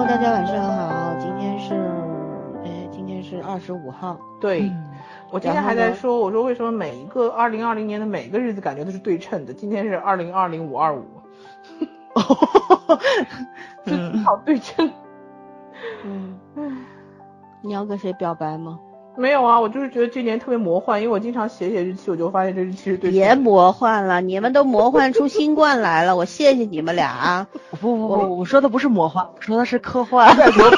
大家晚上好，今天是25号。 对，我今天还在说，我说为什么每一个2020年的每一个日子感觉都是对称的，今天是2020-525，正好对称。 你要跟谁表白吗？ 没有啊，我就是觉得这年特别魔幻，因为我经常写日期，我就发现这日期是对称的。 别魔幻了，你们都魔幻出新冠来了，我谢谢你们俩。 不，我说的不是魔幻，我说的是科幻。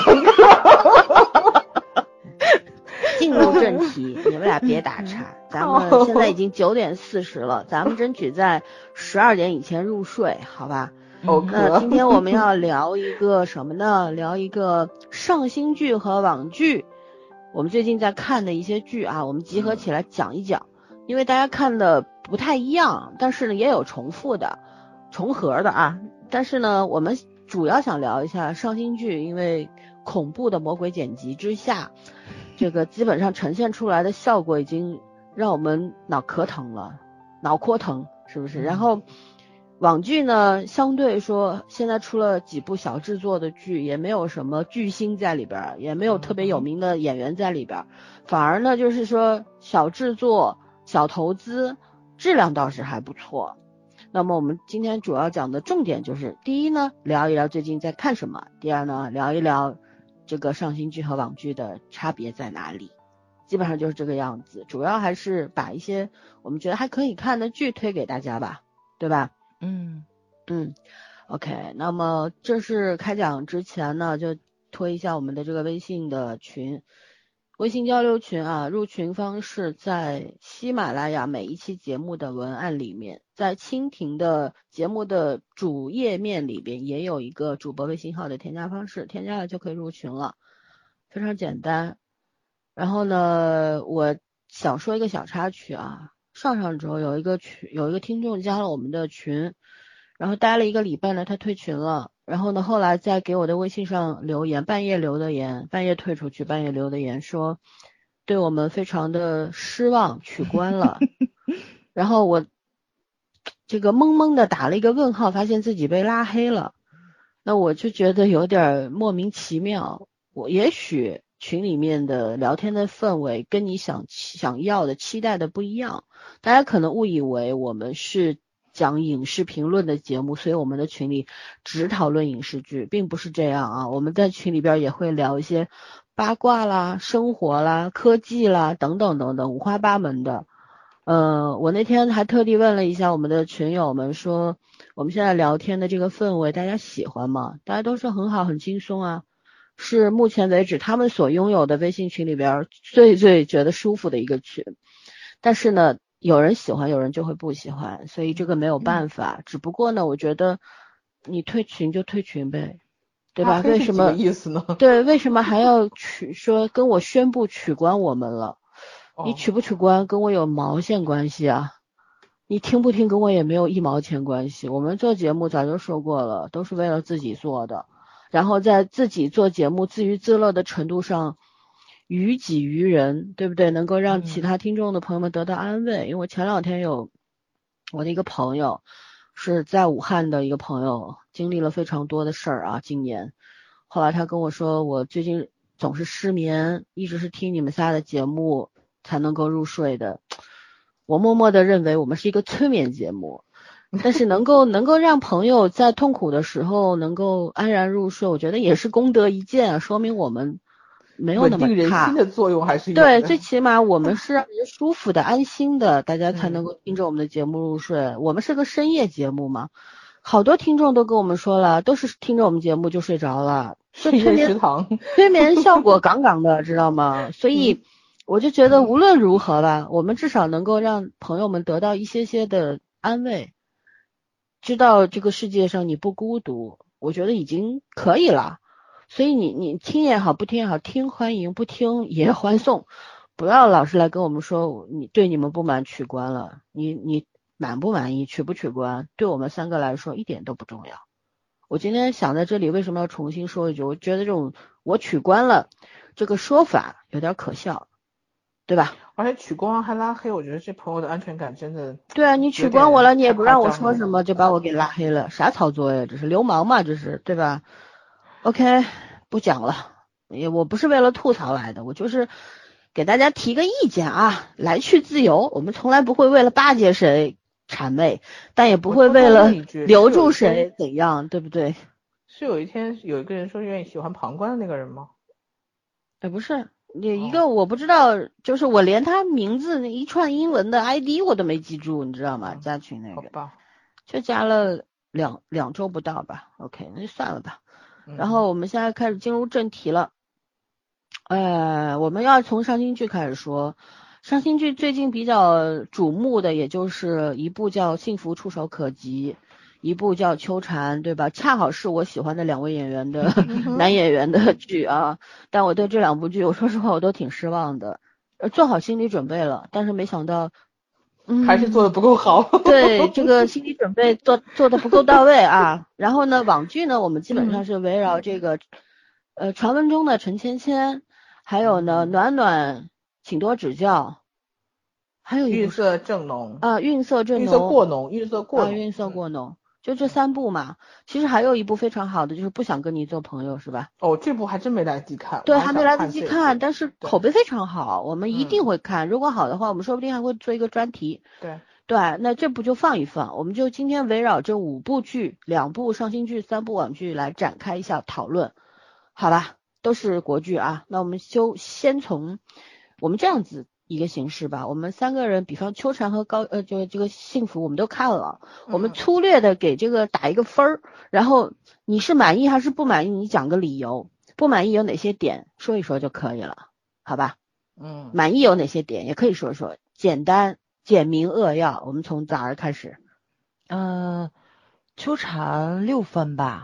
进入正题，你们俩别打岔。咱们现在已经9点40了，咱们争取在12点以前入睡，好吧？那今天我们要聊一个什么呢？聊一个上新剧和网剧。我们最近在看的一些剧啊，我们集合起来讲一讲，因为大家看的不太一样，但是呢也有重合的啊。但是呢，我们主要想聊一下上新剧，因为恐怖的魔鬼剪辑之下，这个基本上呈现出来的效果已经让我们脑壳疼了，脑壳疼是不是？然后网剧呢，相对说现在出了几部小制作的剧，也没有什么巨星在里边，也没有特别有名的演员在里边，反而呢就是说小制作、小投资，质量倒是还不错。那么我们今天主要讲的重点就是，第一呢，聊一聊最近在看什么；第二呢，聊一聊这个上新剧和网剧的差别在哪里。基本上就是这个样子，主要还是把一些我们觉得还可以看的剧推给大家吧，对吧？OK， 那么正式开讲之前呢，就推一下我们的这个微信的群，微信交流群啊，入群方式在喜马拉雅每一期节目的文案里面，在蜻蜓的节目的主页面里边也有一个主播微信号的添加方式，添加了就可以入群了，非常简单。然后呢，我想说一个小插曲啊，上周有一个听众加了我们的群，然后待了1个礼拜呢，他退群了，然后呢后来再给我的微信上留言，半夜留的言，半夜退出去，半夜留的言说对我们非常的失望，取关了。然后我这个懵懵的打了一个问号，发现自己被拉黑了。那我就觉得有点莫名其妙，我也许群里面的聊天的氛围跟你想要的期待的不一样，大家可能误以为我们是讲影视评论的节目，所以我们的群里只讨论影视剧，并不是这样啊。我们在群里边也会聊一些八卦啦、生活啦、科技啦等等等等，五花八门的。我那天还特地问了一下我们的群友们，说我们现在聊天的这个氛围大家喜欢吗？大家都说很好，很轻松啊，是目前为止他们所拥有的微信群里边最觉得舒服的一个群。但是呢，有人喜欢，有人就会不喜欢，所以这个没有办法。只不过呢，我觉得你退群就退群呗，对吧？为什么意思呢？ 对，为什么还要说跟我宣布取关我们了？你取不取关跟我有毛线关系啊？你听不听跟我也没有1毛钱关系。我们做节目早就说过了，都是为了自己做的，然后在自己做节目自娱自乐的程度上于己于人，对不对？能够让其他听众的朋友们得到安慰。因为我前2天有我的一个朋友是在武汉的一个朋友，经历了非常多的事儿啊，今年后来他跟我说，我最近总是失眠，一直是听你们仨的节目才能够入睡的。我默默的认为我们是一个催眠节目，但是能够让朋友在痛苦的时候能够安然入睡，我觉得也是功德一件啊，说明我们没有那么差。 稳定人心的作用还是有的。 对，最起码我们是让人舒服的、安心的，大家才能够听着我们的节目入睡。我们是个深夜节目嘛，好多听众都跟我们说了，都是听着我们节目就睡着了， 深夜食堂催眠效果杠杠的，知道吗？所以我就觉得无论如何吧，我们至少能够让朋友们得到一些的安慰，知道这个世界上你不孤独，我觉得已经可以了。所以你听也好，不听也好，听欢迎，不听也欢送，不要老是来跟我们说你对你们不满取关了，你满不满意，取不取关，对我们3个来说一点都不重要。我今天想在这里为什么要重新说一句，我觉得这种我取关了这个说法有点可笑，对吧？ 而且取关还拉黑，我觉得这朋友的安全感真的。 对啊，你取关我了，你也不让我说什么就把我给拉黑了，啥操作呀？这是流氓嘛？这是，对吧？OK， 不讲了，我不是为了吐槽来的，我就是给大家提个意见啊，来去自由，我们从来不会为了巴结谁谄媚，但也不会为了留住谁怎样，对不对？ 是有一天有一个人说愿意喜欢旁观的那个人吗？ 不是，有一个我不知道，就是我连他名字那一串英文的 ID 我都没记住，你知道吗？加群那个， 好吧， 就加了两周不到吧。OK，那就算了吧。然后我们现在开始进入正题了。我们要从伤心剧开始说。伤心剧最近比较瞩目的，也就是一部叫《幸福触手可及》，一部叫《秋蝉》，对吧？恰好是我喜欢的两位演员的男演员的剧啊。但我对这两部剧，我说实话我都挺失望的。做好心理准备了，但是没想到， 还是做的不够好。 对，这个心理准备做的不够到位啊。然后呢，网剧呢，我们基本上是围绕这个传闻中的陈芊芊，还有呢暖暖，请多指教。还有晕色正浓晕色正浓， 晕色过浓，晕色过浓，就这三部嘛。其实还有一部非常好的，就是不想跟你做朋友，是吧？ 这部还真没来得及看。 对，还没来得及看，但是口碑非常好，我们一定会看。如果好的话，我们说不定还会做一个专题。对，那这部就放一放，我们就今天围绕这5部剧，2部伤心剧，3部网剧来展开一下讨论，好吧？都是国剧啊。那我们就先从我们这样子一个形式吧，我们3个人，比方秋蝉和就这个幸福我们都看了，我们粗略的给这个打一个分儿，然后你是满意还是不满意，你讲个理由，不满意有哪些点说一说就可以了，好吧？满意有哪些点也可以说说，简单简明扼要。我们从早儿开始。 秋蝉6分吧。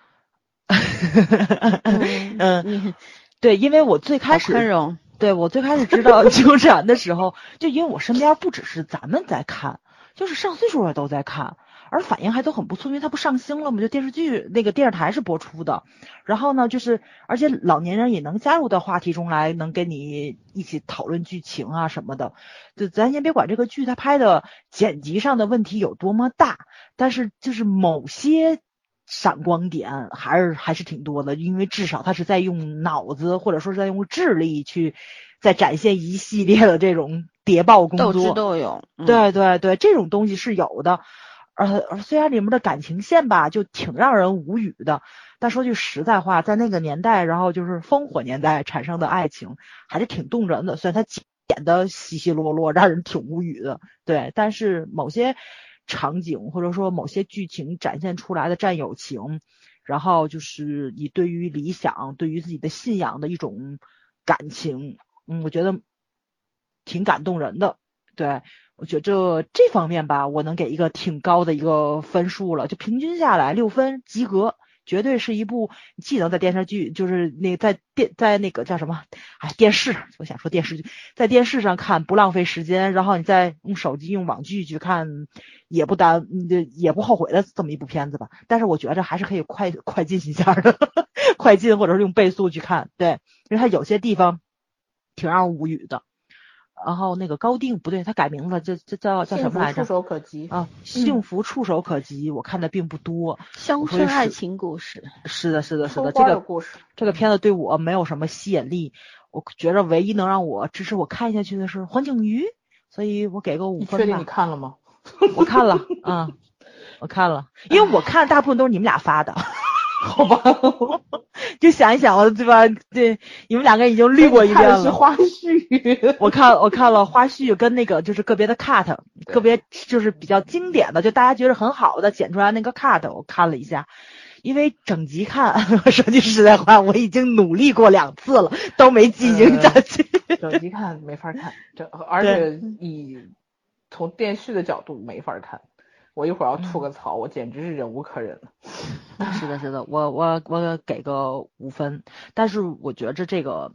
对，因为我最开始宽容。 对，我最开始知道秋蝉的时候，就因为我身边不只是咱们在看，就是上岁数的都在看，而反应还都很不错，因为它不上星了嘛，就电视剧那个电视台是播出的。然后呢，就是而且老年人也能加入到话题中来，能跟你一起讨论剧情啊什么的。就咱先别管这个剧它拍的剪辑上的问题有多么大，但是就是某些闪光点还是挺多的，因为至少他是在用脑子或者说是在用智力去在展现一系列的这种谍报工作， 斗智斗勇。 对对对，这种东西是有的。虽然里面的感情线吧就挺让人无语的，但说句实在话，在那个年代，然后就是烽火年代产生的爱情还是挺动人的，虽然它剪的稀稀落落，让人挺无语的。对，但是某些场景或者说某些剧情展现出来的战友情，然后就是你对于理想对于自己的信仰的一种感情，我觉得挺感动人的。对，我觉得这方面吧，我能给一个挺高的一个分数了，就平均下来6分及格，绝对是一部既能在电视剧，就是在那个叫什么，电视，我想说电视剧，在电视上看不浪费时间，然后你再用手机用网剧去看也不后悔的这么一部片子吧。但是我觉得还是可以快进一下的，快进或者是用倍速去看，对，因为它有些地方挺让人无语的。然后那个高定不对，他改名了，这叫什么来着？ 幸福触手可及啊，幸福触手可及，我看的并不多。 乡村爱情故事。 是的，这个片子对我没有什么吸引力，我觉得唯一能让我支持我看下去的是黄景瑜，所以我给个5分吧。 你确定你看了吗？ 我看了，我看了，因为我看大部分都是你们俩发的。 好吧， 就想一想，对吧？对，你们两个已经滤过一遍了。 是花絮， 我看了花絮跟那个就是个别的 cut， 个别就是比较经典的，就大家觉得很好的剪出来那个 cut， 我看了一下。因为整集看，说句实在话，我已经努力过2次了，都没进行下去。 整集看没法看，而且从电视的角度没法看。我一会儿要吐个槽，我简直是忍无可忍了。 是的，我给个5分，但是我觉着这个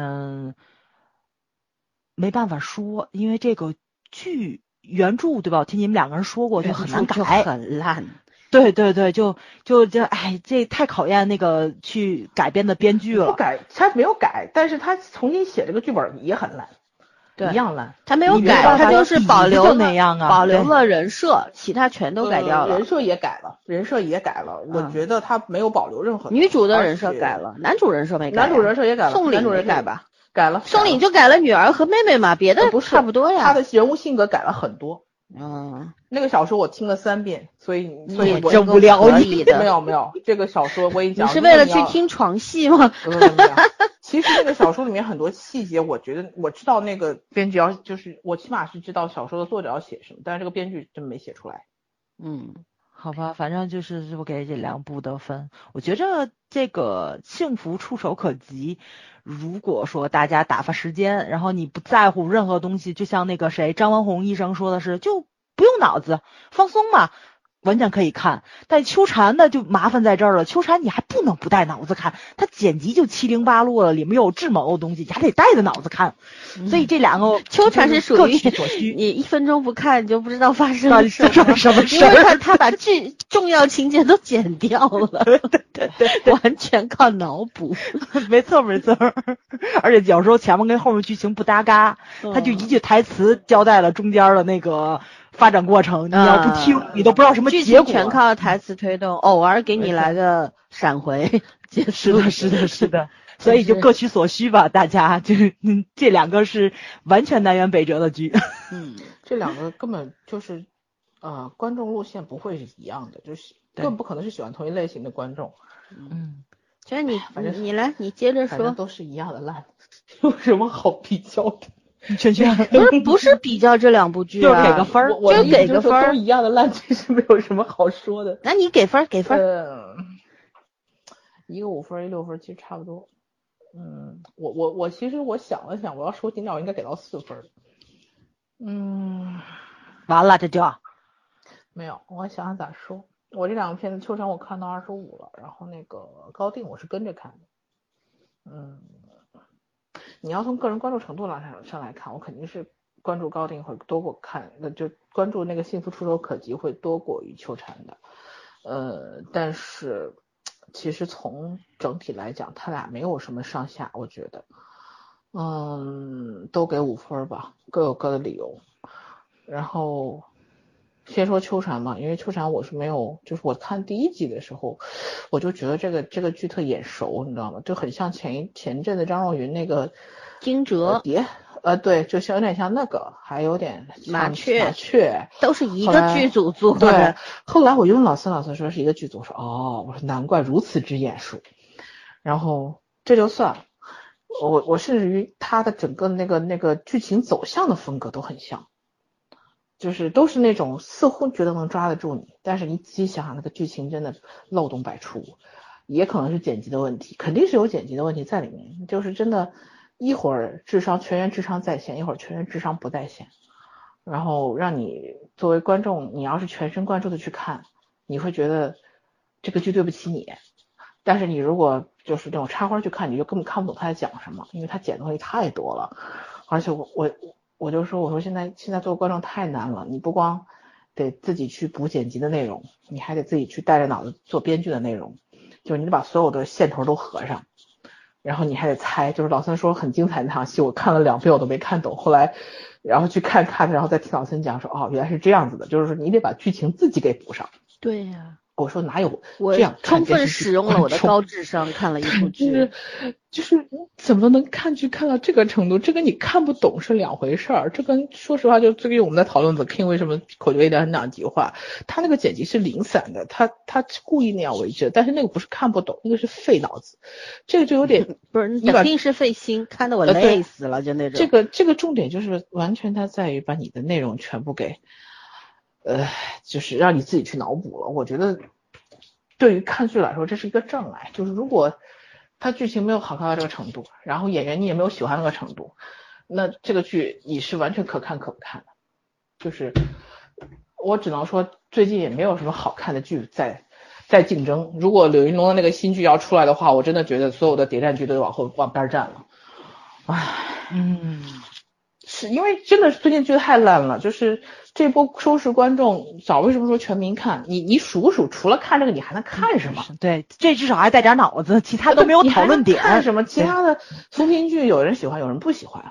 没办法说，因为这个剧原著对吧？我听你们2个人说过，就很难改， 很烂。 对，就这太考验那个去改编的编剧了。 不改，他没有改，但是他重新写这个剧本也很烂。 对一样烂。 他没有改， 你没办法他就是保留就了那样啊保留了人设，其他全都改掉了。 人设也改了，我觉得他没有保留任何。 女主的人设改了，男主人设没改。 男主人设也改了， 宋凛没改吧？ 改了。 宋凛就改了女儿和妹妹嘛，别的差不多呀。 他的人物性格改了很多。那个小说我听了3遍，所以我真无聊。 没有，这个小说我已经讲。 你是为了去听床戏吗？ 没有。其实那个小说里面很多细节，我觉得我知道那个编剧就是我起码是知道小说的作者要写什么，但是这个编剧真没写出来。 好吧，反正就是我给这2部的分，我觉着这个幸福触手可及。如果说大家打发时间，然后你不在乎任何东西，就像那个张文宏医生说的是，就不用脑子，放松嘛，完全可以看。但秋蝉呢就麻烦在这儿了，秋蝉你还不能不带脑子看，它剪辑就7零8落了，里面有智谋的东西，你还得带着脑子看。所以这2个秋蝉是属于你1分钟不看你就不知道发生了什么事，因为他把重要情节都剪掉了，对，完全靠脑补。 没错，而且有时候前面跟后面剧情不搭嘎，他就一句台词交代了中间的那个发展过程，你要不听你都不知道什么结果， 全靠台词推动，偶尔给你来个闪回结束。 是的，所以就各取所需吧，大家就是这2个是完全南辕北辙的剧。 这2个根本就是观众路线不会是一样的，就是更不可能是喜欢同一类型的观众。 所以你来，你接着说。 反正都是一样的烂，有什么好比较的？ 圈不是比较这2部剧就给个分， 就给个分， 都一样的烂，其实没有什么好说的。 那你给分。 一个5分，一个6分，其实差不多。我其实我想了想，我要说尽量我应该给到4分。 完了这就没有，我想想咋说。我这2个片子，秋蝉我看到25了，然后那个高定我是跟着看的。你要从个人关注程度上来看，我肯定是关注高定会多过就关注那个幸福触手可及会多过于秋蝉的。但是其实从整体来讲，他俩没有什么上下，我觉得，都给5分吧，各有各的理由。然后先说秋蝉嘛，因为秋蝉我是没有，就是我看第1集的时候，我就觉得这个剧特眼熟，你知道吗？就很像前阵子张若昀那个惊蛰对，就有点像那个，还有点麻雀，都是一个剧组做的。 对，后来我就问老孙说是一个剧组，我说难怪如此之眼熟。然后这就算了，我甚至于他的整个那个剧情走向的风格都很像，就是都是那种似乎觉得能抓得住你，但是你仔细想想那个剧情真的漏洞百出，也可能是剪辑的问题，肯定是有剪辑的问题在里面，就是真的。一会儿全员智商在线，一会儿全员智商不在线，然后让你作为观众，你要是全神贯注的去看，你会觉得这个剧对不起你。但是你如果就是那种插花去看，你就根本看不懂他在讲什么，因为他剪的东西太多了。而且我就说，我说现在作为观众太难了，你不光得自己去补剪辑的内容，你还得自己去带着脑子做编剧的内容，就是你得把所有的线头都合上。然后你还得猜，就是老孙说很精彩那场戏，我看了2遍我都没看懂，后来然后去看，然后再听老孙讲说，原来是这样子的，就是说你得把剧情自己给补上。 对呀， 我说哪有这样， 充分使用了我的高智商看了一部剧， 就是怎么能看剧看到这个程度？这跟你看不懂是2回事儿。这跟说实话，就最近我们在讨论 The King 为什么口碑2极化，他那个剪辑是零散的，他故意那样为之，但是那个不是看不懂，那个是费脑子，这个就有点不是肯定是费心，看得我累死了，就那种。 这个重点就是完全它在于把你的内容全部给就是让你自己去脑补了。我觉得对于看剧来说这是一个障碍，就是如果它剧情没有好看到这个程度，然后演员你也没有喜欢那个程度，那这个剧你是完全可看可不看的。就是我只能说最近也没有什么好看的剧在竞争，如果柳云龙的那个新剧要出来的话，我真的觉得所有的谍战剧都得往边站了。是因为真的最近剧太烂了，就是这波收视观众早为什么说全民看，你数数除了看这个你还能看什么？ 对，这至少还带点脑子，其他都没有讨论点。 看什么？其他的扶贫剧有人喜欢有人不喜欢，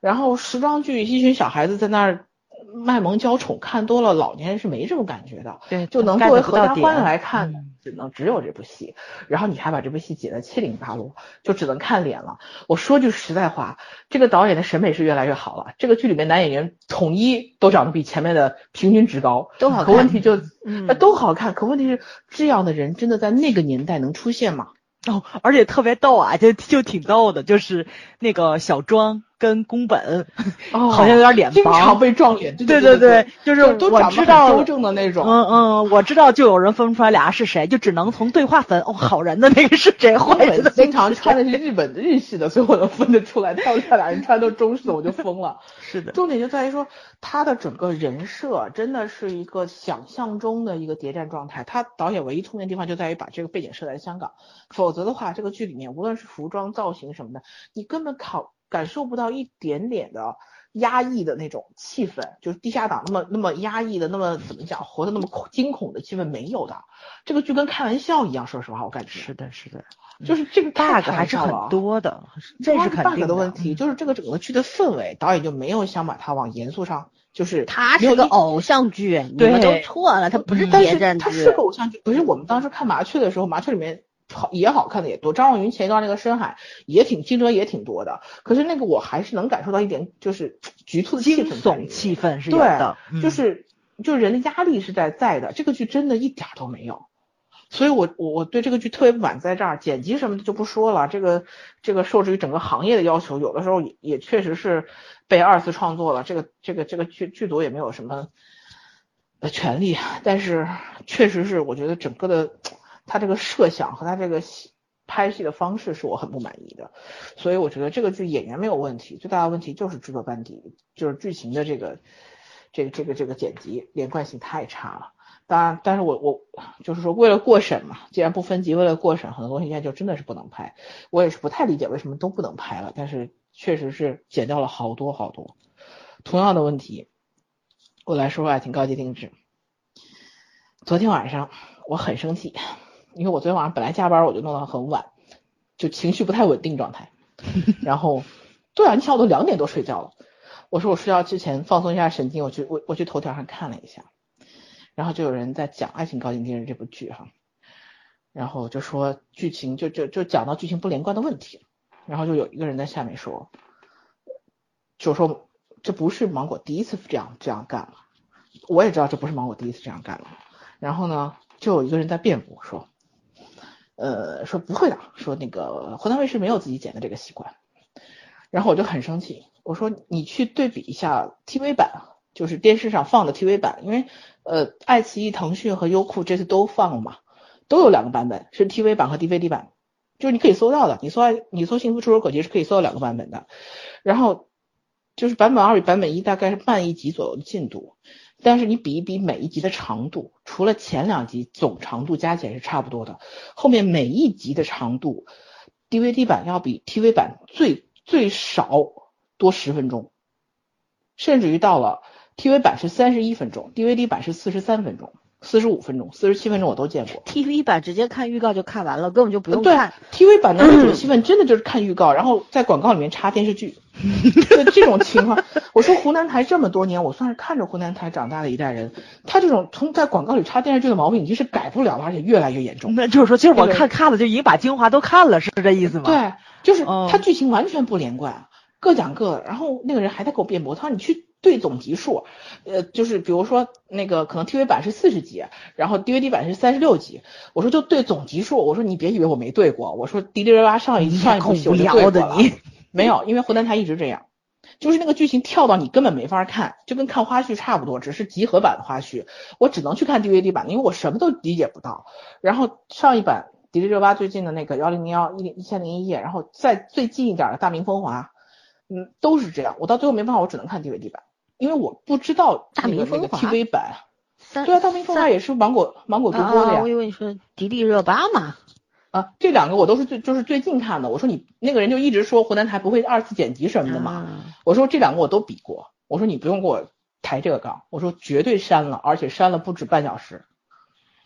然后时装剧一群小孩子在那儿卖萌娇宠，看多了老年人是没这种感觉的， 对， 就能作为合家欢来看，只有这部戏，然后你还把这部戏剪得七零八落，就只能看脸了。我说句实在话，这个导演的审美是越来越好了，这个剧里面男演员统一都长得比前面的平均值高， 都好看， 可问题就都好看，可问题是这样的人真的在那个年代能出现吗？ 哦，而且特别逗啊，就挺逗的，就是那个小庄跟宫本，好像有点脸经常被撞脸， 对，就是我知道纠正的那种， 我知道就有人分不出来俩是谁，就只能从对话分，好人的那个是谁，坏人的经常穿的是日系的，所以我能分得出来，他要这俩人穿都中式的，我就疯了。 是的， 重点就在于说他的整个人设真的是一个想象中的一个谍战状态，他导演唯一聪明的地方就在于把这个背景设在香港，否则的话这个剧里面无论是服装造型什么的，你根本感受不到一点点的压抑的那种气氛，就是地下党那么压抑的，那么怎么讲，活得那么惊恐的气氛没有的。这个剧跟开玩笑一样，说实话，我感觉是的， 就是这个 bug 还是很多的，这是肯定的。 bug 的问题，就是这个整个剧的氛围，导演就没有想把它往严肃上，就是它是个偶像剧，你们都错了，它不是谍战剧， 它是个偶像剧。不是我们当时看麻雀的时候，麻雀里面也好看的也多，张若昀前一段那个深海也竞争也挺多的，可是那个我还是能感受到一点就是局促的气氛， 惊悚气氛是有的， 就是人的压力是在的，这个剧真的一点都没有。所以我对这个剧特别不满在这儿，剪辑什么的就不说了，这个受制于整个行业的要求，有的时候也确实是被二次创作了，这个剧组也没有什么权利，但是确实是我觉得整个的他这个设想和他这个拍戏的方式是我很不满意的，所以我觉得这个剧演员没有问题，最大的问题就是制作班底，就是剧情的这个剪辑连贯性太差了。当然，但是我就是说，为了过审嘛，既然不分级，为了过审，很多东西现在就真的是不能拍。我也是不太理解为什么都不能拍了，但是确实是剪掉了好多。同样的问题，我来说爱情高级定制。昨天晚上我很生气，因为我昨天晚上本来加班我就弄到很晚，就情绪不太稳定状态。然后，对啊，你想我都2点多睡觉了，我说我睡觉之前放松一下神经，我去头条上看了一下。然后就有人在讲《爱情高级定制》这部剧哈，然后就说剧情就讲到剧情不连贯的问题，然后就有一个人在下面说，就说这不是芒果第一次这样干了，我也知道这不是芒果第一次这样干了，然后呢就有一个人在辩驳说不会的，说那个湖南卫视没有自己剪的这个习惯，然后我就很生气，我说你去对比一下 TV 版，就是电视上放的 TV 版，因为爱奇艺、腾讯和优酷这次都放了嘛，都有2个版本，是 TV 版和 DVD 版，就是你可以搜到的，你搜幸福触手可及是可以搜到2个版本的，然后就是版本2比版本1大概是慢1集左右的进度，但是你比一比每一集的长度，除了前2集总长度加起来是差不多的，后面每一集的长度 DVD 版要比 TV 版最少多10分钟，甚至于到了TV 版是31分钟 ，DVD 版是43分钟、45分钟、47分钟我都见过。 TV 版直接看预告就看完了，根本就不用看。 对 ，TV 版的那种戏份真的就是看预告，然后在广告里面插电视剧。这种情况，我说湖南台这么多年，我算是看着湖南台长大的一代人，他这种在广告里插电视剧的毛病已经是改不了了，而且越来越严重。 那就是说，其实我看了就已经把精华都看了，是这意思吗？ 对，就是他剧情完全不连贯，各讲各的。然后那个人还在给我辩驳，他说你去对总集数，就是比如说那个可能 TV 版是40集，然后 DVD 版是36集，我说就对总集数，我说你别以为我没对过，我说迪丽热巴上一部戏我就对过了，没有，因为湖南台一直这样，就是那个剧情跳到你根本没法看，就跟看花絮差不多，只是集合版的花絮，我只能去看 DVD 版，因为我什么都理解不到。然后上一版迪丽热巴最近的那个1001夜，然后再最近一点的大明风华，都是这样，我到最后没办法，我只能看 DVD 版。因为我不知道那个 TV 版，对啊，大明风华也是芒果独播的呀。 我以为你说迪丽热巴嘛。 这2个我都是最近看的。我说你那个人就一直说湖南台不会2次剪辑什么的嘛，我说这2个我都比过，我说你不用给我抬这个杠，我说绝对删了，而且删了不止半小时。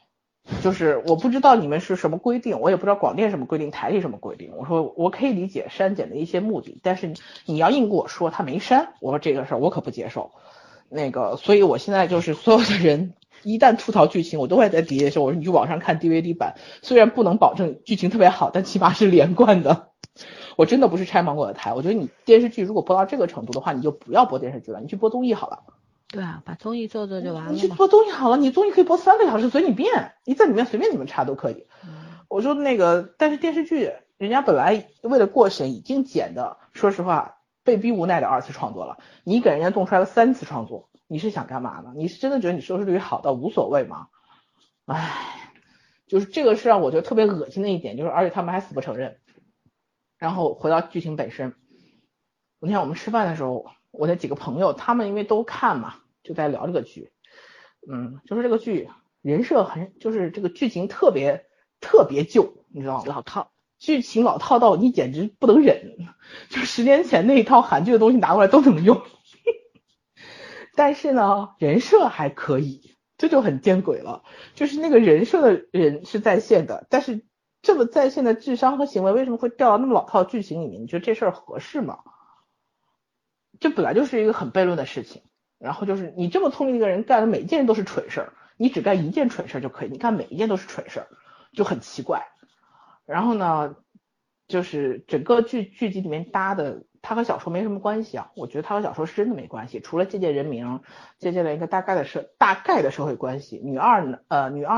就是我不知道你们是什么规定，我也不知道广电什么规定，台里什么规定。我说我可以理解删减的一些目的，但是你要硬跟我说他没删，我说这个事儿我可不接受。所以我现在就是所有的人一旦吐槽剧情，我都会在底下说，我说你去网上看 DVD 版，虽然不能保证剧情特别好，但起码是连贯的。我真的不是拆芒果的台，我觉得你电视剧如果播到这个程度的话，你就不要播电视剧了，你去播综艺好了。 对啊，把综艺做做就完了嘛。 你去播综艺好了，你综艺可以播3个小时随你便，你在里面随便怎么插都可以。我说但是电视剧人家本来为了过审已经剪的，说实话被逼无奈的2次创作了，你给人家动出来了3次创作，你是想干嘛呢？你是真的觉得你收视率好到无所谓吗？唉，就是这个是让我觉得特别恶心的一点，就是而且他们还死不承认。然后回到剧情本身，那天我们吃饭的时候，我那几个朋友他们因为都看嘛，就在聊这个剧。就是这个剧人设就是这个剧情特别旧，你知道吗？ 老套， 剧情老套到你简直不能忍，就10年前那一套韩剧的东西拿过来都能用。但是呢，人设还可以，这就很见鬼了。就是那个人设的人是在线的，但是这么在线的智商和行为为什么会掉到那么老套的剧情里面？你觉得这事儿合适吗？这本来就是一个很悖论的事情。然后就是你这么聪明的一个人干的每一件都是蠢事儿，你只干一件蠢事儿就可以，你干每一件都是蠢事儿，就很奇怪。然后呢，就是整个剧集里面搭的，它和小说没什么关系啊。我觉得它和小说是真的没关系，除了借鉴人名，借鉴了一个大概的社会关系，女二男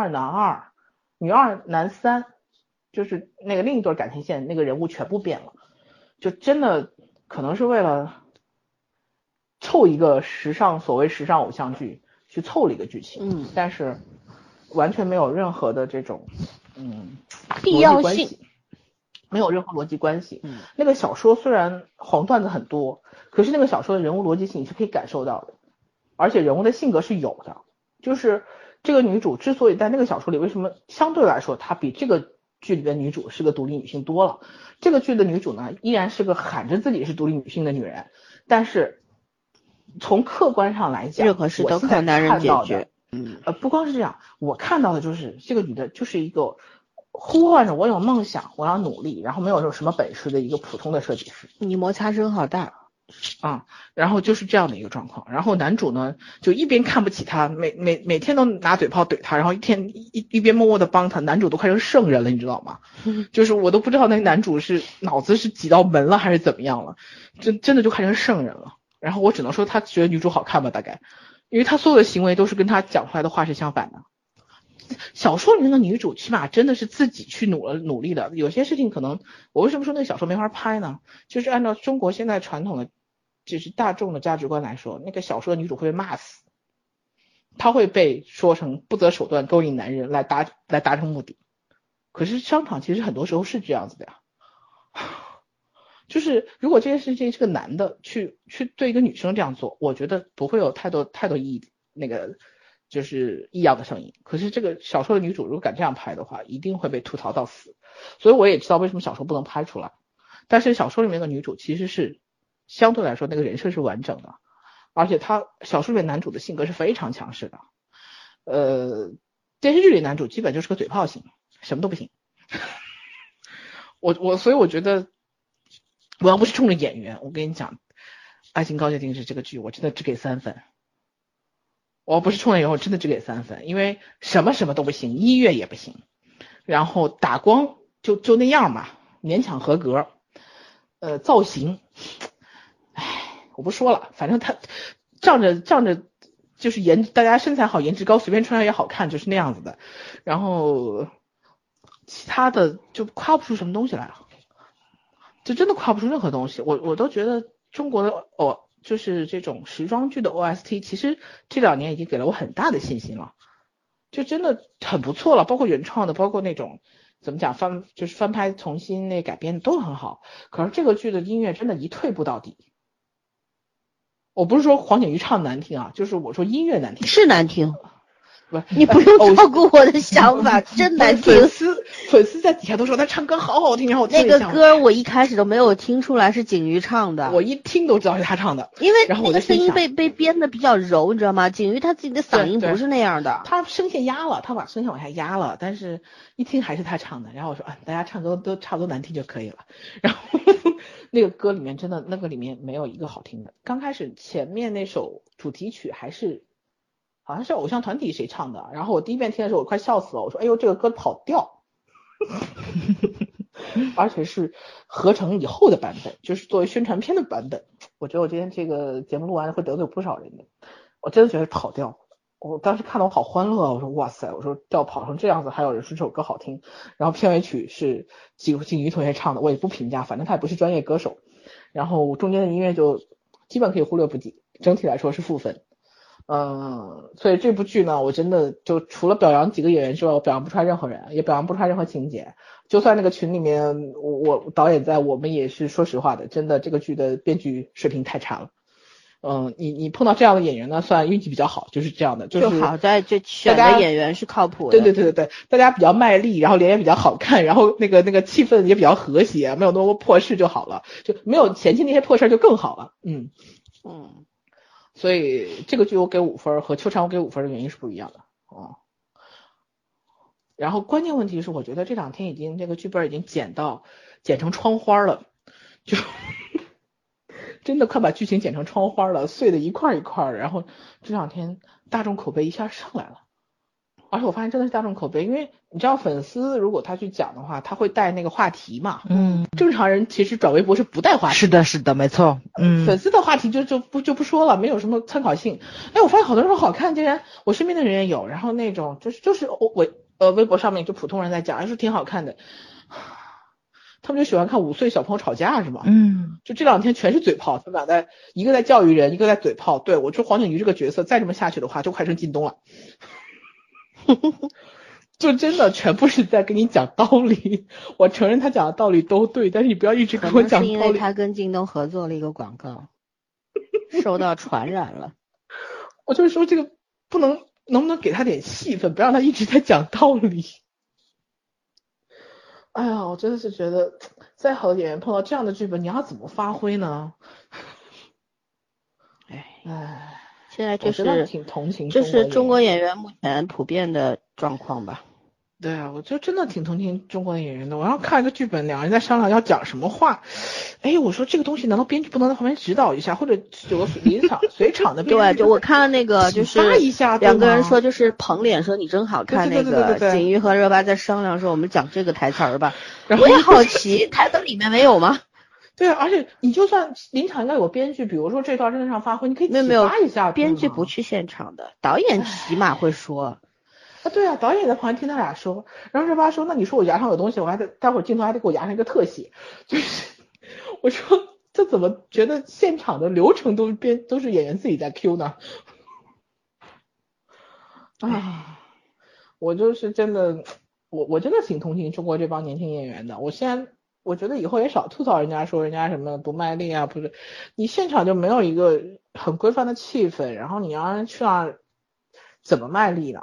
2，女二男3，就是那个另一对感情线那个人物全部变了，就真的可能是为了凑一个所谓时尚偶像剧去凑了一个剧情，但是完全没有任何的这种必要性， 没有任何逻辑关系。那个小说虽然黄段子很多，可是那个小说的人物逻辑性你是可以感受到的，而且人物的性格是有的。就是这个女主之所以在那个小说里为什么相对来说她比这个剧里的女主是个独立女性多了，这个剧的女主呢依然是个喊着自己是独立女性的女人，但是从客观上来讲， 任何事都靠男人解决。 不光是这样，我看到的就是这个女的就是一个呼唤着我有梦想，我要努力，然后没有什么本事的一个普通的设计师。 你摩擦声好大。 然后就是这样的一个状况。然后男主呢就一边看不起他，每天都拿嘴炮怼他，然后一边默默的帮他，男主都快成圣人了，你知道吗？就是我都不知道那个男主是脑子是挤到门了还是怎么样了，真的就快成圣人了。然后我只能说他觉得女主好看吧，大概因为他所有的行为都是跟他讲出来的话是相反的。小说里面的女主起码真的是自己去努力的，有些事情可能我为什么说那个小说没法拍呢？就是按照中国现在传统的就是大众的价值观来说，那个小说的女主会被骂死，她会被说成不择手段勾引男人来达成目的。可是商场其实很多时候是这样子的呀，就是如果这件事情是个男的去对一个女生这样做，我觉得不会有太多就是异样的声音。可是这个小说的女主如果敢这样拍的话，一定会被吐槽到死。所以我也知道为什么小说不能拍出来，但是小说里面的女主其实是相对来说那个人设是完整的，而且小说里面男主的性格是非常强势的。电视剧里男主基本就是个嘴炮型，什么都不行。所以我觉得我要不是冲着演员，我跟你讲，《爱情高阶定制》这个剧我真的只给3分。我要不是冲着演员，我真的只给3分，因为什么都不行，音乐也不行，然后打光就那样嘛，勉强合格。造型，我不说了，反正他仗着就是大家身材好颜值高，随便穿上也好看，就是那样子的。然后其他的就夸不出什么东西来了，就真的夸不出任何东西。我都觉得中国的就是这种时装剧的 OST 其实这2年已经给了我很大的信心了，就真的很不错了，包括原创的，包括那种怎么讲就是翻拍重新改编的都很好。可是这个剧的音乐真的一退步到底。我不是说黄景瑜唱难听啊，就是我说音乐难听， 是难听。 不， 你不用照顾我的想法，真难听。 粉丝在底下都说他唱歌好好听，然后我听那个歌我一开始都没有听出来是景瑜唱的， 我一听都知道是他唱的， 因为然后那个声音被编的比较柔，你知道吗？景瑜他自己的嗓音不是那样的， 他声线压了，他把声线往下压了，但是一听还是他唱的。然后我说啊，大家唱歌都差不多难听就可以了。然后那个歌里面真的那个里面没有一个好听的。刚开始前面那首主题曲好像是偶像团体谁唱的，然后我第一遍听的时候我快笑死了，我说哎呦这个歌跑调。而且是合成以后的版本，就是作为宣传片的版本。我觉得我今天这个节目录完会得罪不少人的，我真的觉得跑调。我当时看到我好欢乐，我说哇塞，我说调跑成这样子还有人说这首歌好听。然后片尾曲是景瑜同学唱的，我也不评价，反正他也不是专业歌手。然后中间的音乐就基本可以忽略不计，整体来说是负分。所以这部剧呢，我真的就除了表扬几个演员之外，我表扬不出来任何人，也表扬不出来任何情节。就算那个群里面我导演在，我们也是说实话的，真的这个剧的编剧水平太差了。你碰到这样的演员呢，算运气比较好，就是这样的， 就好在这选的演员是靠谱的。 对，大家比较卖力，然后脸也比较好看，然后那个气氛也比较和谐，没有那么多破事就好了，就没有前期那些破事就更好了。所以这个剧我给5分，和秋蝉我给5分的原因是不一样的。然后关键问题是，我觉得这2天这个剧本已经剪成窗花了，就真的快把剧情剪成窗花了，碎的一块一块。然后这2天大众口碑一下上来了，而且我发现真的是大众口碑，因为你知道粉丝如果他去讲的话，他会带那个话题嘛。正常人其实转微博是不带话题。 是的，没错。 粉丝的话题就不说了，没有什么参考性。哎，我发现好多人说好看，竟然我身边的人也有，然后那种就是微博上面就普通人在讲，还是挺好看的。他们就喜欢看5岁小朋友吵架是吗？就这2天全是嘴炮，他们俩一个在教育人，一个在嘴炮。对，我说黄景瑜这个角色再这么下去的话，就快成靳东了。就真的全部是在跟你讲道理。我承认他讲的道理都对，但是你不要一直跟我讲道理。 可能是因为他跟靳东合作了一个广告，受到传染了。 我就是说这个能不能给他点戏份，不让他一直在讲道理。哎呀，我真的是觉得再好的演员碰到这样的剧本，你要怎么发挥呢？ 现在这是挺同情这是中国演员目前普遍的状况吧。 对啊，我就真的挺同情中国的演员的。我要看一个剧本，2个人在商量要讲什么话。我说这个东西难道编剧不能在旁边指导一下，或者有个随场的编剧？ 对，就我看了那个就是2个人说就是捧脸说你真好看，那个景瑜和热巴在商量说我们讲这个台词儿吧。我也好奇台词里面没有吗？ 对啊，而且你就算临场应该有个编剧，比如说这段真的上发挥，你可以启发一下。 编剧不去现场的，导演起码会说。 对啊，导演在旁边听他俩说，然后热巴说那你说我牙上有东西，我还得待会儿镜头还得给我牙上一个特写，就是我说这怎么觉得现场的流程都是演员自己在 Q 呢？我就是真的我真的挺同情中国这帮年轻演员的。我觉得以后也少吐槽人家说人家什么不卖力啊，不是你现场就没有一个很规范的气氛，然后你让人去那儿怎么卖力呢？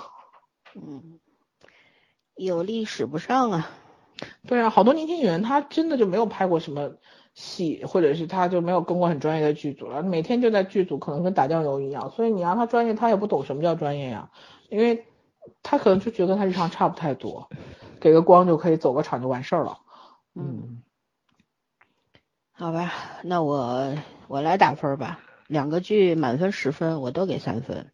有力使不上啊。 对啊，好多年轻演员他真的就没有拍过什么戏，或者是他就没有跟过很专业的剧组了，每天就在剧组可能跟打酱油一样，所以你让他专业他也不懂什么叫专业呀，因为他可能就觉得他日常差不太多，给个光就可以走个场就完事儿了。 好吧，那我来打分吧，2个剧满分10分，我都给3分。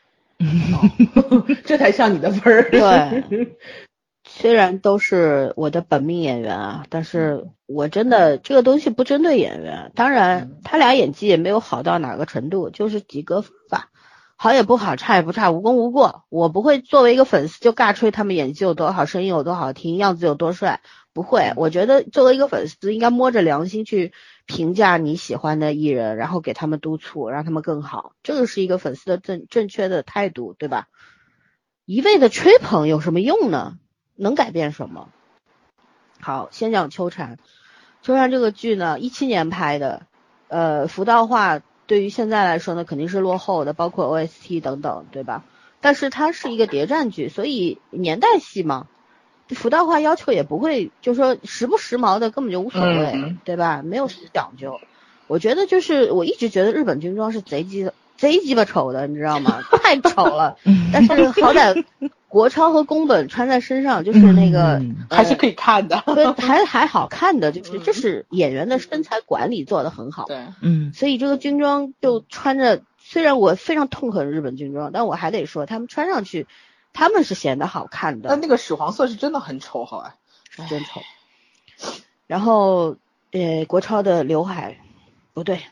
这才像你的分儿。 对，虽然都是我的本命演员啊，但是我真的这个东西不针对演员，当然他俩演技也没有好到哪个程度，就是及格分吧，好也不好，差也不差，无功无过。我不会作为一个粉丝就尬吹他们演技有多好，声音有多好听，样子有多帅，不会。我觉得作为一个粉丝应该摸着良心去评价你喜欢的艺人，然后给他们督促，让他们更好，这个是一个粉丝的正确的态度，对吧？一味的吹捧有什么用呢？能改变什么？好，先讲秋蝉。秋蝉这个剧呢，17年拍的，服道化对于现在来说呢肯定是落后的，包括 OST 等等，对吧？ 但是它是一个谍战剧，所以年代戏嘛，服道化要求也不会，就说时不时髦的根本就无所谓，对吧？没有什么讲究。我觉得就是我一直觉得日本军装是贼鸡巴丑的，你知道吗？太丑了。但是好歹国超和宫本穿在身上就是那个还是可以看的， 对，还好看的，就是这是演员的身材管理做得很好。 对， 所以这个军装就穿着，虽然我非常痛恨日本军装，但我还得说他们穿上去他们是显得好看的。 但那个屎黄色是真的很丑，好吧？ 是真丑。然后国超的刘海不对，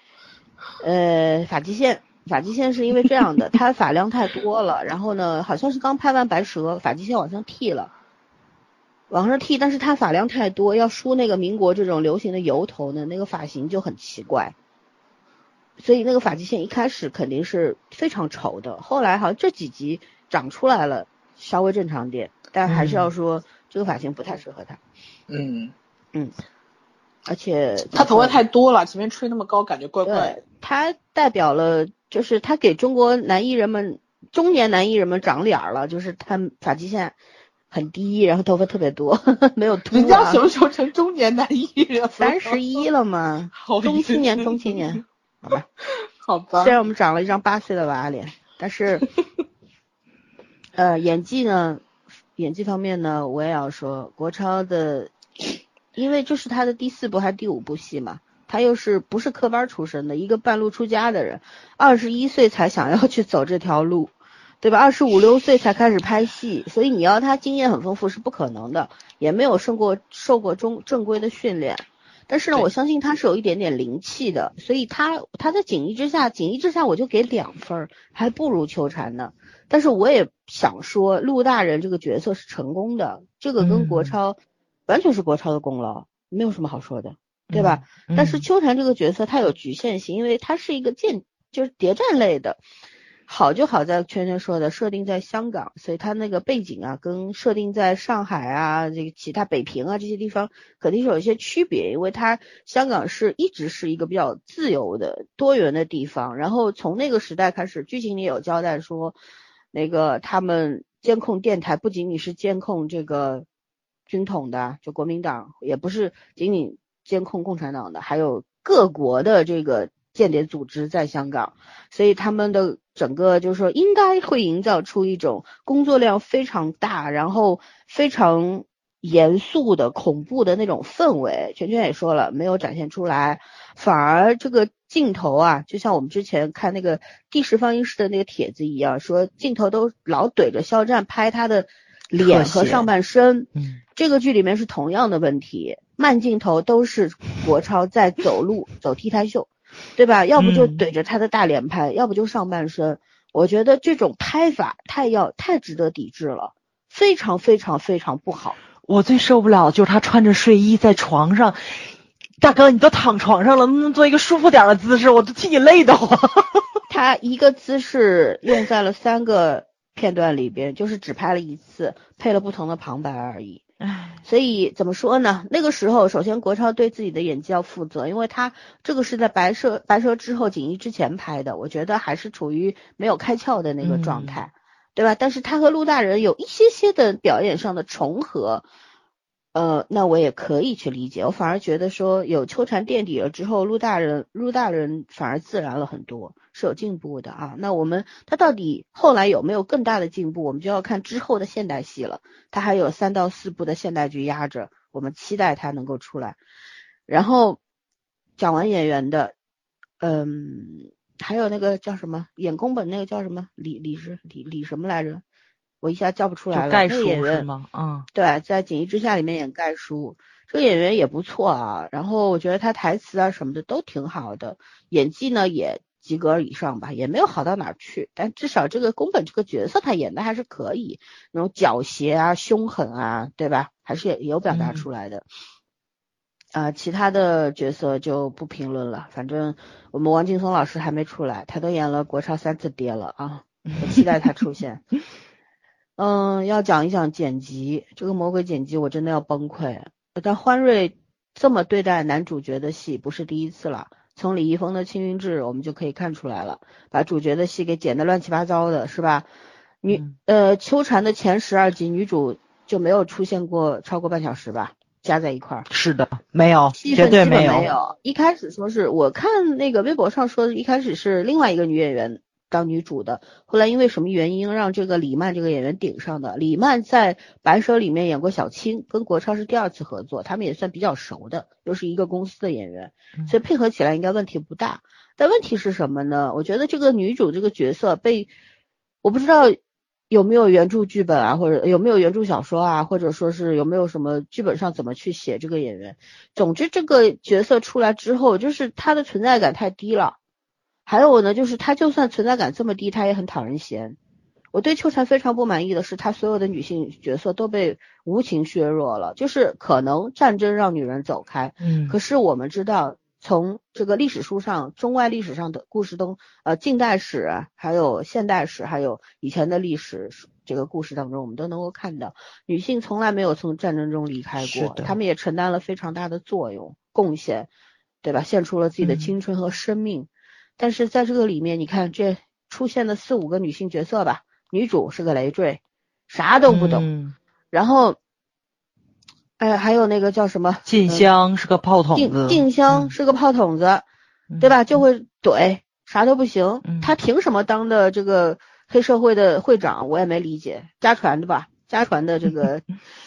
发际线是因为这样的，他发量太多了，然后呢好像是刚拍完白蛇，发际线往上剃了，但是他发量太多，要梳那个民国这种流行的油头呢，那个发型就很奇怪，所以那个发际线一开始肯定是非常丑的，后来好像这几集长出来了，稍微正常点，但还是要说这个发型不太适合他。而且他头发太多了，前面吹那么高感觉怪怪的。 他代表了，就是他给中国中年男艺人们长脸了，就是他发际线很低，然后头发特别多，没有秃。 人家什么时候成中年男艺人 ？31了嘛，中青年，好吧， 好吧。 虽然我们长了一张8岁的娃脸，但是演技方面呢，我也要说国超的。因为这是他的第4部还是第5部戏嘛，他又是不是科班出身的一个半路出家的人，21岁才想要去走这条路，对吧？25、6岁才开始拍戏，所以你要他经验很丰富是不可能的，也没有受过正规的训练。但是呢，我相信他是有一点点灵气的，所以他在锦衣之下我就给2分，还不如秋蝉呢。但是我也想说，陆大人这个角色是成功的，这个跟国超完全是国超的功劳，没有什么好说的，对吧？但是秋蝉这个角色它有局限性，因为它是一个就是谍战类的，好就好在圈圈说的设定在香港，所以它那个背景啊跟设定在上海啊这个其他北平啊这些地方肯定是有一些区别，因为它香港一直是一个比较自由的多元的地方，然后从那个时代开始剧情里有交代说那个他们监控电台不仅仅是监控这个军统的，就国民党，也不是仅仅监控共产党的，还有各国的这个间谍组织在香港，所以他们的整个就是说应该会营造出一种工作量非常大，然后非常严肃的恐怖的那种氛围。圈圈也说了，没有展现出来，反而这个镜头啊，就像我们之前看那个第10放映室的那个帖子一样，说镜头都老怼着肖战拍他的脸和上半身，这个剧里面是同样的问题，慢镜头都是国超在走路走 T 台秀，对吧？要不就怼着他的大脸拍，要不就上半身。我觉得这种拍法太值得抵制了，非常非常非常不好。 我最受不了就是他穿着睡衣在床上，大哥你都躺床上了，能不能做一个舒服点的姿势？我都替你累得慌。 他一个姿势用在了3个片段里边，就是只拍了1次，配了不同的旁白而已。所以怎么说呢？那个时候首先国超对自己的演技要负责，因为他这个是在白蛇之后锦衣之前拍的，我觉得还是处于没有开窍的那个状态，对吧？但是他和陆大人有一些的表演上的重合，那我也可以去理解。我反而觉得说有秋蝉垫底了之后，陆大人反而自然了很多，是有进步的啊。那他到底后来有没有更大的进步，我们就要看之后的现代戏了。他还有3到4部的现代剧压着，我们期待他能够出来。然后讲完演员的，还有那个叫什么演宫本那个叫什么李什么来着？我一下叫不出来了。 盖叔是吗？ 对，在锦衣之下里面演盖叔，这个演员也不错啊。然后我觉得他台词啊什么的都挺好的，演技呢也及格以上吧，也没有好到哪儿去。但至少这个宫本这个角色他演的还是可以，那种狡黠啊、凶狠啊，对吧？还是也有表达出来的。其他的角色就不评论了。反正我们王劲松老师还没出来，他都演了国超3次爹了啊，我期待他出现。要讲一讲剪辑，这个魔鬼剪辑我真的要崩溃。但欢瑞这么对待男主角的戏不是第一次了，从李易峰的青云志我们就可以看出来了，把主角的戏给剪得乱七八糟的，是吧？ 秋蝉的前12集女主就没有出现过超过半小时吧，加在一块儿。 是的，没有， 戏份基本绝对没有。一开始说是我看那个微博上说，一开始是另外一个女演员当女主的，后来因为什么原因让这个李曼这个演员顶上的。李曼在白蛇里面演过小青，跟国超是第2次合作，他们也算比较熟的，又是一个公司的演员，所以配合起来应该问题不大。但问题是什么呢？我觉得这个女主这个角色我不知道有没有原著剧本啊，或者有没有原著小说啊，或者说是有没有什么剧本上怎么去写这个演员。总之这个角色出来之后，就是她的存在感太低了。还有呢，就是她就算存在感这么低，她也很讨人嫌。我对秋蝉非常不满意的是，她所有的女性角色都被无情削弱了。就是可能战争让女人走开，可是我们知道从这个历史书上，中外历史上的故事中，近代史还有现代史还有以前的历史这个故事当中，我们都能够看到女性从来没有从战争中离开过，她们也承担了非常大的作用贡献，对吧？献出了自己的青春和生命。但是在这个里面，你看这出现的4、5个女性角色吧，女主是个累赘，啥都不懂，然后还有那个叫什么静香是个炮筒子， 静香是个炮筒子，对吧？就会怼，啥都不行。他凭什么当的这个黑社会的会长？我也没理解，家传的吧？家传的这个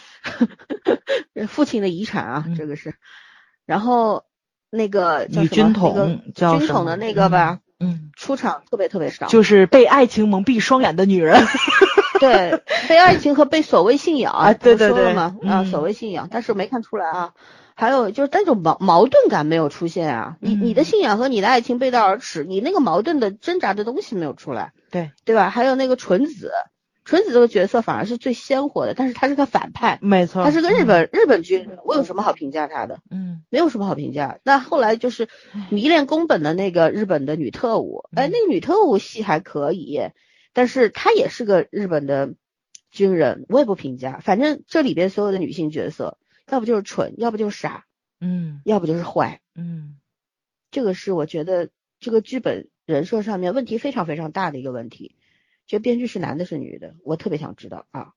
父亲的遗产啊，这个是。然后那个叫什么？ 女军统， 那个军统的那个吧，出场特别特别少， 就是被爱情蒙蔽双眼的女人。 对，被爱情和被所谓信仰啊，对对对， 说了嘛，所谓信仰，但是没看出来啊。还有就是那种矛盾感没有出现啊，你的信仰和你的爱情背道而驰，你那个矛盾的挣扎的东西没有出来，对吧？还有那个纯子这个角色反而是最鲜活的，但是他是个反派， 没错， 他是个日本军人，我有什么好评价他的？没有什么好评价。那后来就是迷恋宫本的那个日本的女特务，那个女特务戏还可以，但是她也是个日本的军人，我也不评价。反正这里边所有的女性角色，要不就是蠢，要不就是傻，要不就是坏，这个是我觉得这个剧本人设上面问题非常非常大的一个问题。这编剧是男的是女的，我特别想知道啊。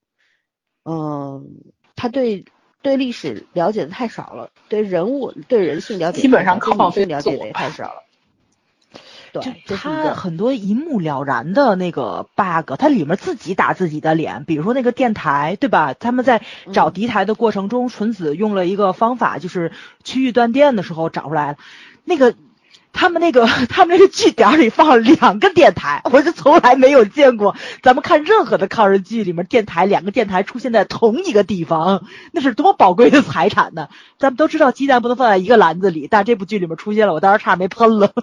他对历史了解的太少了，对人物对人性了解基本上靠女性了解的也太少了。对， 就他很多一目了然的那个 bug， 他里面自己打自己的脸，比如说那个电台，对吧？他们在找敌台的过程中，纯子用了一个方法，就是区域断电的时候找出来了。他们那个据点里放了2个电台，我就从来没有见过。咱们看任何的抗日剧里面，2个电台出现在同一个地方，那是多么宝贵的财产呢？咱们都知道鸡蛋不能放在一个篮子里，但这部剧里面出现了，我当时差点没喷了。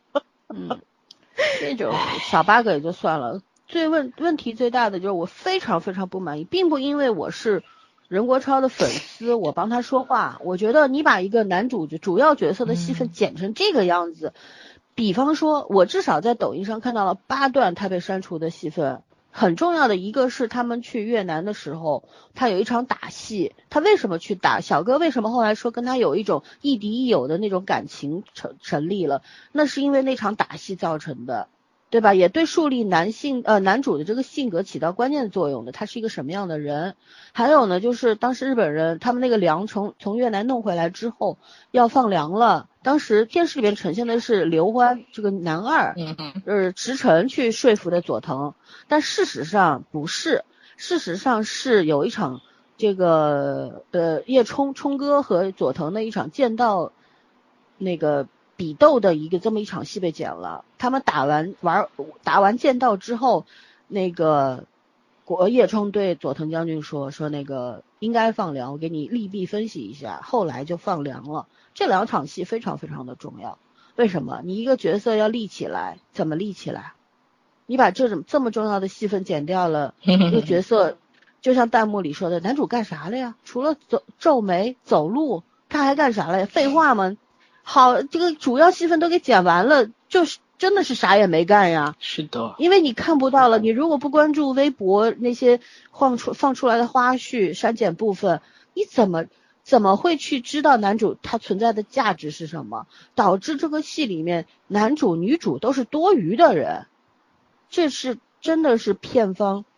这种小 bug 也就算了，问题最大的就是我非常非常不满意，并不因为我是任国超的粉丝，我帮他说话。我觉得你把一个男主主要角色的戏份剪成这个样子，比方说我至少在抖音上看到了8段他被删除的戏份。很重要的一个是他们去越南的时候，他有一场打戏，他为什么去打？小哥为什么后来说跟他有一种亦敌亦友的那种感情成立了？那是因为那场打戏造成的，对吧？也对树立男主的这个性格起到关键作用的，他是一个什么样的人？还有呢，就是当时日本人他们那个粮从越南弄回来之后要放粮了，当时电视里面呈现的是刘欢这个男二，池诚去说服的佐藤，但事实上不是，事实上是有一场这个叶冲哥和佐藤的一场剑道那个比斗的这么一场戏被剪了。他们打完剑道之后，那个叶冲对佐藤将军说那个应该放粮，我给你利弊分析一下，后来就放粮了。这2场戏非常非常的重要。为什么？你一个角色要立起来，怎么立起来？你把这么重要的戏份剪掉了，这个角色就像弹幕里说的，男主干啥了呀？除了皱眉走路，他还干啥了呀？废话吗？好，这个主要戏份都给剪完了，就是真的是啥也没干呀。 是的， 因为你看不到了，你如果不关注微博那些放出来的花絮删减部分，你怎么会去知道男主他存在的价值是什么？导致这个戏里面男主女主都是多余的人，这是真的是片方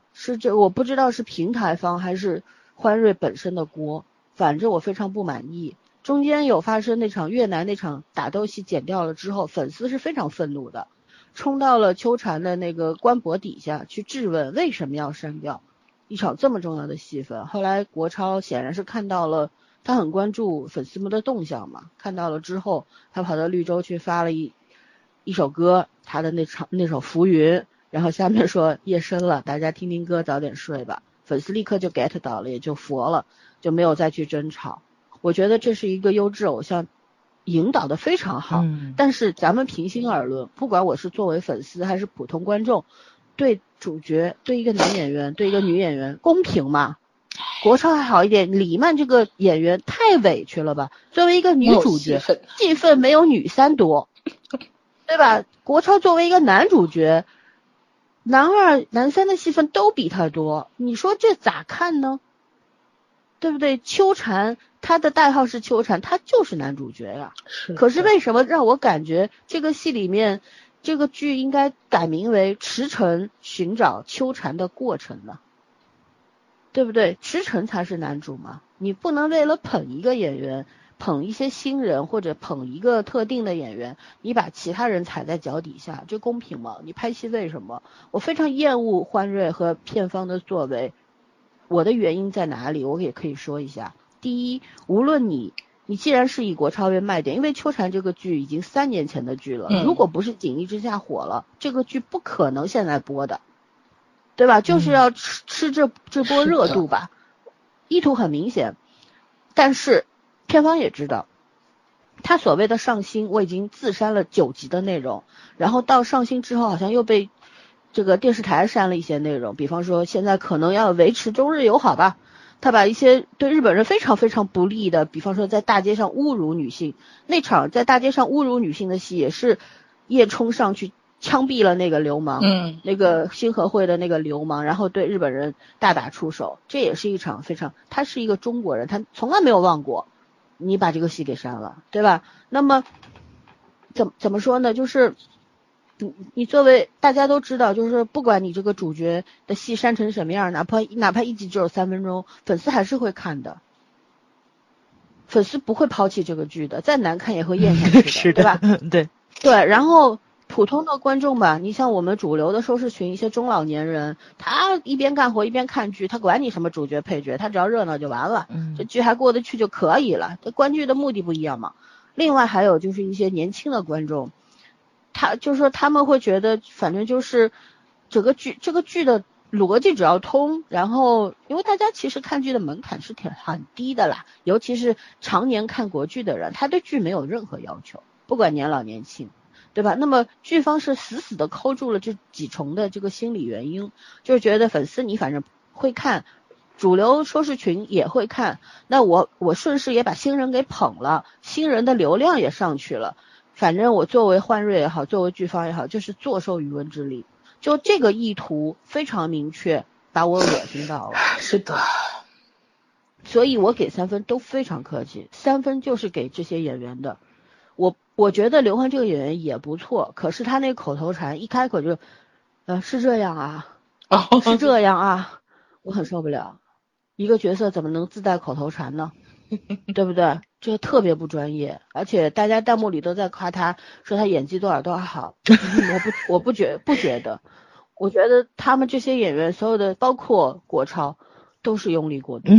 我不知道是平台方还是欢瑞本身的锅，反正我非常不满意。中间有发生那场越南那场打斗戏剪掉了之后，粉丝是非常愤怒的，冲到了秋蝉的那个官博底下去质问为什么要删掉一场这么重要的戏份。后来国超显然是看到了，他很关注粉丝们的动向嘛，看到了之后他跑到绿洲去发了一首歌，他的那首浮云，然后下面说夜深了，大家听听歌早点睡吧，粉丝立刻就 get 到了，也就佛了，就没有再去争吵。我觉得这是一个优质偶像引导的非常好，但是咱们平心而论，不管我是作为粉丝还是普通观众，对主角，对一个男演员，对一个女演员公平吗？国超还好一点，李曼这个演员太委屈了吧，作为一个女主角，戏份没有女三多，对吧？国超作为一个男主角，男二男三的戏份都比他多，你说这咋看呢？对不对？秋蝉他的代号是秋蝉，他就是男主角呀。可是为什么让我感觉这个戏里面这个剧应该改名为驰骋寻找秋蝉的过程呢？对不对？驰骋才是男主嘛，你不能为了捧一个演员，捧一些新人或者捧一个特定的演员，你把其他人踩在脚底下，这公平吗？你拍戏为什么？我非常厌恶欢瑞和片方的作为。我的原因在哪里？我也可以说一下。第一，无论你既然是以国超为卖点，因为秋蝉这个剧已经3年前的剧了，如果不是锦衣之下火了，这个剧不可能现在播的，对吧？就是要吃这波热度吧，意图很明显。但是片方也知道，他所谓的上新，我已经自删了9集的内容，然后到上新之后好像又被这个电视台删了一些内容，比方说现在可能要维持中日友好吧，他把一些对日本人非常非常不利的，比方说在大街上侮辱女性，那场在大街上侮辱女性的戏也是叶冲上去枪毙了那个流氓，那个新和会的那个流氓，然后对日本人大打出手，这也是一场非常，他是一个中国人，他从来没有忘过，你把这个戏给删了，对吧？那么怎么说呢？就是你作为大家都知道，就是不管你这个主角的戏删成什么样，哪怕一集只有3分钟，粉丝还是会看的，粉丝不会抛弃这个剧的，再难看也会咽下去的， 是的对吧？ 对， 然后普通的观众吧，你像我们主流的收视群，一些中老年人，他一边干活一边看剧，他管你什么主角配角，他只要热闹就完了，这剧还过得去就可以了，这观剧的目的不一样嘛。另外还有就是一些年轻的观众，他就是说他们会觉得反正就是这个剧的逻辑只要通，然后因为大家其实看剧的门槛是很低的啦，尤其是常年看国剧的人，他对剧没有任何要求，不管年老年轻，对吧？那么剧方是死的抠住了这几重的这个心理原因，就是觉得粉丝你反正会看，主流收视群也会看，那我顺势也把新人给捧了，新人的流量也上去了，反正我作为欢瑞也好，作为剧方也好，就是坐收渔翁之利，就这个意图非常明确，把我恶心到了。 是的， 所以我给3分都非常客气，3分就是给这些演员的。我觉得刘欢这个演员也不错，可是他那个口头禅一开口就是这样啊，是这样啊，我很受不了。一个角色怎么能自带口头禅呢？对不对？这个特别不专业，而且大家弹幕里都在夸他，说他演技多少好。我不觉得，我觉得他们这些演员所有的，包括国超，都是用力过度。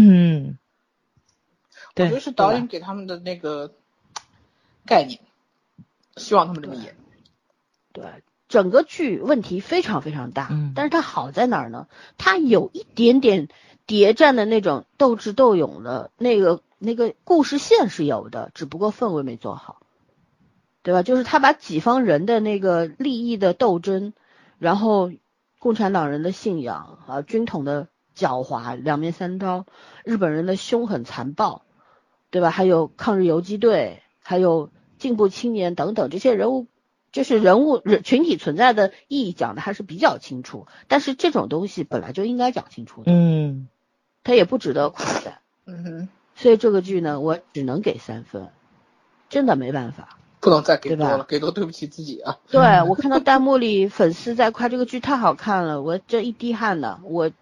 我觉得是导演给他们的那个概念，希望他们这么演。 对，整个剧问题非常非常大，但是它好在哪儿呢？它有一点点谍战的那种斗智斗勇的那个故事线是有的，只不过氛围没做好，对吧？就是他把己方人的那个利益的斗争，然后共产党人的信仰啊，军统的狡猾，两面三刀，日本人的凶狠残暴，对吧？还有抗日游击队，还有进步青年等等这些人物，就是群体存在的意义讲的还是比较清楚，但是这种东西本来就应该讲清楚的，它也不值得夸赞，所以这个剧呢，我只能给3分，真的没办法， 不能再给多了，给多对不起自己啊。 对，我看到弹幕里粉丝在夸这个剧太好看了，我这一滴汗呢，我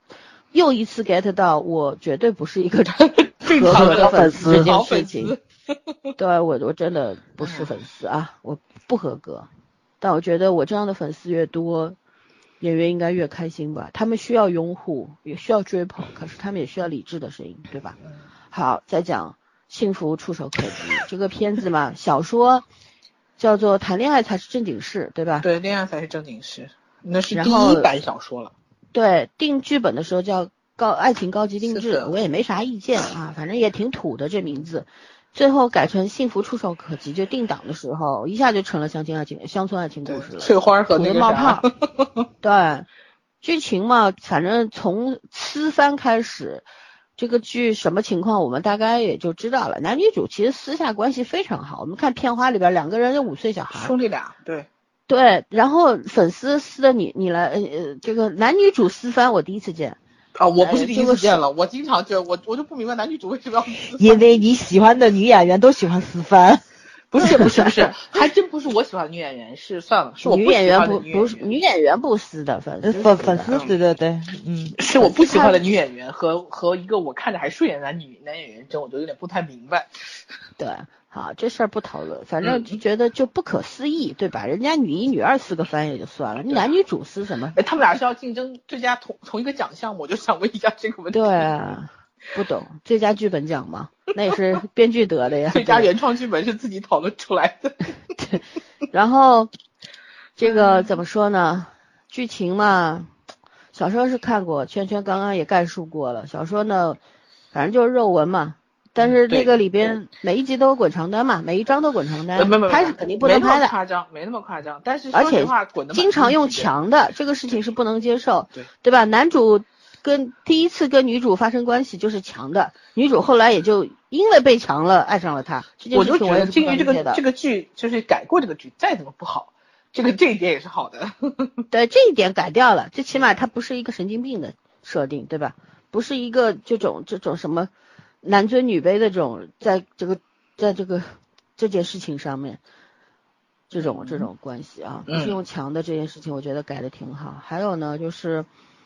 又一次 get 到我绝对不是一个正合格的粉丝这件好粉事情丝。 对，我真的不是粉丝啊，我不合格。但我觉得我这样的粉丝越多，演员应该越开心吧。他们需要拥护，也需要追捧，可是他们也需要理智的声音，对吧？好，再讲幸福触手可及这个片子嘛，小说叫做谈恋爱才是正经事，对吧？ 对，恋爱才是正经事，那是第然后一版小说了。 对，定剧本的时候叫爱情高级定制， 是的我也没啥意见啊，反正也挺土的这名字。最后改成幸福触手可及，就定档的时候，一下就成了乡村爱情故事了。 翠花和那个冒泡。对，剧情嘛，反正从私番开始，这个剧什么情况我们大概也就知道了。男女主其实私下关系非常好，我们看片花里边两个人有5岁小孩， 兄弟俩，对。 对，然后粉丝撕的你来这个男女主私番我第一次见。 啊，我不是第一次见了，我经常就我就不明白男女主为什么要私番。 因为你喜欢的女演员都喜欢私番。 不是，还真不是我喜欢的女演员，是算了，是我女演员不是女演员不撕的粉丝， 对， 是我不喜欢的女演员和一个我看着还顺眼的男演员争，我就有点不太明白。 对，好，这事儿不讨论，反正就觉得就不可思议，对吧？人家女一女二撕个番也就算了，你男女主撕什么？ 他们俩是要竞争最佳同一个奖项，我就想问一下这个问题。 对啊，不懂最佳剧本奖吗？那也是编剧得的呀。 最佳原创剧本是自己讨论出来的。 对，然后这个怎么说呢？剧情嘛，小说是看过，圈圈刚刚也概述过了。小说呢，反正就是肉文嘛。但是这个里边每一集都有滚床单嘛，每一章都滚床单，拍是肯定不能拍的， 没那么夸张。但是而且经常用强的，这个事情是不能接受，对吧？男主第一次跟女主发生关系就是强的，女主后来也就因为被强了爱上了他。 我就觉得基于这个剧就是改过这个剧，再怎么不好，这一点也是好的。 对，这一点改掉了，最起码它不是一个神经病的设定，对吧？不是一个这种什么男尊女卑的这种，在这件事情上面，这种关系啊，不是用强的这件事情，我觉得改的挺好。还有呢，就是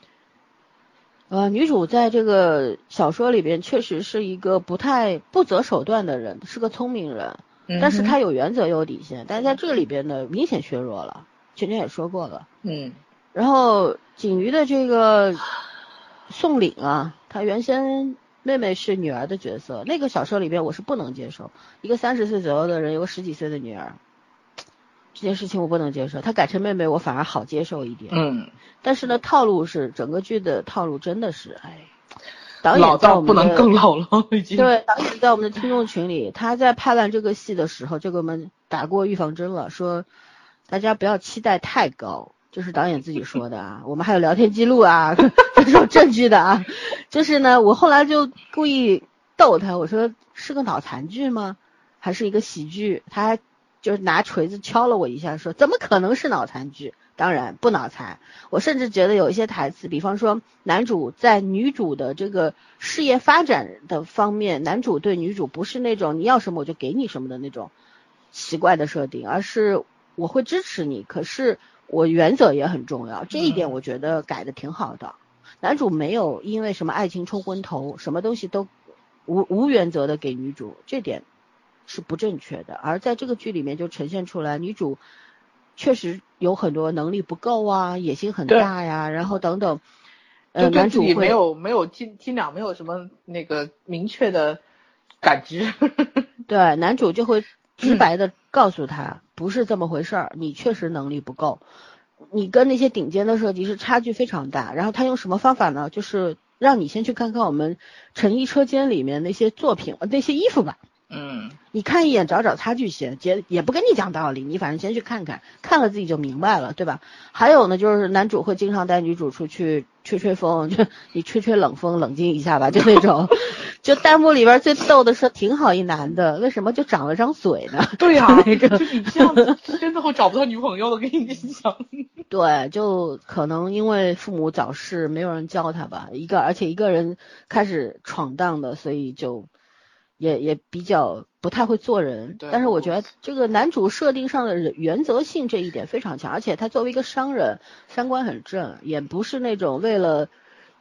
女主在这个小说里边确实是一个不择手段的人，是个聪明人，但是她有原则有底线，但是在这里边呢明显削弱了，圈圈也说过了。然后景瑜的这个宋岭啊，她原先妹妹是女儿的角色，那个小说里边我是不能接受，一个30岁左右的人有个10几岁的女儿，这件事情我不能接受。她改成妹妹我反而好接受一点。但是呢，整个剧的套路真的是，导演在我们老到不能更老了已经。 对，导演在我们的听众群里，他在拍完这个戏的时候就给我们打过预防针了，说大家不要期待太高。这是导演自己说的啊，我们还有聊天记录啊，这是有证据的啊。就是呢，我后来就故意逗他，我说是个脑残剧吗？还是一个喜剧？他还就拿锤子敲了我一下，说怎么可能是脑残剧？当然不脑残。我甚至觉得有一些台词，比方说男主在女主的这个事业发展的方面，男主对女主不是那种你要什么我就给你什么的那种奇怪的设定，而是我会支持你，可是我原则也很重要，这一点我觉得改的挺好的。男主没有因为什么爱情冲昏头，什么东西都无原则的给女主，这点是不正确的。而在这个剧里面就呈现出来，女主确实有很多能力不够啊，野心很大呀，然后等等。男主会没有斤两，没有什么那个明确的感知。 对，男主就会直白的告诉他，不是这么回事儿，你确实能力不够，你跟那些顶尖的设计师差距非常大。然后他用什么方法呢？就是让你先去看看我们成衣车间里面那些作品，那些衣服吧。你看一眼找差距先，也不跟你讲道理，你反正先去看看，看了自己就明白了，对吧？还有呢，就是男主会经常带女主出去吹风，就你吹冷风，冷静一下吧，就那种。就弹幕里边最逗的是挺好一男的，为什么就长了张嘴呢？ 对呀，就你这样子真的会找不到女朋友的，跟你讲。 对，就可能因为父母早逝，没有人教他吧，而且一个人开始闯荡的，所以就也比较不太会做人。但是我觉得这个男主设定上的原则性这一点非常强，而且他作为一个商人，三观很正，也不是那种为了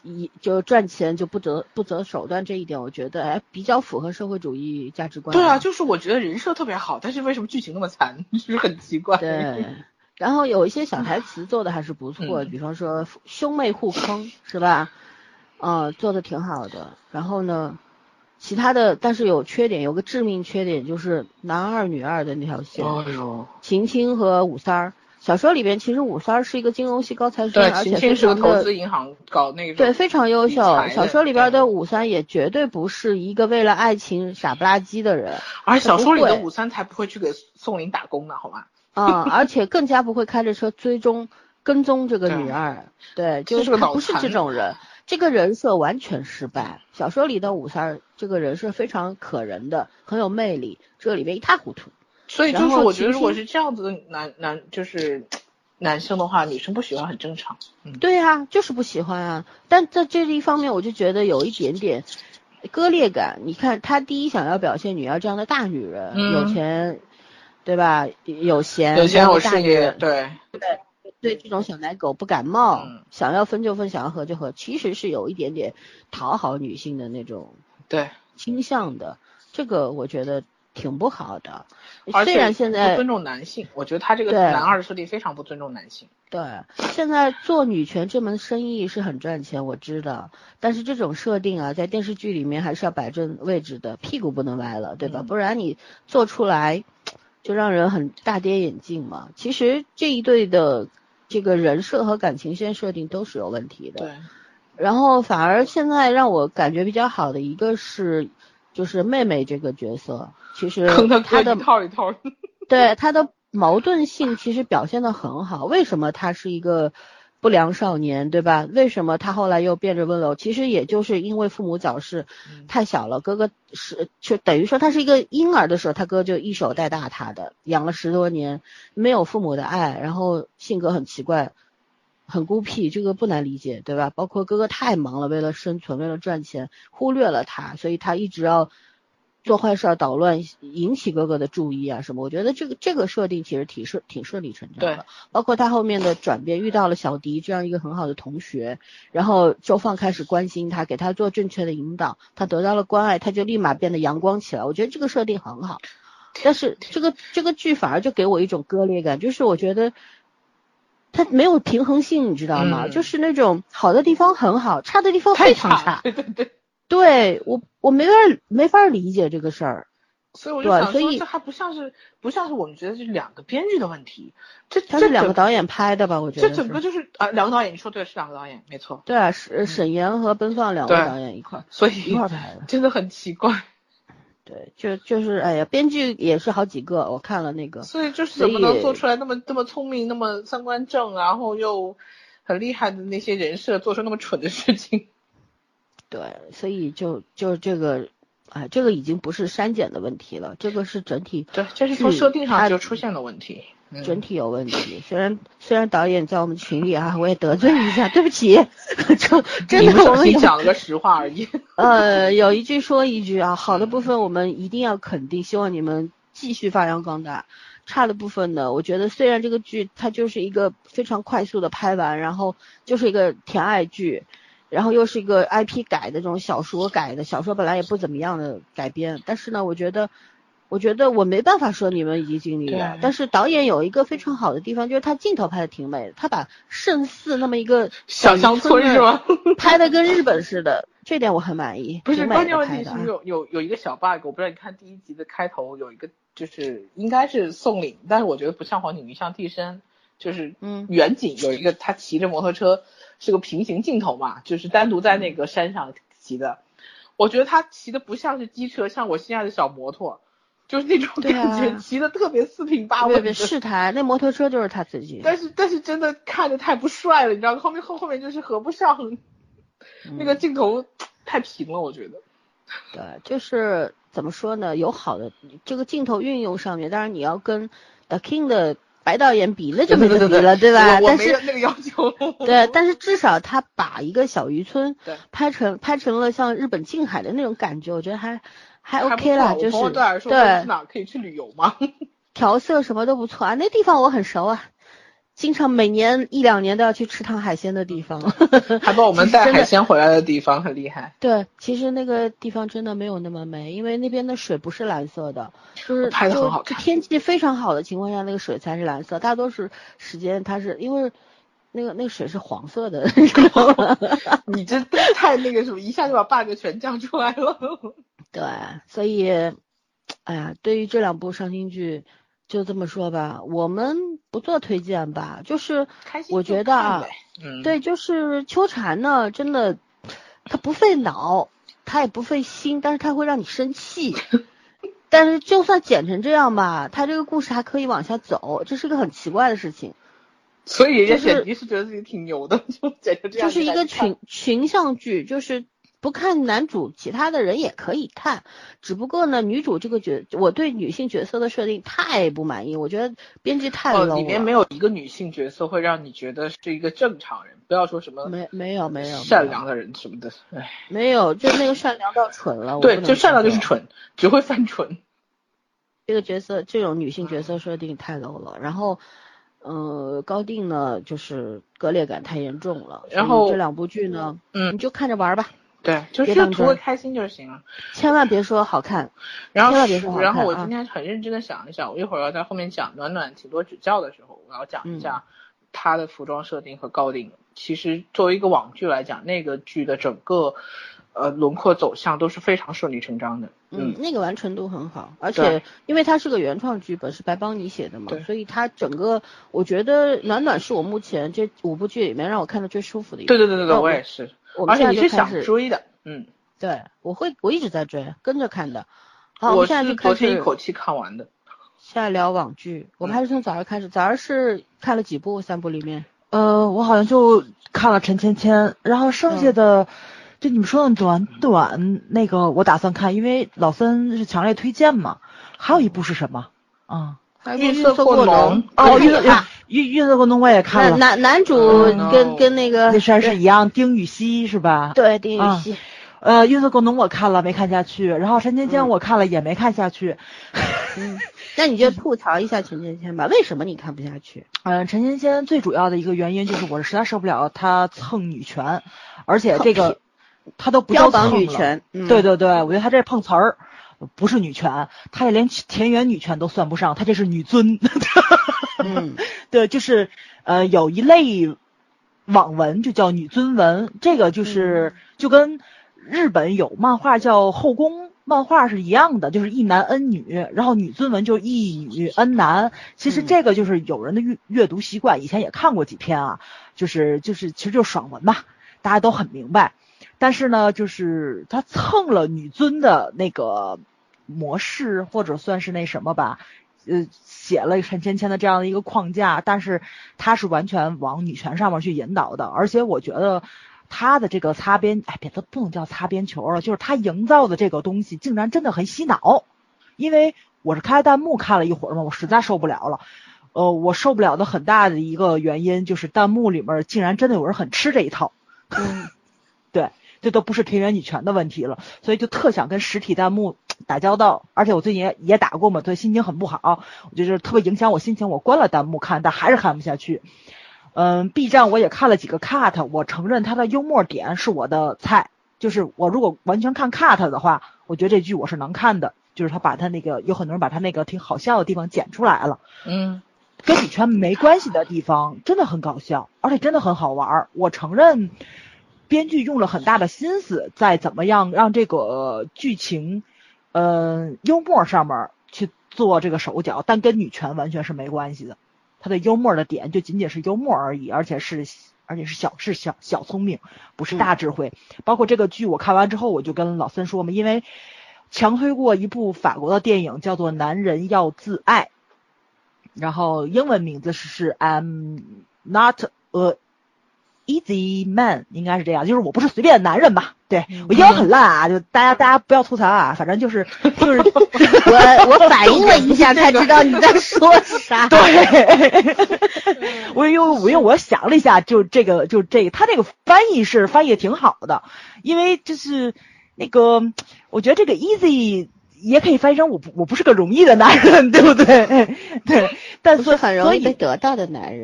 就赚钱就不择手段这一点，我觉得比较符合社会主义价值观。 对啊，就是我觉得人设特别好，但是为什么剧情那么惨，就是很奇怪。 对，然后有一些小台词做的还是不错，比方说兄妹互坑是吧？做的挺好的。然后呢，其他的但是有缺点，有个致命缺点就是男二女二的那条线，秦青和武三儿。小说里边其实武三儿是一个金融系高材生，而且秦青是个投资银行搞那个， 对，非常优秀。小说里边的武三也绝对不是一个为了爱情傻不拉几的人， 而小说里的武三才不会去给宋林打工呢，好吗？ 而且更加不会开着车跟踪这个女二，对，就是他不是这种人，这个人设完全失败。小说里的武三这个人设非常可人的，很有魅力，这里边一塌糊涂。 所以就是我觉得如果是这样子的就是男生的话，女生不喜欢很正常。 对啊，就是不喜欢啊。但在这一方面我就觉得有一点点割裂感。你看他第一想要表现女儿这样的大女人，有钱对吧，有闲有事业，对这种小奶狗不感冒，想要分就分，想要合就合，其实是有一点点讨好女性的那种倾向的。这个我觉得挺不好的。虽然现在不尊重男性，我觉得他这个男二的设定非常不尊重男性。 对，现在做女权这门生意是很赚钱，我知道，但是这种设定啊，在电视剧里面还是要摆正位置的，屁股不能歪了，对吧？不然你做出来就让人很大跌眼镜嘛。其实这一对的这个人设和感情线设定都是有问题的。 对。 然后反而现在让我感觉比较好的一个是，就是妹妹这个角色，其实她的一套对她的矛盾性其实表现得很好。为什么她是一个不良少年，对吧？为什么她后来又变着温柔？其实也就是因为父母早逝，太小了，哥哥就等于说他是一个婴儿的时候，他哥就一手带大他的，养了10多年，没有父母的爱，然后性格很奇怪，很孤僻，这个不难理解，对吧？包括哥哥太忙了，为了生存，为了赚钱，忽略了他，所以他一直要做坏事捣乱，引起哥哥的注意啊什么。我觉得这个设定其实挺顺理成章的。包括他后面的转变，遇到了小迪这样一个很好的同学，然后周放开始关心他，给他做正确的引导，他得到了关爱，他就立马变得阳光起来。我觉得这个设定很好，但是这个剧反而就给我一种割裂感，就是我觉得它没有平衡性，你知道吗？就是那种好的地方很好，差的地方非常差。对，我没法理解这个事儿。 所以我就想说，这还不像是我们觉得是两个编剧的问题， 它是2个导演拍的吧？我觉得这整个就是2个导演，你说对，是2个导演，没错。 对啊，沈岩和奔放2位导演一块拍的， 真的很奇怪。 对，就是哎呀，编剧也是好几个，我看了那个。 所以就是怎么能做出来那么聪明，那么三观正，然后又很厉害的那些人设，做出那么蠢的事情？ 对，所以就这个，这个已经不是删减的问题了，这个是整体。 对，这是从设定上就出现了问题。 整体有问题。虽然导演在我们群里我也得罪一下，对不起，真的我们讲了个实话而已。 有一句说一句啊，好的部分我们一定要肯定，希望你们继续发扬光大。差的部分呢，我觉得虽然这个剧它就是一个非常快速的拍完，然后就是一个甜爱剧，然后又是一个 IP 改的这种小说改的，小说本来也不怎么样的改编，但是呢，我觉得我没办法说你们已经尽力了，但是导演有一个非常好的地方，就是他镜头拍的挺美的，他把圣寺那么一个小乡村是吧， 拍的跟日本似的，这点我很满意。 不是，关键问题是有一个小 bug， 我不知道你看第1集的开头有一个就是应该是宋领，但是我觉得不像黄景瑜，像替身，就是远景有一个他骑着摩托车是个平行镜头嘛，就是单独在那个山上骑的，我觉得他骑的不像是机车，像我心爱的小摩托。就是那种感觉，骑的特别4平8稳的。 是他那摩托车就是他自己。 但是真的看着太不帅了，你知道，后面就是合不上，那个镜头太平了，我觉得。 对，就是怎么说呢？有好的这个镜头运用上面，当然你要跟 The King 的白导演比，那就没得比了，对吧？ 但是那个要求。 对，但是至少他把一个小渔村拍成了像日本近海的那种感觉，我觉得还 OK 啦，就是对，哪可以去旅游吗？ 调色什么都不错啊，那地方我很熟啊， 经常每年1-2年都要去吃趟海鲜的地方， 还帮我们带海鲜回来的地方很厉害。 对，其实那个地方真的没有那么美，因为那边的水不是蓝色的，就是拍的很好看。 天气非常好的情况下，那个水才是蓝色，大多数时间它是因为那个水是黄色的，你知道吗？ 你这太那个什么，一下就把 bug 全讲出来了。 对，所以，哎呀，对于这2部上新剧，就这么说吧，我们不做推荐吧，就是我觉得啊，对，就是秋蝉呢，真的，它不费脑，它也不费心，但是它会让你生气。但是就算剪成这样吧，它这个故事还可以往下走，这是个很奇怪的事情。 所以人家剪辑是觉得自己挺牛的，就剪成这样。 就是一个群像剧，就是不看男主，其他的人也可以看。只不过呢，女主这个我对女性角色的设定太不满意，我觉得编剧太 low 了。 里面没有一个女性角色会让你觉得是一个正常人，不要说什么没有善良的人什么的，哎， 没有，就那个善良到蠢了。 对，就善良就是蠢，只会犯蠢。 这个角色，这种女性角色设定太 low 了，然后。高定呢，就是割裂感太严重了。然后这2部剧呢，你就看着玩吧。 对，就是图个开心就行了， 千万别说好看。 然后千万别说好看。 然后我今天很认真的想一想，我一会儿要在后面讲暖暖挺多指教的时候，我要讲一下她的服装设定和高定。其实作为一个网剧来讲，那个剧的整个轮廓走向都是非常顺理成章的。 那个完成度很好，而且因为它是个原创剧本，是白帮你写的嘛，所以它整个我觉得暖暖是我目前这5部剧里面让我看的最舒服的一部。 对，我也是。而且你是想追的， 对，我一直在追，跟着看的。好， 我现在就开始昨天一口气看完的。 现在聊网剧，我们还是从早上开始。早上是看了几部？3部里面？ 我好像就看了陈芊芊，然后剩下的。就你们说的短那个我打算看，因为老森是强烈推荐嘛。还有一部是什么？ 晕色过浓。 晕色过浓我也看了。 男主跟那个那是一样，丁禹兮是吧？ 对，丁禹兮。 晕色过浓我看了没看下去，然后陈芊芊我看了也没看下去。 那你就吐槽一下陈芊芊吧，为什么你看不下去？ 陈芊芊最主要的一个原因就是我实在受不了她蹭女权，而且这个。他都不叫蹭女权， 对，我觉得他这碰瓷儿，不是女权，他也连田园女权都算不上，他这是女尊。对，就是有一类网文就叫女尊文，这个就是就跟日本有漫画叫后宫漫画是一样的，就是一男 n 女，然后女尊文就一女 n 男。其实这个就是有人的阅读习惯，以前也看过几篇啊，就是其实就是爽文嘛，大家都很明白。但是呢，就是他蹭了女尊的那个模式，或者算是那什么吧，写了陈芊芊的这样的一个框架，但是他是完全往女权上面去引导的，而且我觉得他的这个擦边，别的不能叫擦边球了，就是他营造的这个东西竟然真的很洗脑。因为我是开弹幕看了一会儿嘛，我实在受不了了。我受不了的很大的一个原因就是弹幕里面竟然真的有人很吃这一套。对。这都不是田园女权的问题了，所以就特想跟实体弹幕打交道，而且我最近也打过嘛，对，心情很不好，我觉得特别影响我心情，我关了弹幕看，但还是看不下去。B 站我也看了几个 cut， 我承认他的幽默点是我的菜，就是我如果完全看 cut 的话，我觉得这剧我是能看的，就是他把他那个有很多人把他那个挺好笑的地方剪出来了，跟女权没关系的地方真的很搞笑，而且真的很好玩，我承认。编剧用了很大的心思在怎么样让这个剧情幽默上面去做这个手脚，但跟女权完全是没关系的，他的幽默的点就仅仅是幽默而已，而且是小聪明，不是大智慧。包括这个剧我看完之后，我就跟老森说嘛，因为强推过一部法国的电影叫做《男人要自爱》，然后英文名字是 I'm not a Easy Man， 应该是这样，就是我不是随便的男人吧？对，我英文很烂啊，就大家不要吐槽啊，反正就是我反应了一下才知道你在说啥。 对，因为我想了一下，就这个他这个翻译挺好的，因为就是那个我觉得这个 Easy 也可以翻译成我不是个容易的男人，对不对？对，但是很容易被得到的男人。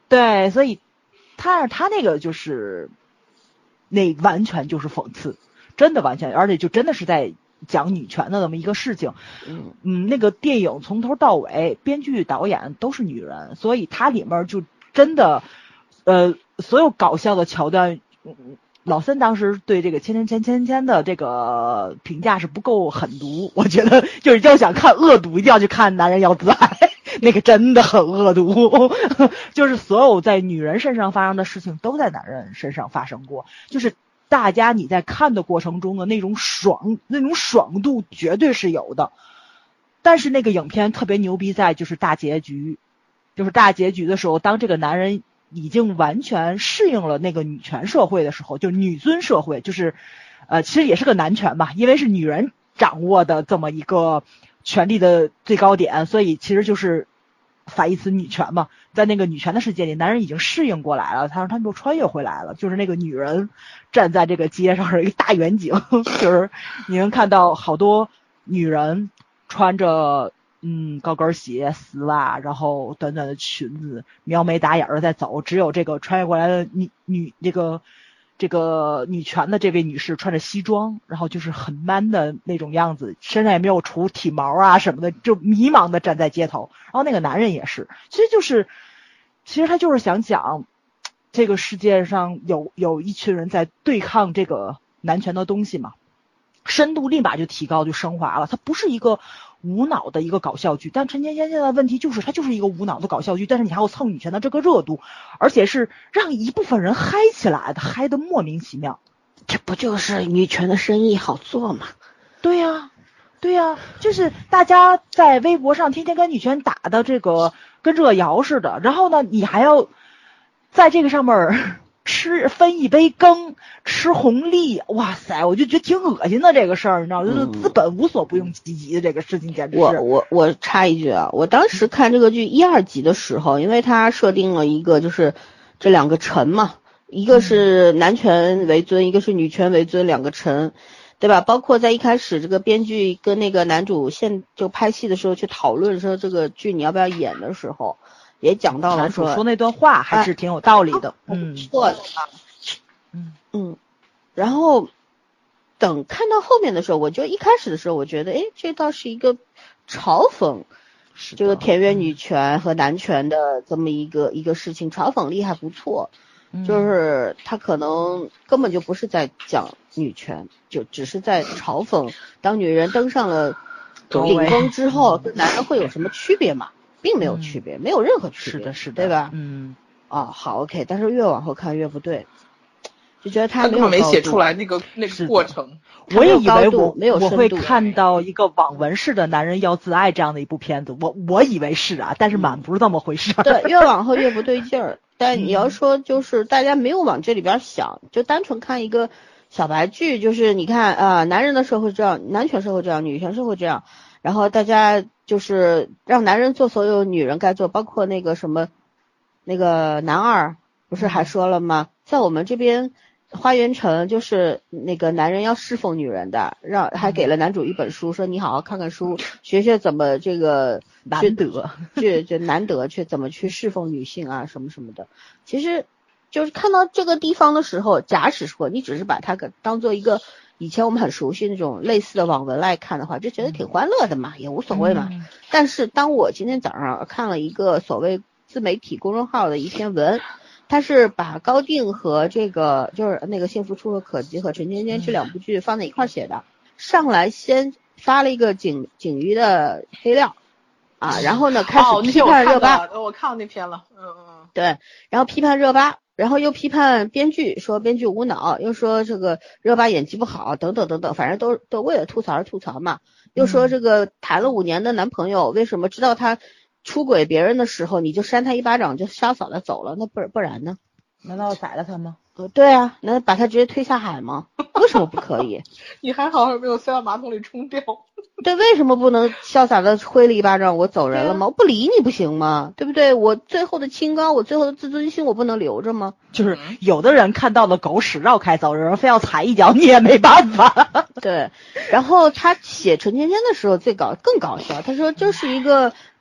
对，所以他那个就是那完全就是讽刺，真的完全，而且就真的是在讲女权的那么一个事情。那个电影从头到尾，编剧导演都是女人，所以它里面就真的所有搞笑的桥段，老三当时对这个千的这个评价是不够狠毒，我觉得就是要想看恶毒，一定要去看《男人要自爱》，那个真的很恶毒，就是所有在女人身上发生的事情都在男人身上发生过，就是大家你在看的过程中的那种爽度绝对是有的。但是那个影片特别牛逼在就是大结局的时候，当这个男人已经完全适应了那个女权社会的时候，就女尊社会，就是其实也是个男权吧，因为是女人掌握的这么一个权力的最高点，所以其实就是反义词女权嘛。在那个女权的世界里，男人已经适应过来了，他们又穿越回来了，就是那个女人站在这个街上是一个大远景，就是你能看到好多女人穿着高跟鞋、丝袜，然后短短的裙子，描眉打眼的在走，只有这个穿越过来的这个女权的这位女士穿着西装，然后就是很 man 的那种样子，身上也没有除体毛啊什么的，就迷茫的站在街头。然后那个男人也是，其实他就是想讲这个世界上有一群人在对抗这个男权的东西嘛，深度立马就提高就升华了。它不是一个无脑的一个搞笑剧，但陈芊芊现在的问题就是它就是一个无脑的搞笑剧，但是你还要蹭女权的这个热度，而且是让一部分人嗨起来的，嗨得莫名其妙。 这不就是女权的生意好做吗？ 对呀，就是大家在微博上天天跟女权打的这个跟热窑似的，然后呢你还要在这个上面分一杯羹，吃红利，哇塞，我就觉得挺恶心的这个事儿，你知道，就是资本无所不用其极的这个事情，简直是。 我插一句啊，我当时看这个剧1、2集的时候，因为它设定了一个就是这两个陈嘛，一个是男权为尊，一个是女权为尊，两个陈，对吧？包括在一开始这个编剧跟那个男主就拍戏的时候去讨论说这个剧你要不要演的时候，也讲到了说那段话还是挺有道理的， 不错的啊，然后等看到后面的时候，我就一开始的时候我觉得，这倒是一个嘲讽这个田园女权和男权的这么一个事情，嘲讽力还不错，就是他可能根本就不是在讲女权，就只是在嘲讽当女人登上了顶峰之后跟男人会有什么区别嘛，并没有区别，没有任何区别， 是的， 对吧？好 OK， 但是越往后看越不对，就觉得他根本没写出来那个过程。 我也以为我会看到一个网文式的男人要自爱这样的一部片子，我以为是啊，但是满不是这么回事。 对，越往后越不对劲儿。但你要说就是大家没有往这里边想，就单纯看一个小白剧，就是你看男人的社会这样，男权社会这样，女权社会这样，然后大家就是让男人做所有女人该做，包括那个什么那个男二不是还说了吗？在我们这边花园城就是那个男人要侍奉女人的，还给了男主一本书，说你好好看看书，学学怎么这个难得就难得去怎么去侍奉女性啊什么什么的。其实就是看到这个地方的时候，假使说你只是把它当做一个以前我们很熟悉那种类似的网文来看的话，就觉得挺欢乐的嘛，也无所谓嘛。但是当我今天早上看了一个所谓自媒体公众号的一篇文，他是把高定和这个就是那个幸福初和可及和陈芊芊这两部剧放在一块写的，上来先发了一个警鱼的黑料啊，然后呢开始批判热巴， 我看到那篇了， 对，然后批判热巴，然后又批判编剧，说编剧无脑，又说这个热巴演技不好，等等等等，反正都为了吐槽而吐槽嘛，又说这个谈了5年的男朋友，为什么知道他出轨别人的时候你就扇他一巴掌就潇洒的走了，那不然呢？ 难道宰了他吗？ 对啊，那把他直接推下海吗？为什么不可以？ 你还好没有塞到马桶里冲掉。 对，为什么不能潇洒的挥了一巴掌我走人了吗？我不理你不行吗？对不对？我最后的清高，我最后的自尊心我不能留着吗？ 就是有的人看到了狗屎绕开走人，非要踩一脚，你也没办法。 对，然后他写陈芊芊的时候更搞笑，他说就是一个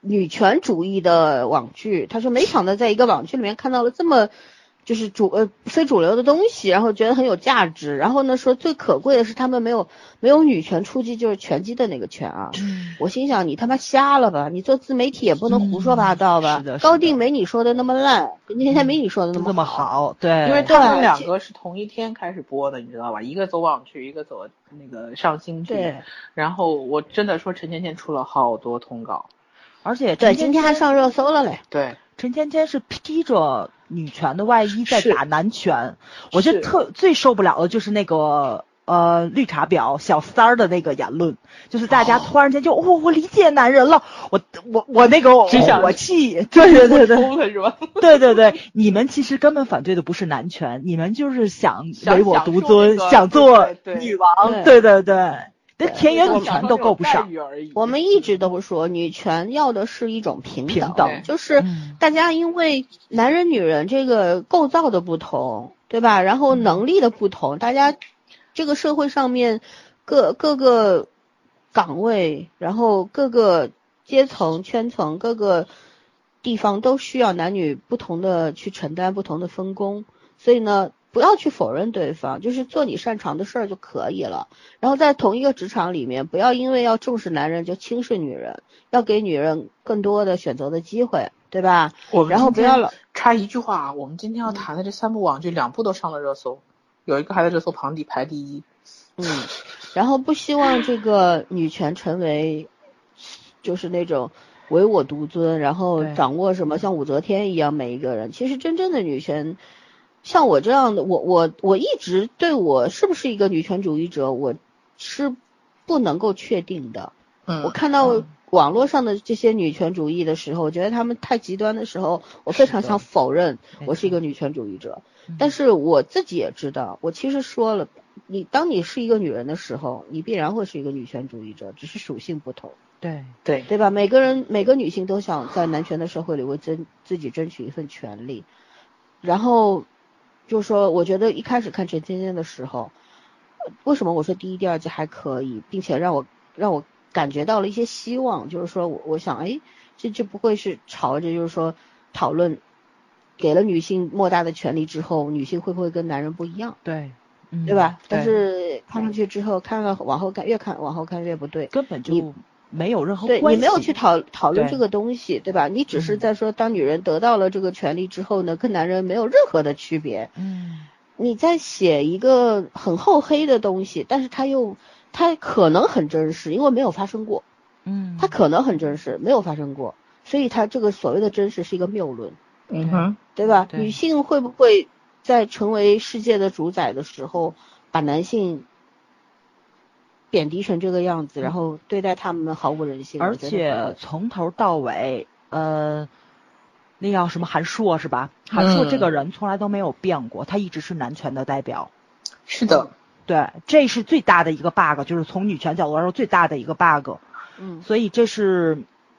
女权主义的网剧，他说没想到在一个网剧里面看到了这么就是非主流的东西，然后觉得很有价值。然后呢说最可贵的是他们没有女权出击，就是拳击的那个拳啊。我心想你他妈瞎了吧，你做自媒体也不能胡说八道吧。 是的， 高定没你说的那么烂，今天没你说的那么好。对， 因为他们两个是同一天开始播的，你知道吧？一个走网剧，一个走那个上新剧。 对。 然后我真的说陈芊芊出了好多通稿， 而且对今天还上热搜了嘞。 对， 陈芊芊是披着女权的外衣在打男权，我觉得最受不了的就是那个绿茶婊小三儿的那个言论，就是大家突然间就我理解男人了，我那个火气，对， 是吧？ 对，你们其实根本反对的不是男权，你们就是想唯我独尊，想做女王，对，连田园女权都够不上。 我们一直都说女权要的是一种平等，就是大家因为男人女人这个构造的不同，对吧？然后能力的不同，大家这个社会上面各个岗位，然后各个阶层圈层，各个地方都需要男女不同的去承担不同的分工，所以呢不要去否认对方，就是做你擅长的事儿就可以了。然后在同一个职场里面，不要因为要重视男人就轻视女人，要给女人更多的选择的机会，对吧？然后不要插一句话，我们今天要谈的这3部网剧2部都上了热搜，有一个还在热搜旁排第一。 然后不希望这个女权成为就是那种唯我独尊，然后掌握什么像武则天一样每一个人。其实真正的女权像我这样的，我一直对我是不是一个女权主义者，我是不能够确定的。我看到网络上的这些女权主义的时候，我觉得他们太极端的时候，我非常想否认我是一个女权主义者。但是我自己也知道，我其实说了，当你是一个女人的时候，你必然会是一个女权主义者，只是属性不同。对吧？每个女性都想在男权的社会里为自己争取一份权利。然后就是说，我觉得一开始看陈芊芊的时候，为什么我说第1、第2季还可以，并且让我感觉到了一些希望，就是说我想，这不会是朝着就是说讨论给了女性莫大的权利之后，女性会不会跟男人不一样？ 对吧？但是看上去之后，往后看越不对， 根本就没有任何关系。 对，你没有去讨论这个东西，对吧？你只是在说，当女人得到了这个权利之后呢，跟男人没有任何的区别。你在写一个很厚黑的东西，但是它可能很真实，因为没有发生过。它可能很真实，没有发生过，所以它这个所谓的真实是一个谬论。对吧？女性会不会在成为世界的主宰的时候，把男性贬低成这个样子，然后对待他们毫无人性？ 而且从头到尾，那叫什么韩硕是吧？韩硕这个人从来都没有变过，他一直是男权的代表。 是的， 对，这是最大的一个 bug， 就是从女权角度来说最大的一个 bug。所以这是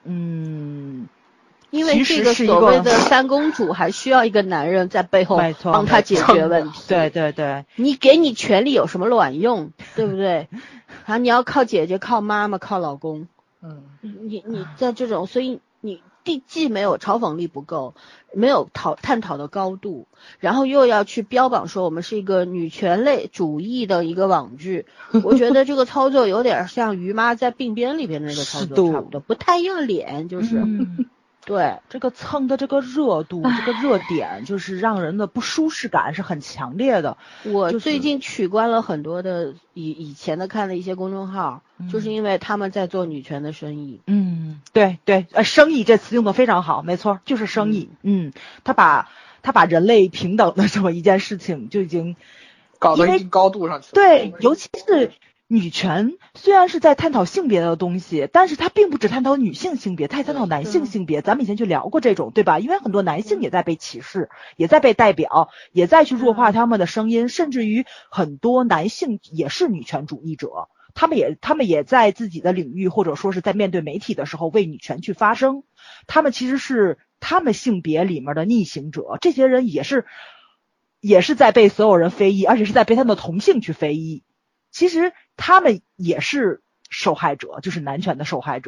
因为这个所谓的3公主还需要一个男人在背后帮她解决问题。 对， 你给你权利有什么卵用，对不对？你要靠姐姐、靠妈妈、靠老公。你在这种，所以你既没有嘲讽力不够，没有探讨的高度，然后又要去标榜说我们是一个女权类主义的一个网剧，我觉得这个操作有点像于妈在鬓边里边的那个操作差不多，不太要脸，就是对这个蹭的这个热度，这个热点，就是让人的不舒适感是很强烈的。 我最近取关了很多的以前的看的一些公众号，就是因为他们在做女权的生意。 对，生意这词用的非常好，没错，就是生意。他把人类平等的这么一件事情就已经搞到一定高度上去了。 对，尤其是女权虽然是在探讨性别的东西，但是它并不只探讨女性性别，它也探讨男性性别。咱们以前就聊过这种，对吧？因为很多男性也在被歧视，也在被代表，也在去弱化他们的声音，甚至于很多男性也是女权主义者，他们也在自己的领域或者说是在面对媒体的时候为女权去发声。他们其实是他们性别里面的逆行者，这些人也是在被所有人非议，而且是在被他们的同性去非议。其实他们也是受害者，就是男权的受害者。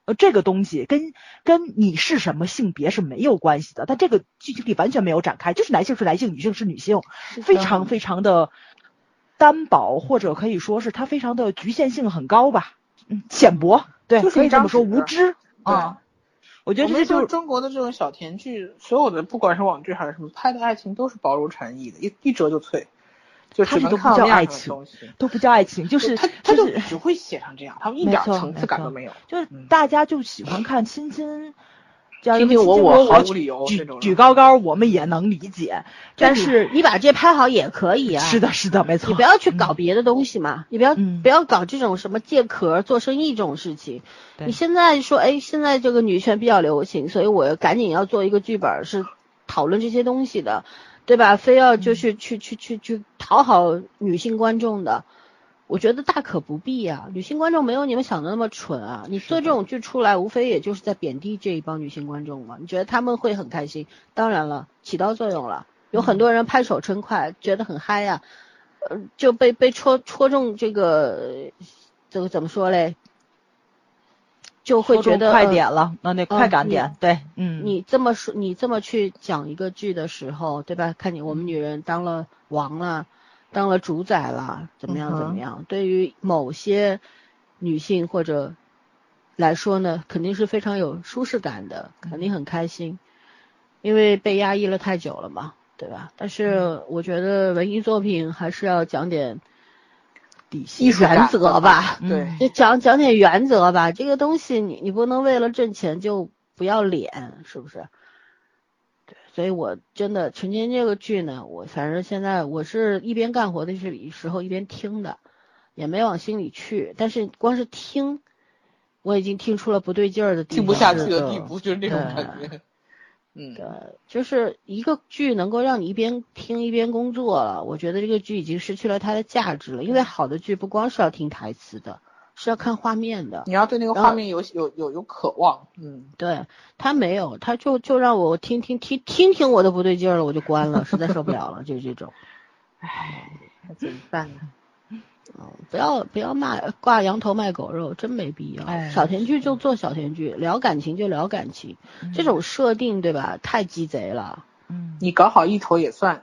这个东西跟你是什么性别是没有关系的，但这个剧情里完全没有展开，就是男性是男性，女性是女性，非常非常的单薄，或者可以说是它非常的局限性很高吧，浅薄，对， 就是可以这么说，无知啊。我觉得这就是中国的这种小甜剧，所有的不管是网剧还是什么拍的爱情都是薄如蝉翼的，一折就脆，就只能看到那样的东西， 都不叫爱情，就是他就只会写成这样，他们一点层次感都没有， 就是大家就喜欢看亲亲我毫无理由举高高，我们也能理解，但是你把这拍好也可以啊。 是的，没错。 你不要去搞别的东西嘛，你不要搞这种什么借壳做生意这种事情。你现在说，现在这个女权比较流行，所以我赶紧要做一个剧本是讨论这些东西的，对吧？非要就是去讨好女性观众的。我觉得大可不必啊，女性观众没有你们想的那么蠢啊！你做这种剧出来，无非也就是在贬低这一帮女性观众嘛。你觉得他们会很开心？当然了，起到作用了，有很多人拍手称快，觉得很嗨呀，就被戳中这个怎么说嘞？就会觉得快点了，那快感点，对， 你这么说，你这么去讲一个剧的时候，对吧？看你我们女人当了王了。当了主宰了，怎么样？对于某些女性或者来说呢，肯定是非常有舒适感的，肯定很开心，因为被压抑了太久了嘛，对吧？但是我觉得文艺作品还是要讲点底线原则吧， 对， 就讲点原则吧。这个东西你不能为了挣钱就不要脸，是不是？所以我真的陈芊这个剧呢，我反正现在我是一边干活的时候一边听的，也没往心里去，但是光是听，我已经听出了不对劲儿的地方， 听不下去的地步，就是那种感觉。 对，就是一个剧能够让你一边听一边工作了，我觉得这个剧已经失去了它的价值了，因为好的剧不光是要听台词的。是要看画面的， 你要对那个画面有渴望， 对，他没有，他就让我听我的不对劲了，我就关了，实在受不了了，就是这种， 那怎么办呢？ 不要挂羊头卖狗肉，真没必要。小甜剧就做小甜剧，聊感情就聊感情，这种设定对吧？太鸡贼了。 你搞好一头也算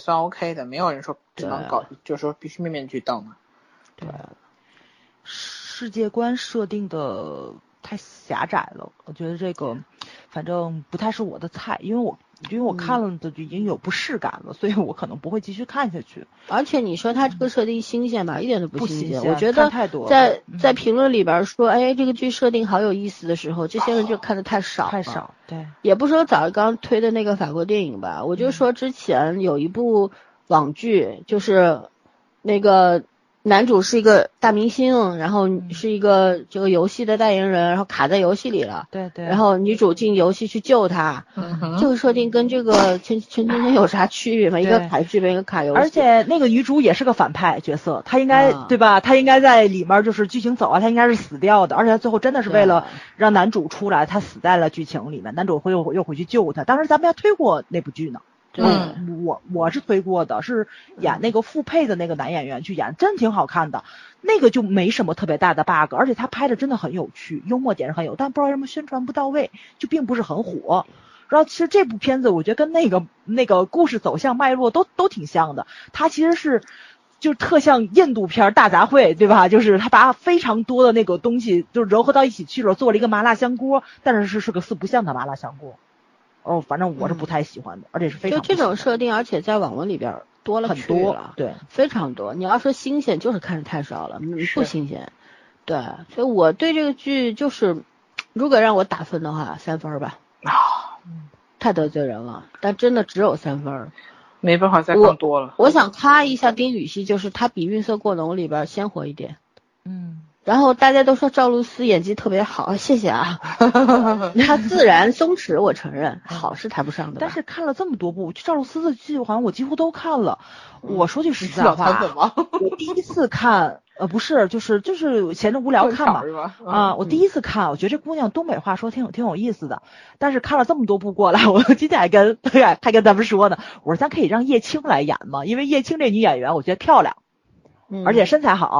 OK 的，没有人说只能搞，就是说必须面面俱到嘛。 对。 世界观设定的太狭窄了，我觉得这个反正不太是我的菜，因为我看了的就已经有不适感了，所以我可能不会继续看下去。 而且你说他这个设定新鲜吧，一点都不新鲜。 我觉得在评论里边说，这个剧设定好有意思的时候，这些人就看的太少了。 对。 也不说早刚推的那个法国电影吧，我就说之前有一部网剧，就是那个。男主是一个大明星，然后是一个这个游戏的代言人，然后卡在游戏里了。 对。 然后女主进游戏去救他。这个设定跟这个陈有啥区别吗？一个卡剧本，一个卡游戏。 而且那个女主也是个反派角色，她应该对吧？她应该在里面就是剧情走啊，她应该是死掉的。而且她最后真的是为了让男主出来，她死在了剧情里面。男主又回去救她。当时咱们还推过那部剧呢。我是推过的，是演那个傅佩的那个男演员去演，真挺好看的。那个就没什么特别大的 bug， 而且他拍的真的很有趣，幽默点是很有，但不知道为什么宣传不到位，就并不是很火。然后其实这部片子我觉得跟那个故事走向脉络都挺像的，它其实是就特像印度片大杂烩，对吧？就是他把非常多的那个东西就糅合到一起去了，做了一个麻辣香锅，但是个四不像的麻辣香锅。反正我是不太喜欢的，而且是非常就这种设定，而且在网文里边多了很多了，对， 非常多。你要说新鲜，就是看着太少了，不新鲜。对，所以我对这个剧就是，如果让我打分的话，3分吧。太得罪人了，但真的只有3分， 没办法再更多了。 我想夸一下丁禹兮，就是他比《晕色过浓》里边鲜活一点。然后大家都说赵露思演技特别好，谢谢啊。她自然松弛，我承认，好是谈不上的。 但是看了这么多部赵露思的剧，好像我几乎都看了。我说句实在话，我第一次看，不是，就是闲着无聊看嘛。我第一次看，我觉得这姑娘东北话说挺有意思的。但是看了这么多部过来，我今天还跟咱们说呢，我说咱可以让叶青来演吗？因为叶青这女演员我觉得漂亮，而且身材好。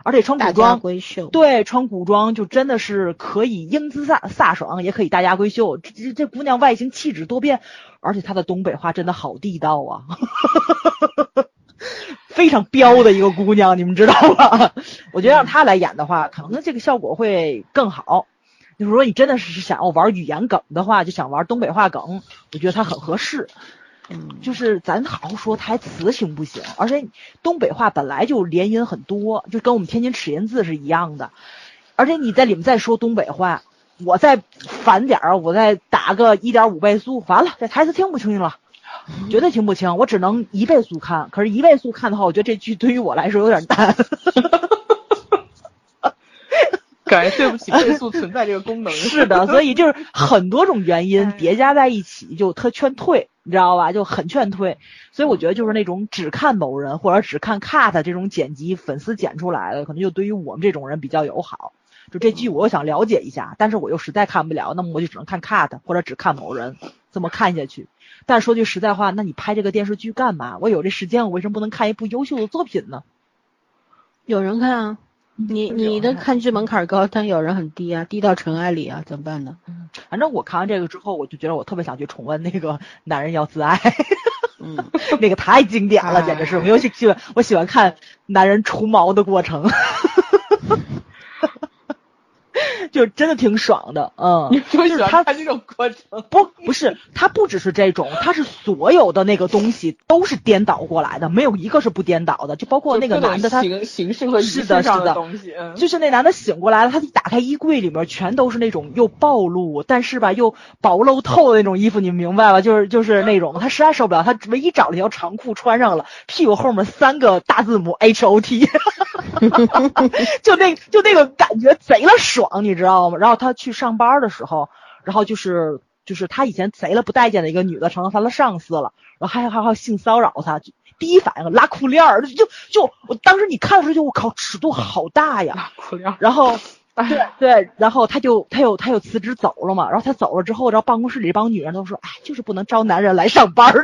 而且穿古大家装， 闺秀， 对，穿古装就真的是可以英姿飒爽，也可以大家闺秀。这姑娘外形气质多变，而且她的东北话真的好地道啊，非常彪的一个姑娘，你们知道吧？我觉得让她来演的话，可能这个效果会更好。就是说你真的是想要玩语言梗的话，就想玩东北话梗，我觉得她很合适。就是咱好好说台词行不行？而且东北话本来就连音很多，就跟我们天津齿音字是一样的。而且你在里面再说东北话，我再反点儿，我再打个1.5倍速，完了这台词听不清了，绝对听不清。我只能1倍速看，可是1倍速看的话，我觉得这剧对于我来说有点淡。 感觉对不起倍速存在这个功能。 是的，所以就是很多种原因叠加在一起，就特劝退，你知道吧？就很劝退。所以我觉得就是那种只看某人或者只看 cut 这种剪辑粉丝剪出来的，可能就对于我们这种人比较友好。就这剧我又想了解一下，但是我又实在看不了，那么我就只能看 cut 或者只看某人，这么看下去。但说句实在话，那你拍这个电视剧干嘛？我有这时间，我为什么不能看一部优秀的作品呢？ 有人看啊。你的看剧门槛高，但有人很低啊，低到尘埃里啊，怎么办呢？ 反正我看完这个之后，我就觉得我特别想去重温那个《男人要自爱》，那个太经典了，简直是！我喜欢看男人除毛的过程。就真的挺爽的， 你就喜欢看这种过程？ 不是，它不只是这种，它是所有的那个东西都是颠倒过来的，没有一个是不颠倒的，就包括那个男的他形式和仪式上的东西， 就是那男的醒过来了，他一打开衣柜里面全都是那种又暴露但是吧又薄露透的那种衣服，你明白吧？就是那种他实在受不了，他唯一找了一条长裤穿上了，屁股后面3个大字母 HOT， 就那个感觉贼了爽，你知道吗？然后他去上班的时候，然后就是他以前贼了不待见的一个女的成了他的上司了，然后还性骚扰他，第一反应拉裤链儿，就我当时你看的时候就我靠尺度好大呀， 拉裤链， 然后对，然后他又辞职走了嘛，然后他走了之后，然后办公室里这帮女人都说，哎，就是不能招男人来上班。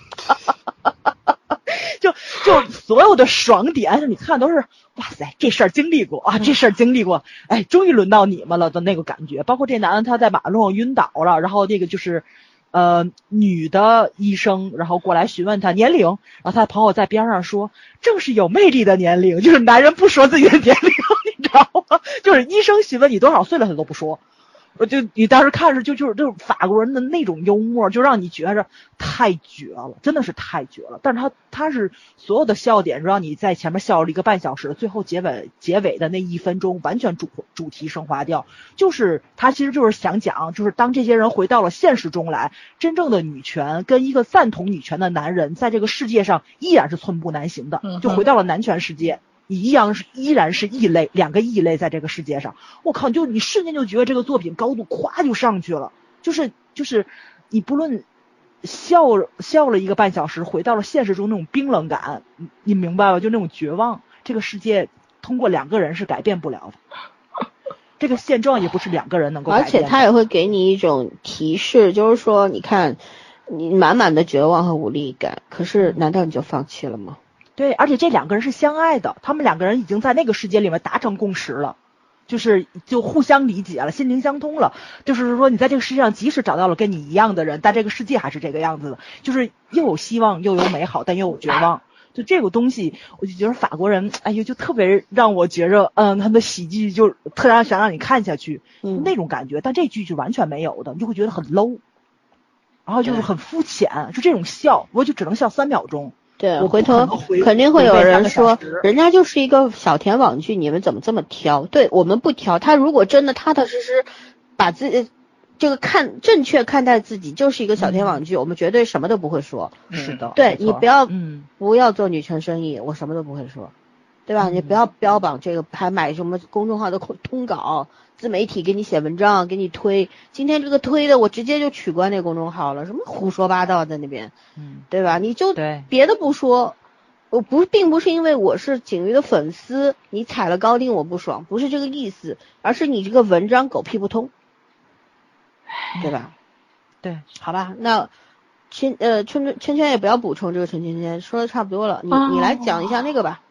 就所有的爽点，你看都是哇塞，这事儿经历过啊，这事儿经历过，哎，终于轮到你们了的那个感觉。包括这男的他在马路上晕倒了，然后那个就是女的医生，然后过来询问他年龄，然后他的朋友在边上说，正是有魅力的年龄，就是男人不说自己的年龄，你知道吗？就是医生询问你多少岁了，他都不说。你当时看着就是法国人的那种幽默，就让你觉着太绝了，真的是太绝了。但是他是所有的笑点让你在前面笑了1个半小时，最后结尾的那1分钟完全主题升华掉。就是他其实就是想讲，就是当这些人回到了现实中来，真正的女权跟一个赞同女权的男人在这个世界上依然是寸步难行的，就回到了男权世界。依然是异类，2个异类在这个世界上，我靠，你瞬间就觉得这个作品高度咵就上去了，就是你不论笑了1个半小时，回到了现实中那种冰冷感，你明白吧？就那种绝望，这个世界通过2个人是改变不了的，这个现状也不是2个人能够改变的。 而且他也会给你一种提示，就是说，你看，你满满的绝望和无力感，可是难道你就放弃了吗？ 对，而且这2个人是相爱的，他们2个人已经在那个世界里面达成共识了，就互相理解了，心灵相通了。就是说，你在这个世界上即使找到了跟你一样的人，但这个世界还是这个样子的，就是又有希望又有美好，但又有绝望。就这个东西，我就觉得法国人，哎呦，就特别让我觉着，他的喜剧就特别想让你看下去，那种感觉。但这剧就完全没有的，你就会觉得很 low， 然后就是很肤浅，就这种笑，我就只能笑3秒钟。 对，回头肯定会有人说，人家就是一个小甜网剧，你们怎么这么挑？对，我们不挑，他如果真的踏踏实实把自己这个正确看待自己，就是一个小甜网剧，我们绝对什么都不会说。 是的， 对，你不要做女权生意，我什么都不会说，对吧？你不要标榜这个，还买什么公众号的通稿，自媒体给你写文章，给你推。今天这个推的，我直接就取关那公众号了，什么胡说八道在那边，对吧？你就别的不说，并不是因为我是景瑜的粉丝，你踩了高定我不爽，不是这个意思，而是你这个文章狗屁不通，对吧？ 对， 好吧，那圈圈也不要补充这个陈芊芊说的差不多了，你来讲一下那个吧。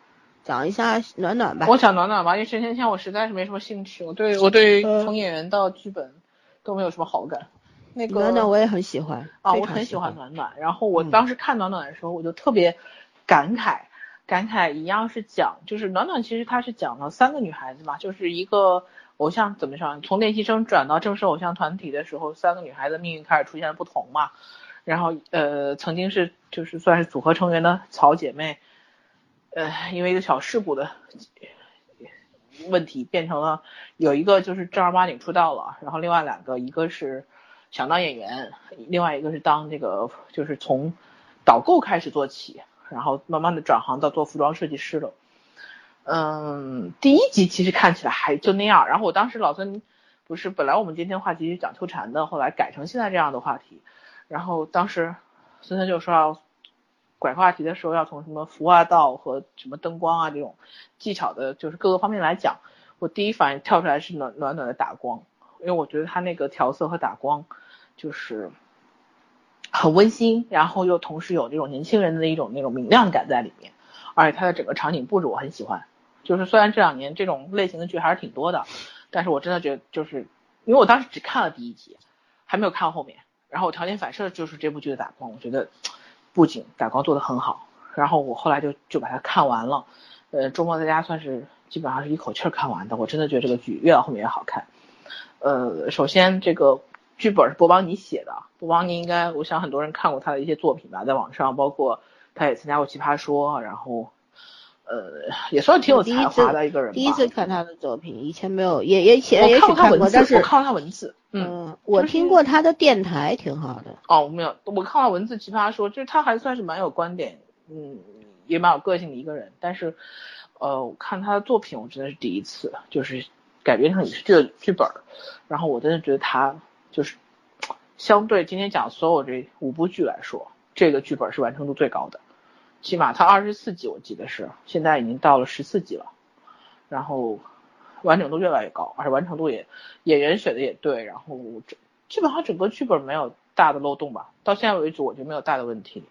讲一下暖暖吧。 我讲暖暖吧，因为神仙签我实在是没什么兴趣，我对从演员到剧本都没有什么好感。那个暖暖我也很喜欢啊， 非我很喜常喜欢暖暖。然后我当时看暖暖的时候，我就特别感慨一样是讲，就是暖暖其实它是讲了3个女孩子嘛，就是一个偶像怎么说，从练习生转到正式偶像团体的时候，3个女孩子命运开始出现了不同嘛。然后曾经是就是算是组合成员的草姐妹，因为一个小事故的问题变成了有一个就是正儿八经出道了，然后另外2个一个是想当演员，另外一个是当这个就是从导购开始做起，然后慢慢的转行到做服装设计师了。第1集其实看起来还就那样，然后我当时老孙不是本来我们今天话题是讲秋蝉的，后来改成现在这样的话题，然后当时孙就说要拐话题的时候要从什么服化道和什么灯光啊这种技巧的就是各个方面来讲，我第一反应跳出来是暖暖的打光，因为我觉得他那个调色和打光就是很温馨，然后又同时有这种年轻人的一种那种明亮感在里面，而且它的整个场景布置我很喜欢，就是虽然这2年这种类型的剧还是挺多的，但是我真的觉得就是因为我当时只看了第1集还没有看后面，然后我条件反射就是这部剧的打光，我觉得布景打光做得很好，然后我后来就把它看完了，周末在家算是基本上是一口气看完的，我真的觉得这个剧越到后面越好看。首先这个剧本是波邦尼写的，波邦尼应该我想很多人看过他的一些作品吧，在网上包括他也参加过奇葩说，然后也算挺有才华的一个人吧。 第一次看他的作品，以前没有，也许看过，但是我看过他文字， 我听过他的电台，挺好的。 哦，没有，我看到文字奇葩说，就是他还算是蛮有观点，也蛮有个性的一个人，但是我看他的作品，我真的是第一次，就是改编成影视剧的剧本，然后我真的觉得他就是相对今天讲所有这5部剧来说，这个剧本是完成度最高的，起码它24集我记得是，现在已经到了14集了，然后完整度越来越高，而且完成度也演员选的也对，然后基本上整个剧本没有大的漏洞吧，到现在为止我觉得没有大的问题。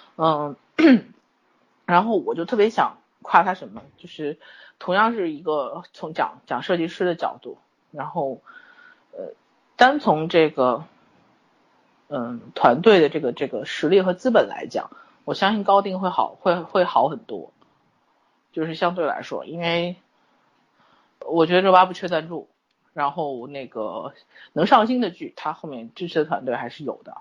然后我就特别想夸他什么，就是同样是一个从讲设计师的角度，然后单从这个团队的这个实力和资本来讲，我相信高定会好很多，就是相对来说，因为我觉得热巴不缺赞助，然后那个能上新的剧他后面支持的团队还是有的，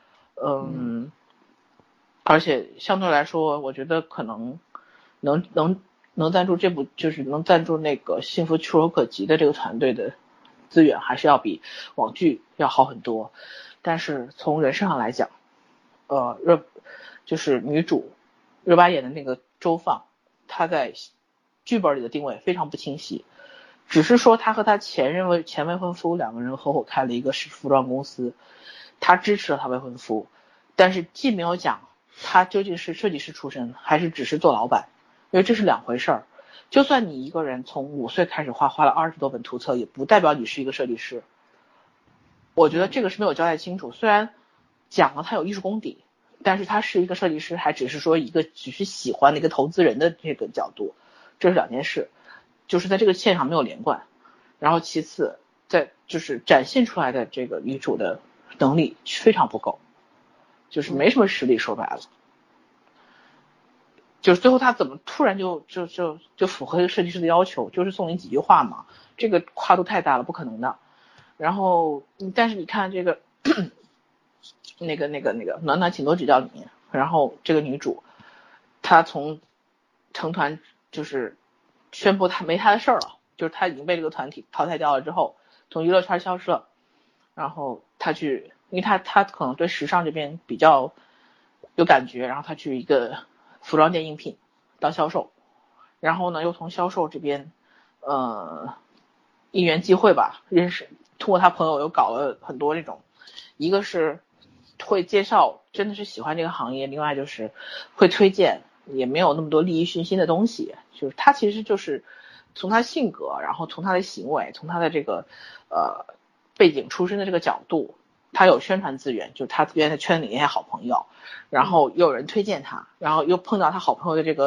而且相对来说我觉得可能能赞助这部，就是能赞助那个幸福触手可及的这个团队的资源还是要比网剧要好很多，但是从人设上来讲，就是女主热巴演的那个周放，她在剧本里的定位非常不清晰，只是说她和她前未婚夫2个人合伙开了一个服装公司，她支持了她未婚夫，但是既没有讲她究竟是设计师出身还是只是做老板，因为这是2回事儿。就算你一个人从5岁开始画了20多本图册，也不代表你是一个设计师。我觉得这个是没有交代清楚，虽然讲了他有艺术功底，但是他是一个设计师，还只是说一个只是喜欢的一个投资人的这个角度，这是2件事，就是在这个线上没有连贯。然后其次，就是展现出来的这个女主的能力非常不够，就是没什么实力，说白了。就是最后他怎么突然就符合一个设计师的要求，就是送你几句话嘛，这个跨度太大了，不可能的。然后但是你看这个那个暖暖请多指教里面，然后这个女主她从成团就是宣布她没她的事儿了，就是她已经被这个团体淘汰掉了之后，从娱乐圈消失了，然后她去，因为她可能对时尚这边比较有感觉，然后她去一个服装店应聘当销售，然后呢又从销售这边因缘际会吧认识，通过他朋友又搞了很多这种，一个是会介绍真的是喜欢这个行业，另外就是会推荐也没有那么多利益熏心的东西，就是他其实就是从他性格，然后从他的行为，从他的这个背景出身的这个角度，他有宣传资源，就是他原来圈里那些好朋友，然后又有人推荐他，然后又碰到他好朋友的这个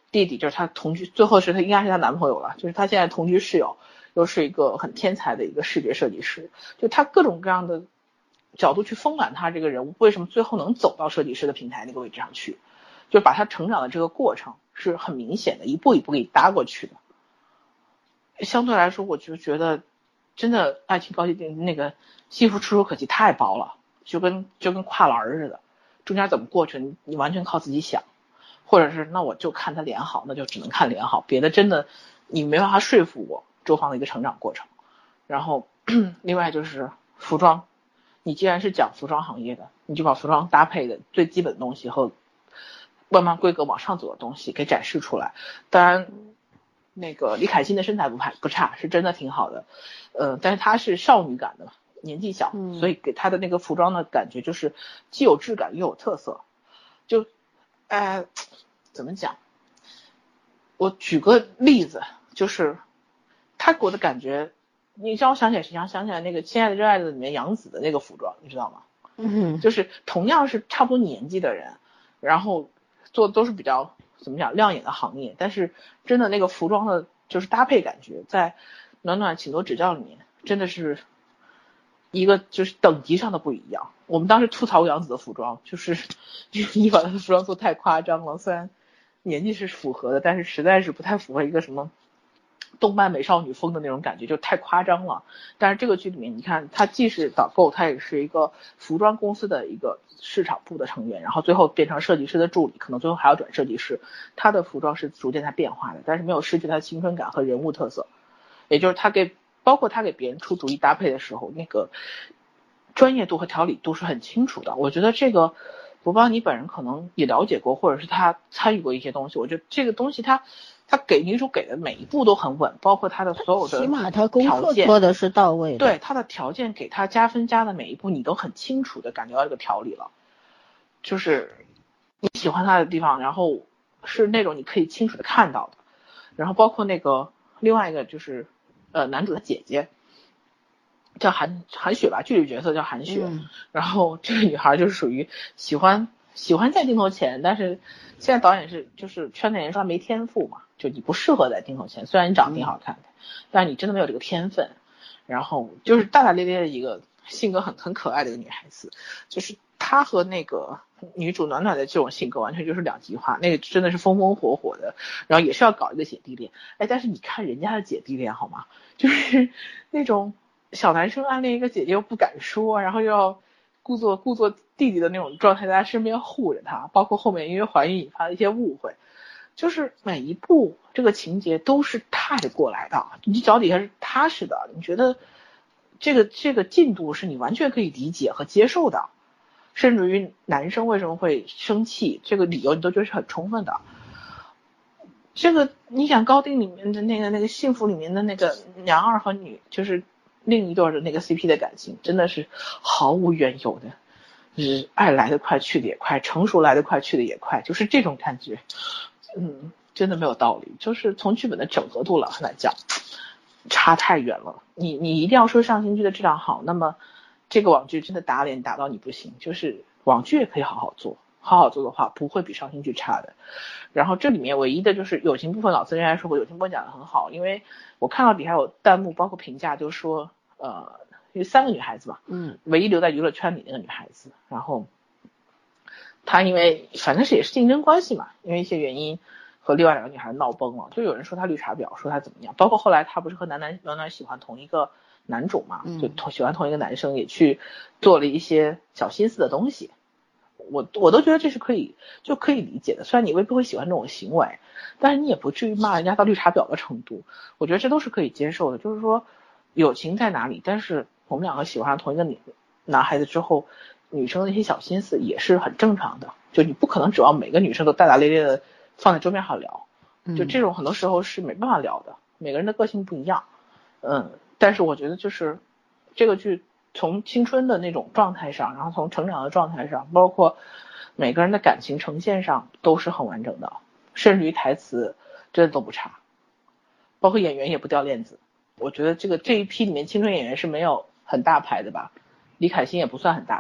弟弟，就是她同居，最后是她应该是她男朋友了，就是她现在同居室友又是一个很天才的一个视觉设计师，就她各种各样的角度去丰满她这个人物，为什么最后能走到设计师的平台那个位置上去，就把她成长的这个过程是很明显的，一步一步给你搭过去的。相对来说，我就觉得真的爱情高级电那个幸福触手可及太薄了，就跟跨栏似的，中间怎么过去你完全靠自己想，或者是那我就看他脸好，那就只能看脸好，别的真的你没办法说服我周芳的一个成长过程。然后另外就是服装，你既然是讲服装行业的，你就把服装搭配的最基本的东西和慢慢规格往上走的东西给展示出来。当然那个李凯欣的身材不差，是真的挺好的，但是她是少女感的，年纪小，所以给她的那个服装的感觉就是既有质感又有特色。就怎么讲？我举个例子，就是她给我的感觉，你让我想起来那个《亲爱的热爱的》里面杨紫的那个服装，你知道吗？就是同样是差不多年纪的人，然后做的都是比较怎么讲亮眼的行业，但是真的那个服装的就是搭配感觉，在暖暖请多指教里面真的是一个就是等级上的不一样。我们当时吐槽过杨紫的服装，就是你把她的服装做太夸张了，虽然年纪是符合的，但是实在是不太符合一个什么动漫美少女风的那种感觉，就太夸张了。但是这个剧里面你看她既是导购，她也是一个服装公司的一个市场部的成员，然后最后变成设计师的助理，可能最后还要转设计师。她的服装是逐渐在变化的，但是没有失去她的青春感和人物特色，也就是包括她给别人出主意搭配的时候，那个专业度和条理度是很清楚的。我觉得这个不知道你本人可能也了解过，或者是他参与过一些东西，我觉得这个东西他给女主给的每一步都很稳，包括他的所有的起码他功课做的是到位的， 对他的条件给他加分加的每一步你都很清楚的感觉到这个条理了，就是你喜欢他的地方，然后是那种你可以清楚的看到的。然后包括那个另外一个就是男主的姐姐叫韩雪吧，剧里角色叫韩雪，然后这个女孩就是属于喜欢在镜头前，但是现在导演就是圈内人说她没天赋嘛，就你不适合在镜头前，虽然你长得挺好看的，但是你真的没有这个天分。然后就是大大咧咧的一个性格很可爱的一个女孩子，就是她和那个女主暖暖的这种性格完全就是两极化，那个真的是风风火火的，然后也是要搞一个姐弟恋，但是你看人家的姐弟恋好吗？就是那种小男生暗恋一个姐姐又不敢说，然后又要故作弟弟的那种状态，在他身边护着他，包括后面因为怀孕引发的一些误会，就是每一步这个情节都是踏着过来的，你脚底下是踏实的，你觉得这个进度是你完全可以理解和接受的，甚至于男生为什么会生气，这个理由你都觉得是很充分的。这个你想高定里面的那个幸福里面的那个娘二和女，就是另一对的那个 CP 的感情，真的是毫无缘由的，就是爱来得快去得也快，成熟来得快去得也快，就是这种感觉。真的没有道理，就是从剧本的整合度来讲差太远了。你一定要说上新剧的质量好，那么这个网剧真的打脸打到你不行，就是网剧也可以好好做的话不会比上新剧差的。然后这里面唯一的就是友情部分，老师原来说过友情部分讲得很好，因为我看到底下有弹幕包括评价就说因为3个女孩子嘛，唯一留在娱乐圈里那个女孩子，然后她因为反正也是竞争关系嘛，因为一些原因和另外2个女孩闹崩了，就有人说她绿茶婊，说她怎么样，包括后来她不是和暖暖喜欢同一个男主嘛，就喜欢同一个男生，也去做了一些小心思的东西，我都觉得这是可以理解的，虽然你未必会喜欢这种行为，但是你也不至于骂人家到绿茶婊的程度，我觉得这都是可以接受的。就是说友情在哪里，但是我们2个喜欢上同一个男孩子之后，女生的一些小心思也是很正常的，就你不可能指望每个女生都大大咧咧的放在桌面上聊，就这种很多时候是没办法聊的，每个人的个性不一样。但是我觉得就是这个剧从青春的那种状态上，然后从成长的状态上，包括每个人的感情呈现上都是很完整的，甚至于台词真的都不差，包括演员也不掉链子。我觉得这一批里面青春演员是没有很大牌的吧，李凯欣也不算很大牌，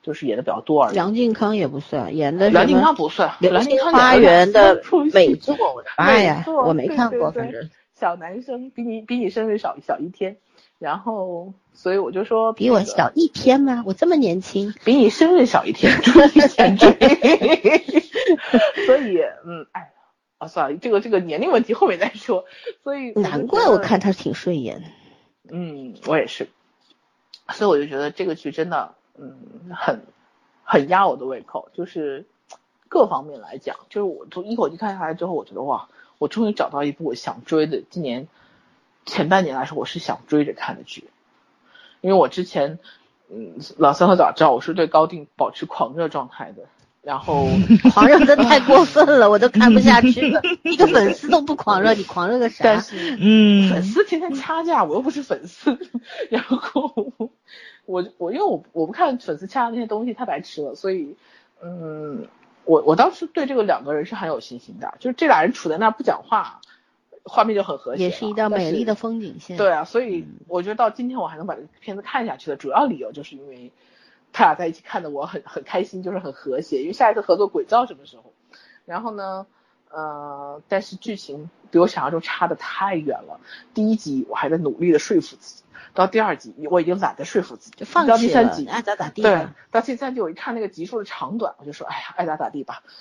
就是演的比较多而已。 梁靖康也不算，演的梁靖康不算， 流星梁靖康花园的美作， 作， 我的妈呀，我没对看过， 对对反正小男生比你生日少一天，然后所以我就说比我小一天吗？我这么年轻， 比你生日小一天，注意限制。所以哎。算了，这个年龄问题后面再说。所以难怪我看他挺顺眼。 我也是。所以我就觉得这个剧真的，很压我的胃口，就是各方面来讲，就是我从一口气看下来之后，我觉得哇，我终于找到一部我想追的，今年前半年来说我是想追着看的剧，因为我之前老三和早知道我是对高定保持狂热状态的。然后狂热的太过分了，我都看不下去了。一个粉丝都不狂热，你狂热个啥？ 但是粉丝天天掐架，我又不是粉丝。然后我因为我不看粉丝掐的那些东西太白痴了，所以我当时对这个两个人是很有信心的，就是这俩人处在那不讲话，画面就很和谐， 也是一道美丽的风景线。 对啊，所以我觉得到今天我还能把这个片子看下去的主要理由就是因为他俩在一起看的我很开心，就是很和谐，因为下一次合作轨道什么时候。然后呢但是剧情比我想象中差的太远了。第一集我还在努力的说服自己，到第二集我已经懒得说服自己， 就放弃了， 到第三集爱咋咋地。 对，到第三集我一看那个集数的长短，我就说哎呀，爱咋咋地吧。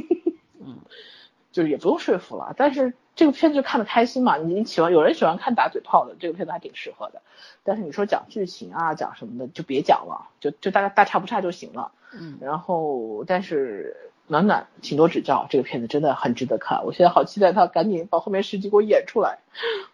就是也不用说服了，但是这个片子就看得开心嘛，你喜欢，有人喜欢看打嘴炮的，这个片子还挺适合的。但是你说讲剧情啊，讲什么的就别讲了，就大差不差就行了。然后但是暖暖请多指教，这个片子真的很值得看，我现在好期待他赶紧把后面10集给我演出来。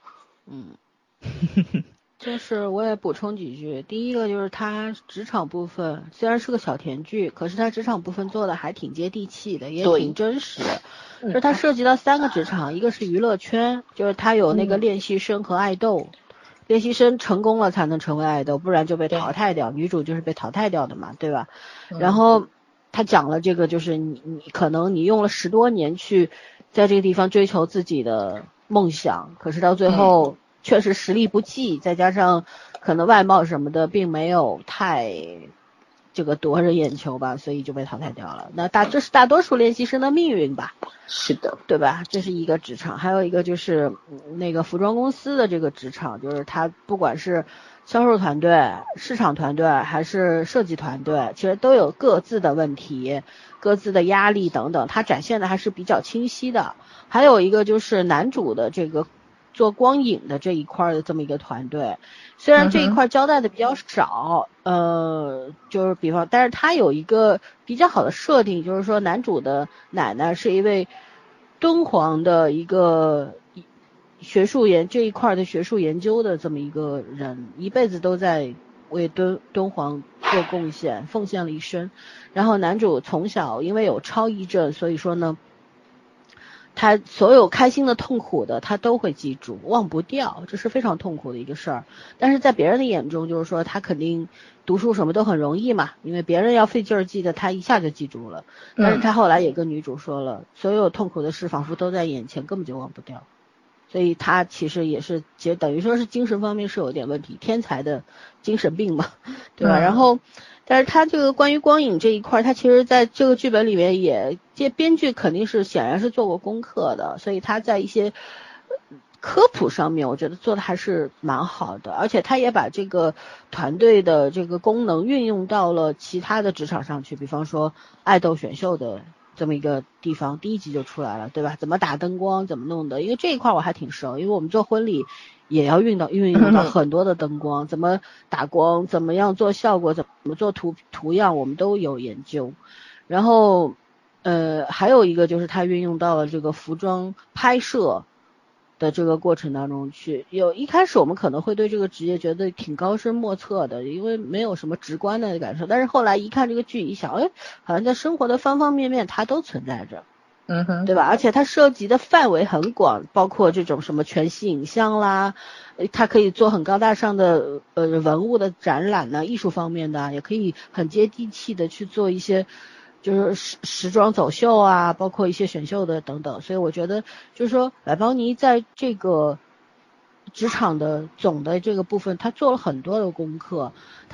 就是我也补充几句，第一个就是他职场部分虽然是个小甜剧，可是他职场部分做的还挺接地气的，也挺真实。就是他涉及到3个职场，一个是娱乐圈，就是他有那个练习生和爱豆，练习生成功了才能成为爱豆，不然就被淘汰掉，女主就是被淘汰掉的嘛，对吧？然后他讲了这个就是你可能你用了10多年去在这个地方追求自己的梦想，可是到最后确实实力不济，再加上可能外貌什么的并没有太这个夺人眼球吧，所以就被淘汰掉了。那这是大多数练习生的命运吧？ 是的， 对吧？这是一个职场，还有一个就是那个服装公司的这个职场，就是他不管是销售团队、市场团队还是设计团队，其实都有各自的问题、各自的压力等等，他展现的还是比较清晰的。还有一个就是男主的这个做光影的这一块的这么一个团队，虽然这一块交代的比较少，就是比方，但是他有一个比较好的设定，就是说男主的奶奶是一位敦煌的一个这一块的学术研究的这么一个人，一辈子都在为敦煌做贡献，奉献了一生。然后男主从小因为有超忆症，所以说呢他所有开心的痛苦的他都会记住，忘不掉，这是非常痛苦的一个事儿。但是在别人的眼中就是说他肯定读书什么都很容易嘛，因为别人要费劲儿记得他一下就记住了。但是他后来也跟女主说了，所有痛苦的事仿佛都在眼前，根本就忘不掉。所以他其实也是等于说是精神方面是有点问题，天才的精神病嘛，对吧？然后但是他这个关于光影这一块，他其实在这个剧本里面这编剧肯定是显然是做过功课的，所以他在一些科普上面我觉得做的还是蛮好的，而且他也把这个团队的这个功能运用到了其他的职场上去，比方说爱豆选秀的这么一个地方，第1集就出来了，对吧？怎么打灯光，怎么弄的，因为这一块我还挺熟，因为我们做婚礼也要运用到很多的灯光，怎么打光，怎么样做效果，怎么做图样，我们都有研究。然后还有一个就是它运用到了这个服装拍摄的这个过程当中去，一开始我们可能会对这个职业觉得挺高深莫测的，因为没有什么直观的感受，但是后来一看这个剧一想，好像在生活的方方面面它都存在着。对吧？而且它涉及的范围很广，包括这种什么全息影像啦，它可以做很高大上的文物的展览呢，艺术方面的，也可以很接地气的去做一些就是时装走秀啊，包括一些选秀的等等。所以我觉得就是说莱邦尼在这个职场的总的这个部分，他做了很多的功课，他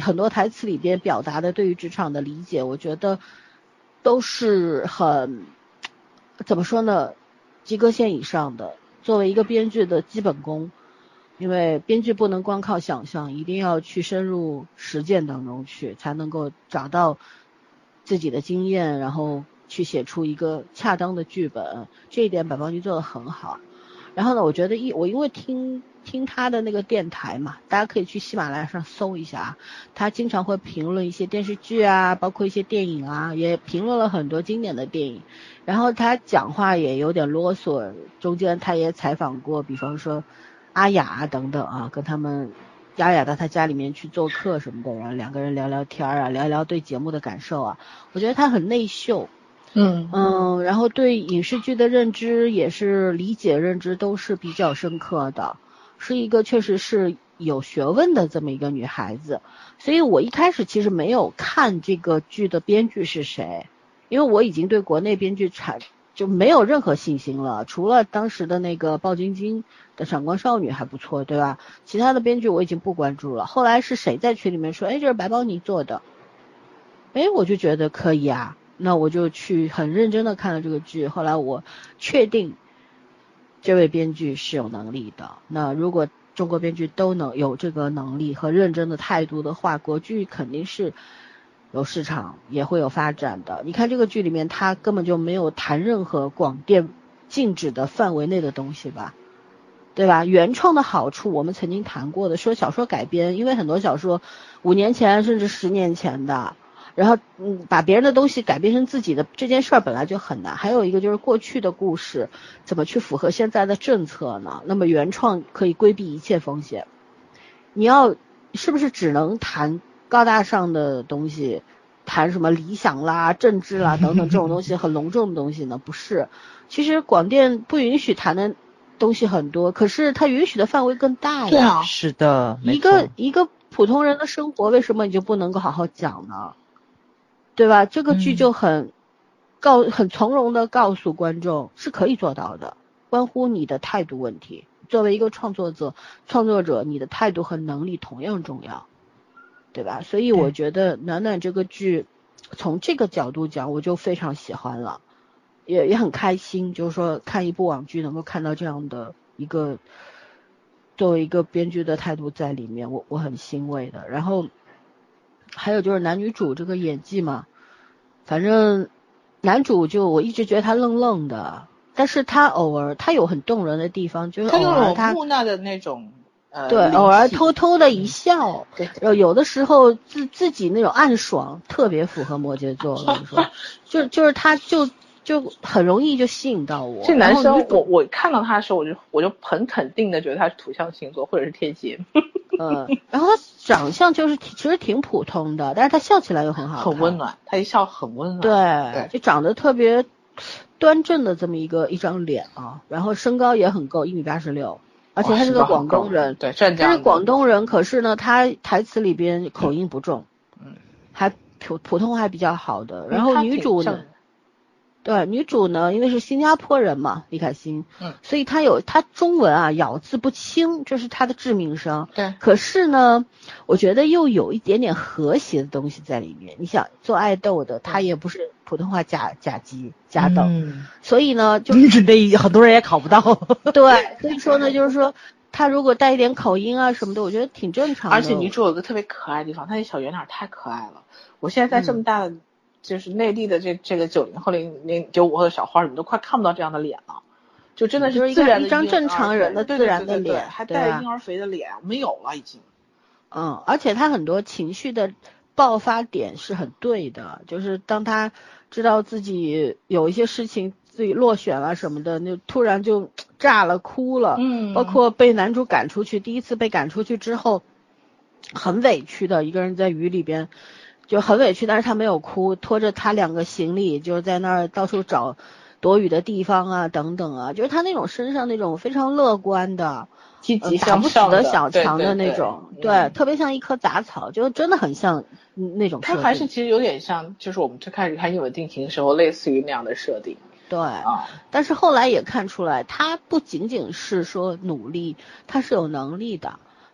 很多台词里边表达的对于职场的理解，我觉得都是很怎么说呢，及格线以上的，作为一个编剧的基本功。因为编剧不能光靠想象，一定要去深入实践当中去，才能够找到自己的经验，然后去写出一个恰当的剧本。这一点百邦菊做得很好。然后呢，我觉得我因为听他的那个电台嘛，大家可以去喜马拉雅上搜一下，他经常会评论一些电视剧啊，包括一些电影啊，也评论了很多经典的电影。然后他讲话也有点啰嗦，中间他也采访过，比方说阿雅等等啊，跟他们阿雅到他家里面去做客什么的，然后两个人聊聊天啊，聊聊对节目的感受啊。我觉得他很内秀。然后对影视剧的认知也是理解认知都是比较深刻的，是一个确实是有学问的这么一个女孩子。所以我一开始其实没有看这个剧的编剧是谁，因为我已经对国内编剧就没有任何信心了，除了当时的那个鲍晶晶的闪光少女还不错，对吧？其他的编剧我已经不关注了。后来是谁在群里面说，这是白邦妮做的，我就觉得可以啊，那我就去很认真的看了这个剧。后来我确定这位编剧是有能力的，那如果中国编剧都能有这个能力和认真的态度的话，国剧肯定是有市场，也会有发展的。你看这个剧里面他根本就没有谈任何广电禁止的范围内的东西吧，对吧？原创的好处我们曾经谈过的，说小说改编，因为很多小说5年前甚至10年前的，然后把别人的东西改编成自己的，这件事儿本来就很难。还有一个就是过去的故事怎么去符合现在的政策呢？那么原创可以规避一切风险。你要是不是只能谈高大上的东西，谈什么理想啦、政治啦等等这种东西很隆重的东西呢？不是，其实广电不允许谈的东西很多，可是它允许的范围更大呀。 对啊， 是的， 一个普通人的生活，为什么你就不能够好好讲呢？对吧？这个剧就很从容的告诉观众是可以做到的，关乎你的态度问题。作为一个创作者，你的态度和能力同样重要，对吧？所以我觉得暖暖这个剧从这个角度讲，我就非常喜欢了，也很开心，就是说看一部网剧能够看到这样的一个作为一个编剧的态度在里面，我很欣慰的。然后还有就是男女主这个演技嘛，反正男主就我一直觉得他愣愣的，但是他偶尔他有很动人的地方，就是偶尔他木讷的那种对，偶尔偷偷的一笑，有的时候自己那种暗爽特别符合摩羯座，我跟你说，就是他就很容易就吸引到我。 这男生我看到他的时候，我就很肯定的觉得他是土象星座或者是天蝎。 然后他长相就是其实挺普通的，但是他笑起来又很好看， 很温暖，他一笑很温暖。 对，就长得特别端正的这么一张脸啊，然后身高也很够，1.86米，而且他是个广东人， 对，湛江。 他是广东人，可是呢，他台词里边口音不重，还普通话比较好的。然后女主呢？对，女主呢，因为是新加坡人嘛，李凯欣，所以她中文啊咬字不清，这是她的致命伤。 对， 可是呢，我觉得又有一点点和谐的东西在里面。你想做爱豆的，她也不是普通话甲级甲等，所以呢， 就是这很多人也考不到。 对，所以说呢，就是说她如果带一点口音啊什么的，我觉得挺正常的。 而且女主有个特别可爱的地方，她那小圆脸太可爱了。我现在在这么大的。就是内地的这个90后、95后的小花，你们都快看不到这样的脸了，就真的是自然的一张正常人的自然的脸， 对，还带着婴儿肥的脸，没有了已经。 而且他很多情绪的爆发点是很对的，就是当他知道自己有一些事情自己落选了什么的，就突然就炸了哭了。包括被男主赶出去，第一次被赶出去之后，很委屈的一个人在雨里边。就很委屈，但是他没有哭，拖着他2个行李就是在那儿到处找躲雨的地方啊等等啊，就是他那种身上那种非常乐观的积极打不死的小强的那种， 对， 特别像一棵杂草，就真的很像那种设定。 他还是其实有点像就是我们最开始看《一吻定情》的时候类似于那样的设定。 对，但是后来也看出来他不仅仅是说努力，他是有能力的。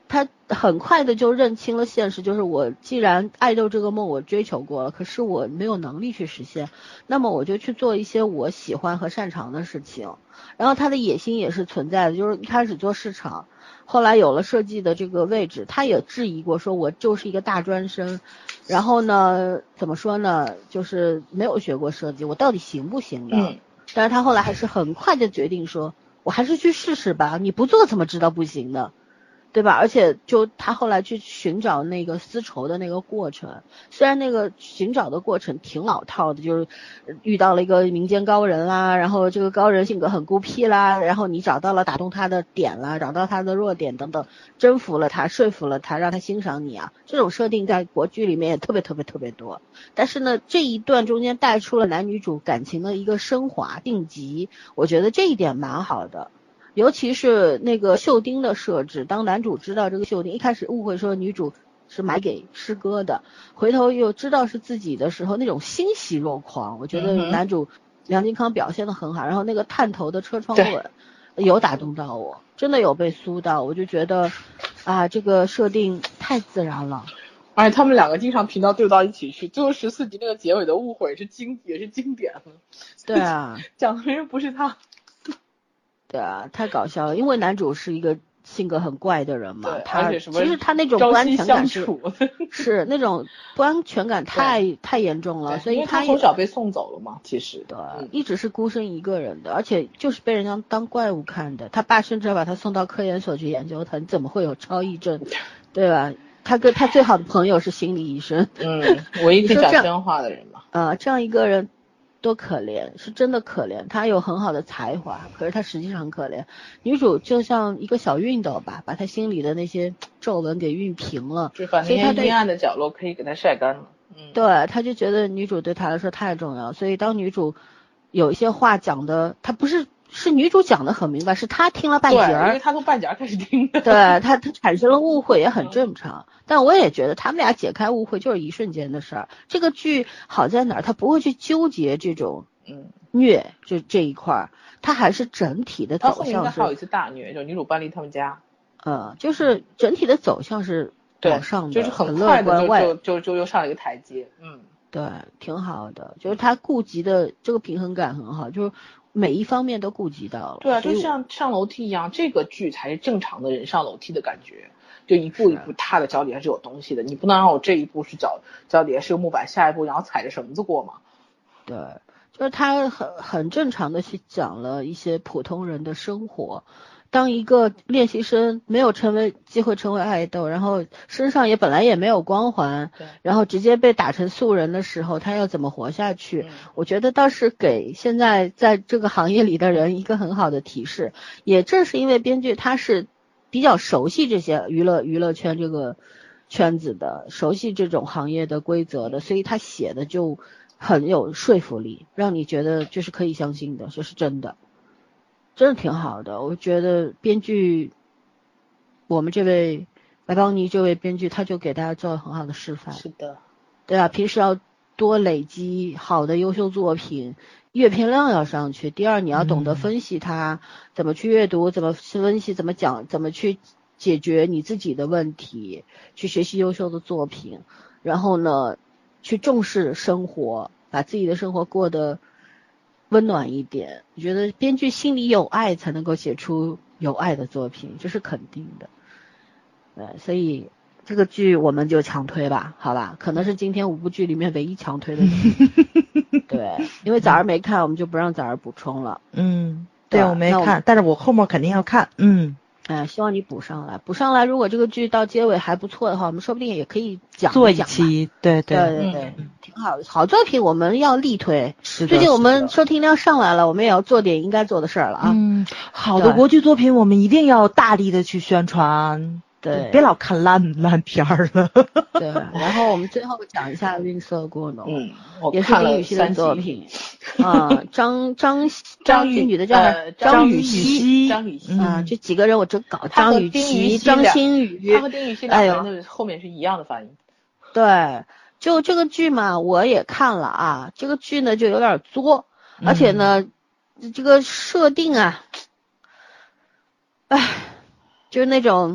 他很快的就认清了现实，就是我既然爱豆这个梦我追求过了，可是我没有能力去实现，那么我就去做一些我喜欢和擅长的事情。然后他的野心也是存在的，就是一开始做市场，后来有了设计的这个位置，他也质疑过说我就是一个大专生，然后呢怎么说呢，就是没有学过设计，我到底行不行的。但是他后来还是很快就决定说我还是去试试吧，你不做怎么知道不行的，对吧？而且就他后来去寻找那个丝绸的那个过程，虽然那个寻找的过程挺老套的，就是遇到了一个民间高人啦，然后这个高人性格很孤僻啦，然后你找到了打动他的点啦，找到他的弱点等等，征服了他，说服了他，让他欣赏你啊，这种设定在国剧里面也特别多。但是呢，这一段中间带出了男女主感情的一个升华定级，我觉得这一点蛮好的。尤其是那个袖钉的设置，当男主知道这个袖钉，一开始误会说女主是买给师哥的，回头又知道是自己的时候，那种欣喜若狂，我觉得男主梁靖康表现得很好。然后那个探头的车窗吻有打动到我，真的有被酥到，我就觉得啊，这个设定太自然了。 而且他们两个经常频道对到一起去，最后14集那个结尾的误会也是经典了。 对啊， 讲的明明不是他。 对啊，太搞笑了，因为男主是一个性格很怪的人嘛，他其实他那种不安全感是那种不安全感太严重了，所以他从小被送走了嘛，其实对，一直是孤身一个人的，而且就是被人家当怪物看的。他爸甚至要把他送到科研所去研究他，你怎么会有超忆症，对吧？他跟他最好的朋友是心理医生， 唯一可以讲真话的人嘛。 这样一个人多可怜，是真的可怜。他有很好的才华，可是他实际上很可怜。女主就像一个小熨斗吧，把他心里的那些皱纹给熨平了， 就把那些阴暗的角落可以给他晒干了。 对，他就觉得女主对他来说太重要，所以当女主有一些话讲的，他不是女主讲的很明白，是他听了半截儿， 因为他从半截开始听的。 对，他产生了误会也很正常。但我也觉得他们俩解开误会就是一瞬间的事儿。这个剧好在哪儿？他不会去纠结这种虐这一块，他还是整体的走向是。 还有一次大虐，就女主搬离他们家。 就是整体的走向是往上的， 就是很快的就又上了一个台阶。 对，挺好的，就是他顾及的这个平衡感很好，就是每一方面都顾及到了。 对啊，就像上楼梯一样，这个剧才是正常的人上楼梯的感觉，就一步一步踏的脚底下是有东西的，你不能让我这一步是脚底下是个木板，下一步然后踩着绳子过嘛。 对，就是他很正常的去讲了一些普通人的生活。当一个练习生没有机会成为爱豆，然后身上也本来也没有光环，然后直接被打成素人的时候，他要怎么活下去？我觉得倒是给现在在这个行业里的人一个很好的提示。也正是因为编剧他是比较熟悉这些娱乐圈这个圈子的，熟悉这种行业的规则的，所以他写的就很有说服力，让你觉得这是可以相信的，这是真的。真的挺好的，我觉得编剧，我们这位白邦尼这位编剧，他就给大家做了很好的示范。 是的， 对啊，平时要多累积好的优秀作品，阅片量要上去。第二，你要懂得分析它，怎么去阅读，怎么分析，怎么讲，怎么去解决你自己的问题，去学习优秀的作品，然后呢，去重视生活，把自己的生活过得温暖一点。我觉得编剧心里有爱才能够写出有爱的作品，这是肯定的。所以这个剧我们就强推吧，好吧？可能是今天5部剧里面唯一强推的剧。对，因为早儿没看，我们就不让早儿补充了。 对，我没看，但是我后面肯定要看。 希望你补上来。如果这个剧到结尾还不错的话，我们说不定也可以做一期。对， 挺好的，好作品我们要力推。 是的， 最近我们收听量上来了，我们也要做点应该做的事儿了啊。 好的国剧作品我们一定要大力的去宣传。 对， 别老看烂片儿了。 对，然后我们最后讲一下《吝啬过浓》， 也是丁禹兮的作品啊，张宇女的叫张雨绮啊，这几个人我真搞，张雨绮、张馨予， 他和丁禹兮两个人的后面是一样的发音。 对，就这个剧嘛，我也看了啊，这个剧呢就有点作，而且呢，这个设定啊，就是那种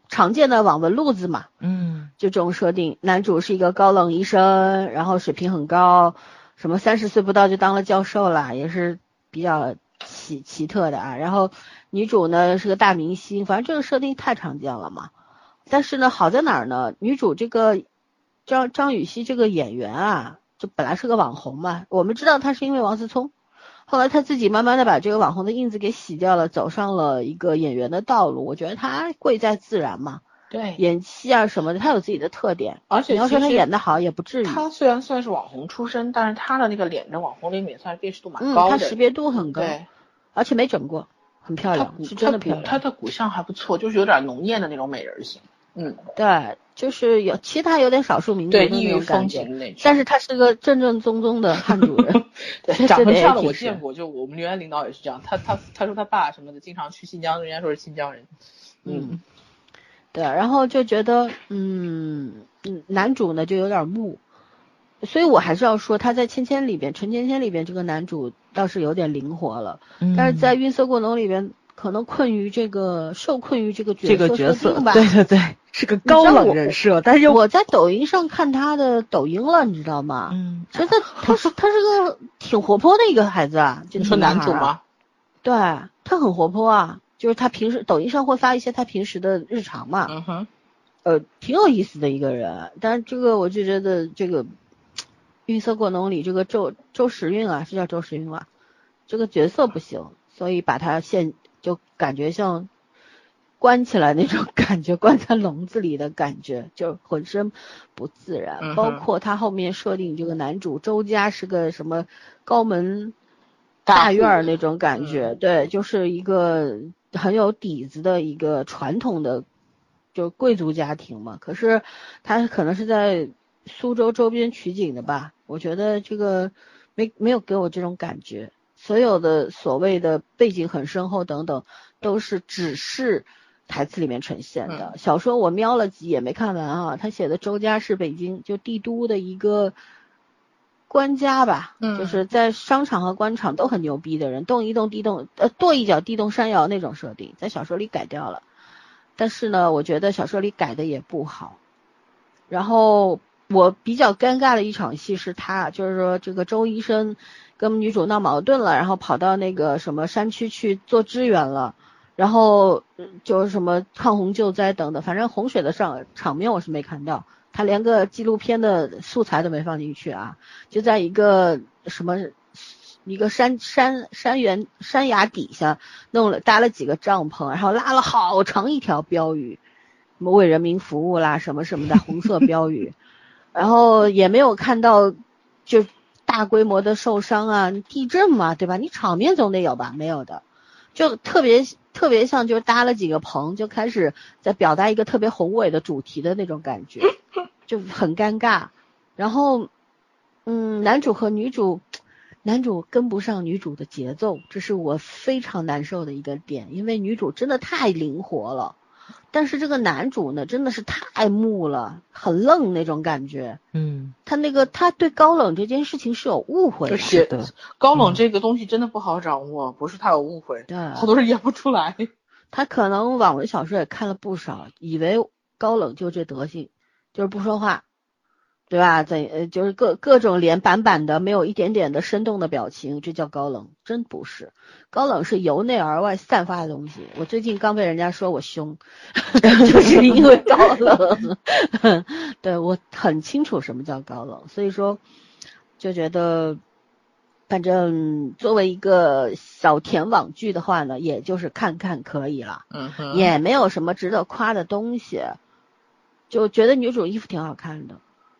常见的网文路子嘛，就这种设定，男主是一个高冷医生，然后水平很高，什么30岁不到就当了教授了，也是比较奇特的啊。然后女主呢是个大明星，反正这个设定太常见了嘛。但是呢，好在哪儿呢？女主这个张雨绮这个演员啊，就本来是个网红嘛，我们知道她是因为王思聪，后来她自己慢慢的把这个网红的印子给洗掉了，走上了一个演员的道路。我觉得她贵在自然嘛。 对， 演戏啊什么的，他有自己的特点， 而且你要说他演得好也不至于。 他虽然算是网红出身，但是他的那个脸在网红里面算是辨识度蛮高的， 他识别度很高， 对， 而且没整过，很漂亮，是真的漂亮。 他的骨相还不错，就是有点浓艳的那种美人型， 对，就是其他有点少数民族的那种感觉，但是他是个正正宗宗的汉主人， 对，长成这样的我见过，就我们原来领导也是这样，他说他爸什么的经常去新疆，人家说是新疆人， 对，然后就觉得男主呢就有点木，所以我还是要说他在陈芊芊里边这个男主倒是有点灵活了，但是在晕色过浓里边可能受困于这个角色吧， 对，是个高冷人设，但是我在抖音上看他的抖音了，你知道吗？觉得他是个挺活泼的一个孩子啊， 你说男主吗？ 对，他很活泼啊。就是他平时抖音上会发一些他平时的日常嘛，挺有意思的一个人。但是这个我就觉得这个晕色过浓里这个周时运啊，是叫周时运吧，这个角色不行，所以把他就感觉像关起来那种感觉，关在笼子里的感觉，就浑身不自然。包括他后面设定这个男主周家是个什么高门大院那种感觉，对，就是一个很有底子的一个传统的就贵族家庭嘛，可是他可能是在苏州周边取景的吧，我觉得这个没有给我这种感觉，所有的所谓的背景很深厚等等都是只是台词里面呈现的。小说我瞄了几眼没看完啊，他写的周家是北京就帝都的一个官家吧，就是在商场和官场都很牛逼的人，跺一脚地动山摇那种设定，在小说里改掉了。但是呢，我觉得小说里改的也不好。然后我比较尴尬的一场戏是就是说这个周医生跟女主闹矛盾了，然后跑到那个什么山区去做支援了，然后就是什么抗洪救灾等等，反正洪水的场面我是没看到。他连个纪录片的素材都没放进去啊，就在一个一个山崖底下搭了几个帐篷，然后拉了好长一条标语，什么为人民服务啦什么什么的红色标语，然后也没有看到就大规模的受伤啊，地震嘛，对吧？你场面总得有吧？没有的，就特别像就搭了几个棚，就开始在表达一个特别宏伟的主题的那种感觉，就很尴尬。然后男主跟不上女主的节奏，这是我非常难受的一个点，因为女主真的太灵活了，但是这个男主呢真的是太木了，很愣那种感觉。他对高冷这件事情是有误会的。 是的，高冷这个东西真的不好掌握，不是他有误会， 对， 好多人演不出来。 他可能网文小说也看了不少，以为高冷就这德行，就是不说话，对吧？就是各种脸板板的，没有一点点的生动的表情，这叫高冷？真不是，高冷是由内而外散发的东西。我最近刚被人家说我凶，就是因为高冷。对，我很清楚什么叫高冷，所以说就觉得，反正作为一个小甜网剧的话呢，也就是看看可以了，也没有什么值得夸的东西，就觉得女主衣服挺好看的。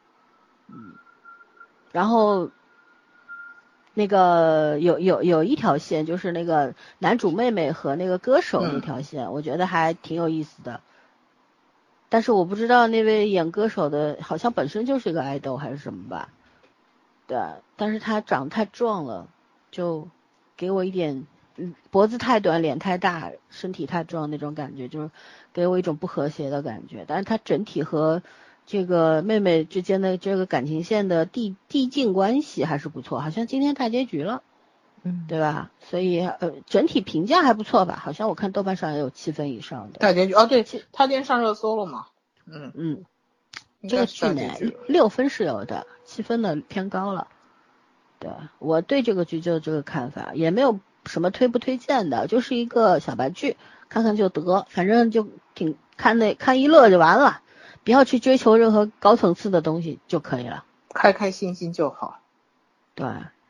然后那个有一条线，就是那个男主妹妹和那个歌手那条线，我觉得还挺有意思的。但是我不知道那位演歌手的好像本身就是个爱豆还是什么吧。对，但是他长得太壮了，就给我一点脖子太短，脸太大，身体太壮那种感觉，就是给我一种不和谐的感觉。但是他整体和这个妹妹之间的这个感情线的递进关系还是不错，好像今天大结局了。 对吧？所以整体评价还不错吧，好像我看豆瓣上也有7分以上的。 大结局对，他今天上热搜了嘛？ 这个剧呢6分是有的，7分的偏高了。对，我对这个剧就这个看法，也没有什么推不推荐的，就是一个小白剧，看看就得，反正就看一乐就完了，不要去追求任何高层次的东西就可以了， 开开心心就好。 对，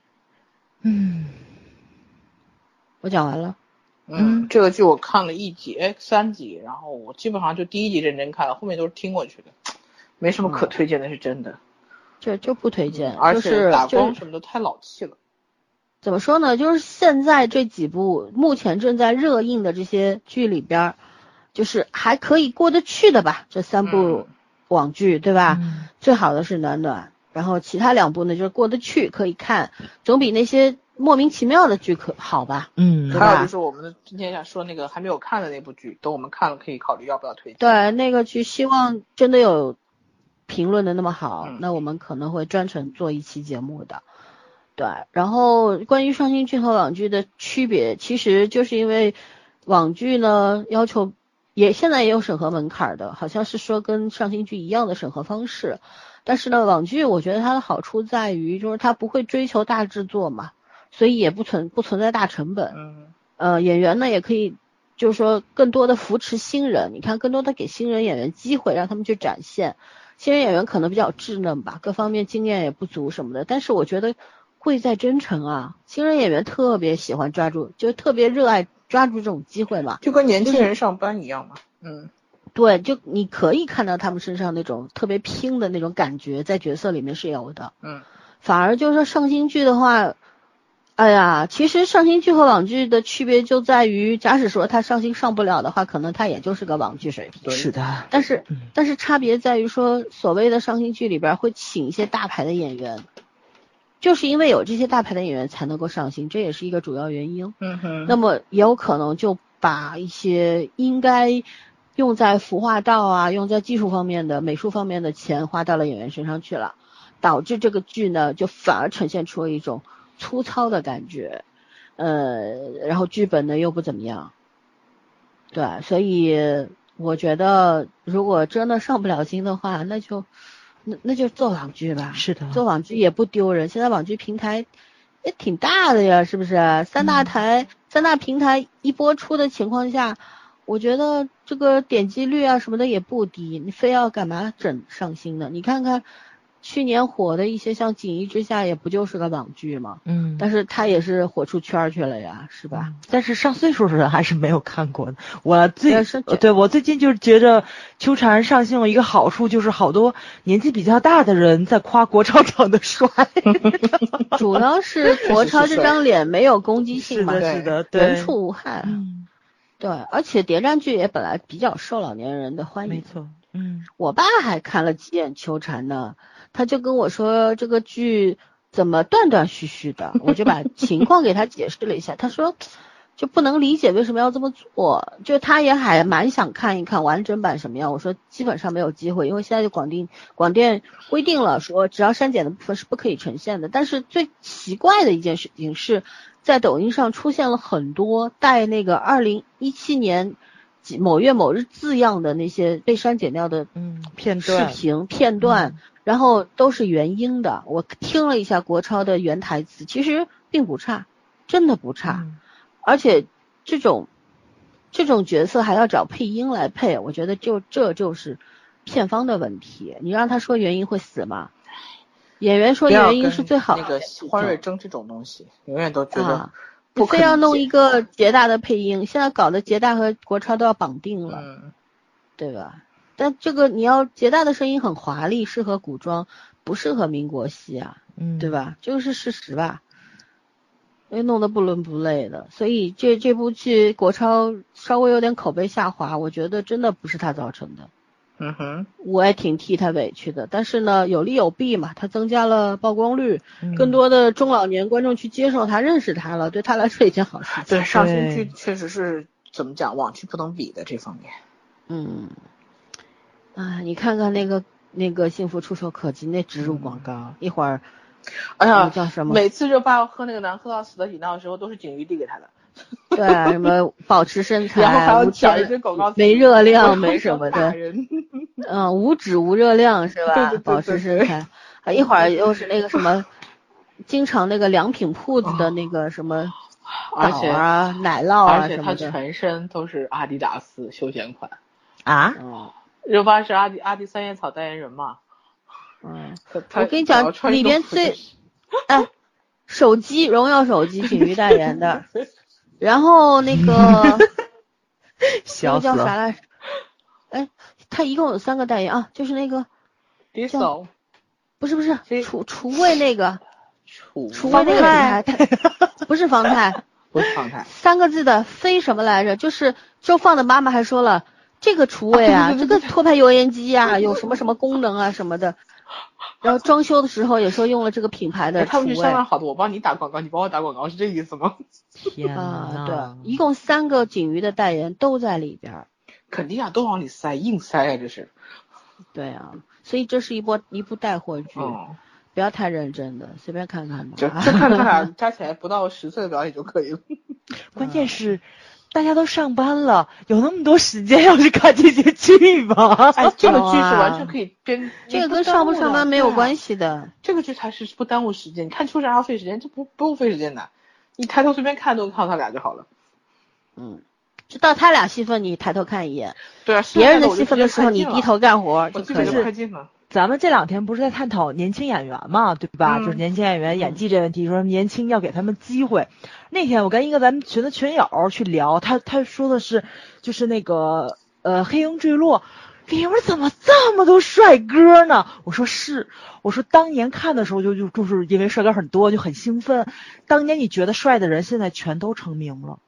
我讲完了。 这个剧我看了3集，然后我基本上就第1集认真看了，后面都是听过去的，没什么可推荐的，是真的。 这就不推荐， 而且打光什么的太老气了。 怎么说呢？就是现在这几部目前正在热映的这些剧里边，就是还可以过得去的吧。这3部网剧，对吧？最好的是暖暖，然后其他2部呢就是过得去，可以看，总比那些莫名其妙的剧好吧？ 还有就是我们今天想说那个还没有看的那部剧，等我们看了可以考虑要不要推荐。 对，那个剧希望真的有评论的那么好，那我们可能会专程做一期节目的。对，然后关于上新剧和网剧的区别，其实就是因为网剧呢要求现在也有审核门槛的，好像是说跟上新剧一样的审核方式，但是呢网剧我觉得它的好处在于就是它不会追求大制作嘛，所以也不存在大成本。演员呢也可以就是说更多的扶持新人，你看更多的给新人演员机会，让他们去展现。新人演员可能比较稚嫩吧，各方面经验也不足什么的，但是我觉得贵在真诚啊，新人演员特别喜欢抓住，就特别热爱抓住这种机会嘛， 就跟年轻人上班一样嘛。 对，就你可以看到他们身上那种特别拼的那种感觉，在角色里面是有的。反而就是说上新剧的话，哎呀，其实上新剧和网剧的区别就在于，假使说他上新上不了的话，可能他也就是个网剧水平。 是的。 但是差别在于说，所谓的上新剧里边会请一些大牌的演员，就是因为有这些大牌的演员才能够上新，这也是一个主要原因。那么也有可能就把一些应该用在服化道啊，用在技术方面的、美术方面的钱花到了演员身上去了，导致这个剧呢就反而呈现出了一种粗糙的感觉，然后剧本呢又不怎么样，对，所以我觉得如果真的上不了新的话，那就做网剧吧。 是的， 做网剧也不丢人，现在网剧平台也挺大的呀，是不是？3大平台一播出的情况下，我觉得这个点击率啊什么的也不低，你非要干嘛整上新的？你看看去年火的一些像《锦衣之下》也不就是个网剧吗？但是它也是火出圈去了呀，是吧？ 但是上岁数的人还是没有看过的。我最近就是觉着秋蝉上新有一个好处，就是好多年纪比较大的人在夸国超长得帅。 主要是国超这张脸没有攻击性嘛， 是的， 人畜无害。对，而且谍战剧也本来比较受老年人的欢迎。 没错。 我爸还看了几眼秋蝉呢，他就跟我说这个剧怎么断断续续的，我就把情况给他解释了一下，他说就不能理解为什么要这么做，就他也还蛮想看一看完整版什么样。我说基本上没有机会，因为现在就广电规定了说只要删减的部分是不可以呈现的。但是最奇怪的一件事情是在抖音上出现了很多带那个2017年某月某日字样的那些被删减掉的视频片段，然后都是原音的。我听了一下国超的原台词，其实并不差，真的不差。而且这种角色还要找配音来配，我觉得这就是片方的问题。你让他说原音会死吗？演员说原音是最好的。 那个欢瑞争这种东西，永远都觉得不可非要弄一个捷大的配音，现在搞得捷大和国超都要绑定了，对吧？但这个你要捷大的声音很华丽，适合古装，不适合民国戏啊，对吧？这个是事实吧？因为弄得不伦不类的，所以这部剧国超稍微有点口碑下滑，我觉得真的不是他造成的。我也挺替他委屈的，但是呢有利有弊嘛，他增加了曝光率，更多的中老年观众去接受他，认识他了，对他来说一件好事情。 对，上新剧确实是怎么讲，网剧不能比的这方面。 你看看那个幸福触手可及那植入广告，一会儿哎呀， 叫什么？ 每次热巴要喝那个难喝到死的饮料的时候，都是景瑜递给他的。 对啊，什么保持身材， 然后还要无讲一堆广告词， 没热量，没什么的。 人无脂无热量是吧？ 对， 保持身材。一会儿又是那个什么，经常那个良品铺子的那个什么枣啊、奶酪啊什么的。 而且他全身都是阿迪达斯休闲款啊。 热巴是阿迪三叶草代言人嘛。 我跟你讲，里边手机荣耀手机景瑜代言的，然后那个笑死那个叫啥来着？他一共有3个代言啊，就是那个 Diesel， 不是厨卫那个厨卫那个品牌，不是方太， 不是方太 ，3个字的非什么来着？就是周放的妈妈还说了，这个厨卫啊，这个脱拍油烟机啊，有什么什么功能啊什么的。然后装修的时候也说用了这个品牌的厨卫。 他们是相当好的，我帮你打广告，你帮我打广告，是这意思吗？ 天哪！ 对，一共3个景瑜的代言都在里边。 肯定啊，都往里塞，硬塞啊，这是。 对啊，所以这是一部带货剧，不要太认真的，随便看看吧。 就看他俩加起来不到10岁的表演就可以了。 关键是大家都上班了，有那么多时间要去看这些剧吗？ 这个剧是完全可以跟这个跟上不上班没有关系的。 这个剧才是不耽误时间，你看秋蝉还要费时间，这不用费时间的，你抬头随便看都看到他俩就好了。 就到他俩戏份你抬头看一眼， 对啊， 别人的戏份的时候你低头干活就可以了。 咱们这2天不是在探讨年轻演员嘛，对吧？就是年轻演员演技这问题，说年轻要给他们机会。那天我跟一个咱们群的群友去聊，他说的是就是那个黑鹰坠落里面怎么这么多帅哥呢？我说当年看的时候就是因为帅哥很多就很兴奋，当年你觉得帅的人现在全都成名了。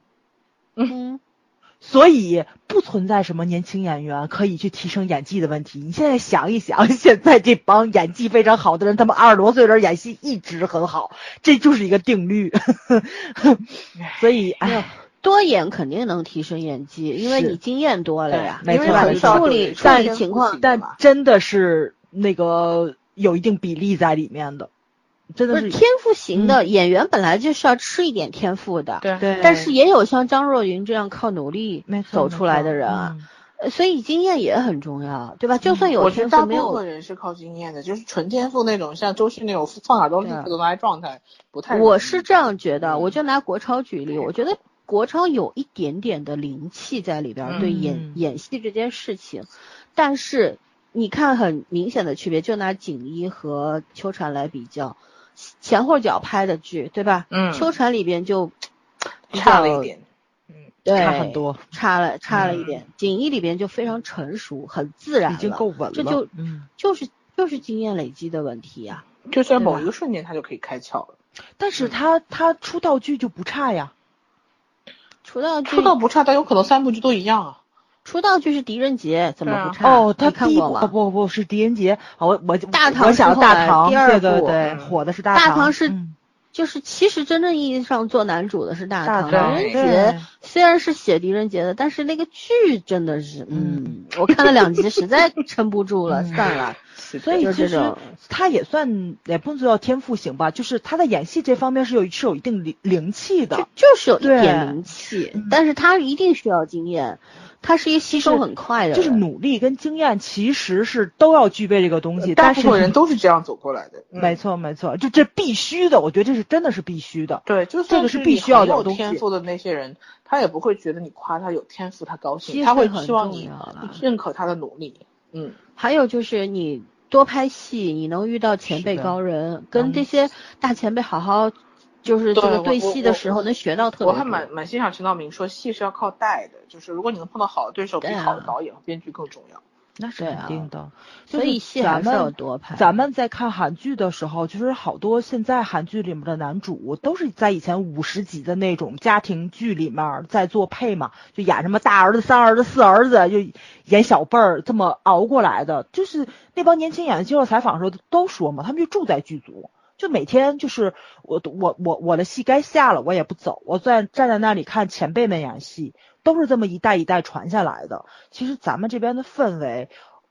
所以不存在什么年轻演员可以去提升演技的问题。你现在想一想，现在这帮演技非常好的人，他们20多岁的人演戏一直很好，这就是一个定律。所以多演肯定能提升演技，因为你经验多了呀， 没错， 你处理情况， 但真的是那个有一定比例在里面的。真的是天赋型的演员本来就是要吃一点天赋的， 对， 但是也有像张若昀这样靠努力走出来的人啊，所以经验也很重要，对吧？就算有天赋，没有大部分人是靠经验的，就是纯天赋那种，像周迅那种放哪都立刻都拿来状态，不太。 我是这样觉得，我就拿国超举例，我觉得国超有一点点的灵气在里边，对演戏这件事情，但是你看很明显的区别，就拿景一和秋蝉来比较。前后脚拍的剧，对吧？秋蝉里边就差了一点， 对， 差很多， 差了一点。景一里边就非常成熟，很自然了， 已经够稳了。 这就是经验累积的问题呀。 就在某一个瞬间，他就可以开窍了。 但是他出道剧就不差呀， 出道不差，但有可能3部剧都一样啊。 出道剧是狄仁杰，怎么不差？ 他看过吗？ 不是狄仁杰，我大唐想大唐第2部， 对，火的是大唐。大唐是就是其实真正意义上做男主的是大唐。狄仁杰虽然是写狄仁杰的，但是那个剧真的是，我看了2集，实在撑不住了，算了。 所以其实他也算也不能说叫天赋型吧，就是他在演戏这方面是有一定灵气的， 就是有一点灵气，但是他一定需要经验。他是一个吸收很快的人， 就是努力跟经验其实是都要具备这个东西， 大部分人都是这样走过来的。 没错，这必须的，我觉得这真的是必须的。 对，就这个是必须要有天赋的那些人，他也不会觉得你夸他有天赋他高兴，他会希望你认可他的努力。 还有就是你多拍戏，你能遇到前辈高人，跟这些大前辈好好。就是这个对戏的时候能学到特别多。 我还蛮欣赏陈道明说，戏是要靠带的，就是如果你能碰到好的对手，比好的导演和编剧更重要。 那是肯定的， 所以戏还是要多拍。 咱们在看韩剧的时候，就是好多现在韩剧里面的男主都是在以前50集的那种家庭剧里面在做配嘛，就演什么大儿子、3儿子、4儿子，就演小辈儿这么熬过来的。就是那帮年轻演员接受采访的时候都说嘛，他们就住在剧组。就每天就是我的戏该下了我也不走，我站在那里看前辈们演戏，都是这么一代一代传下来的。其实咱们这边的氛围，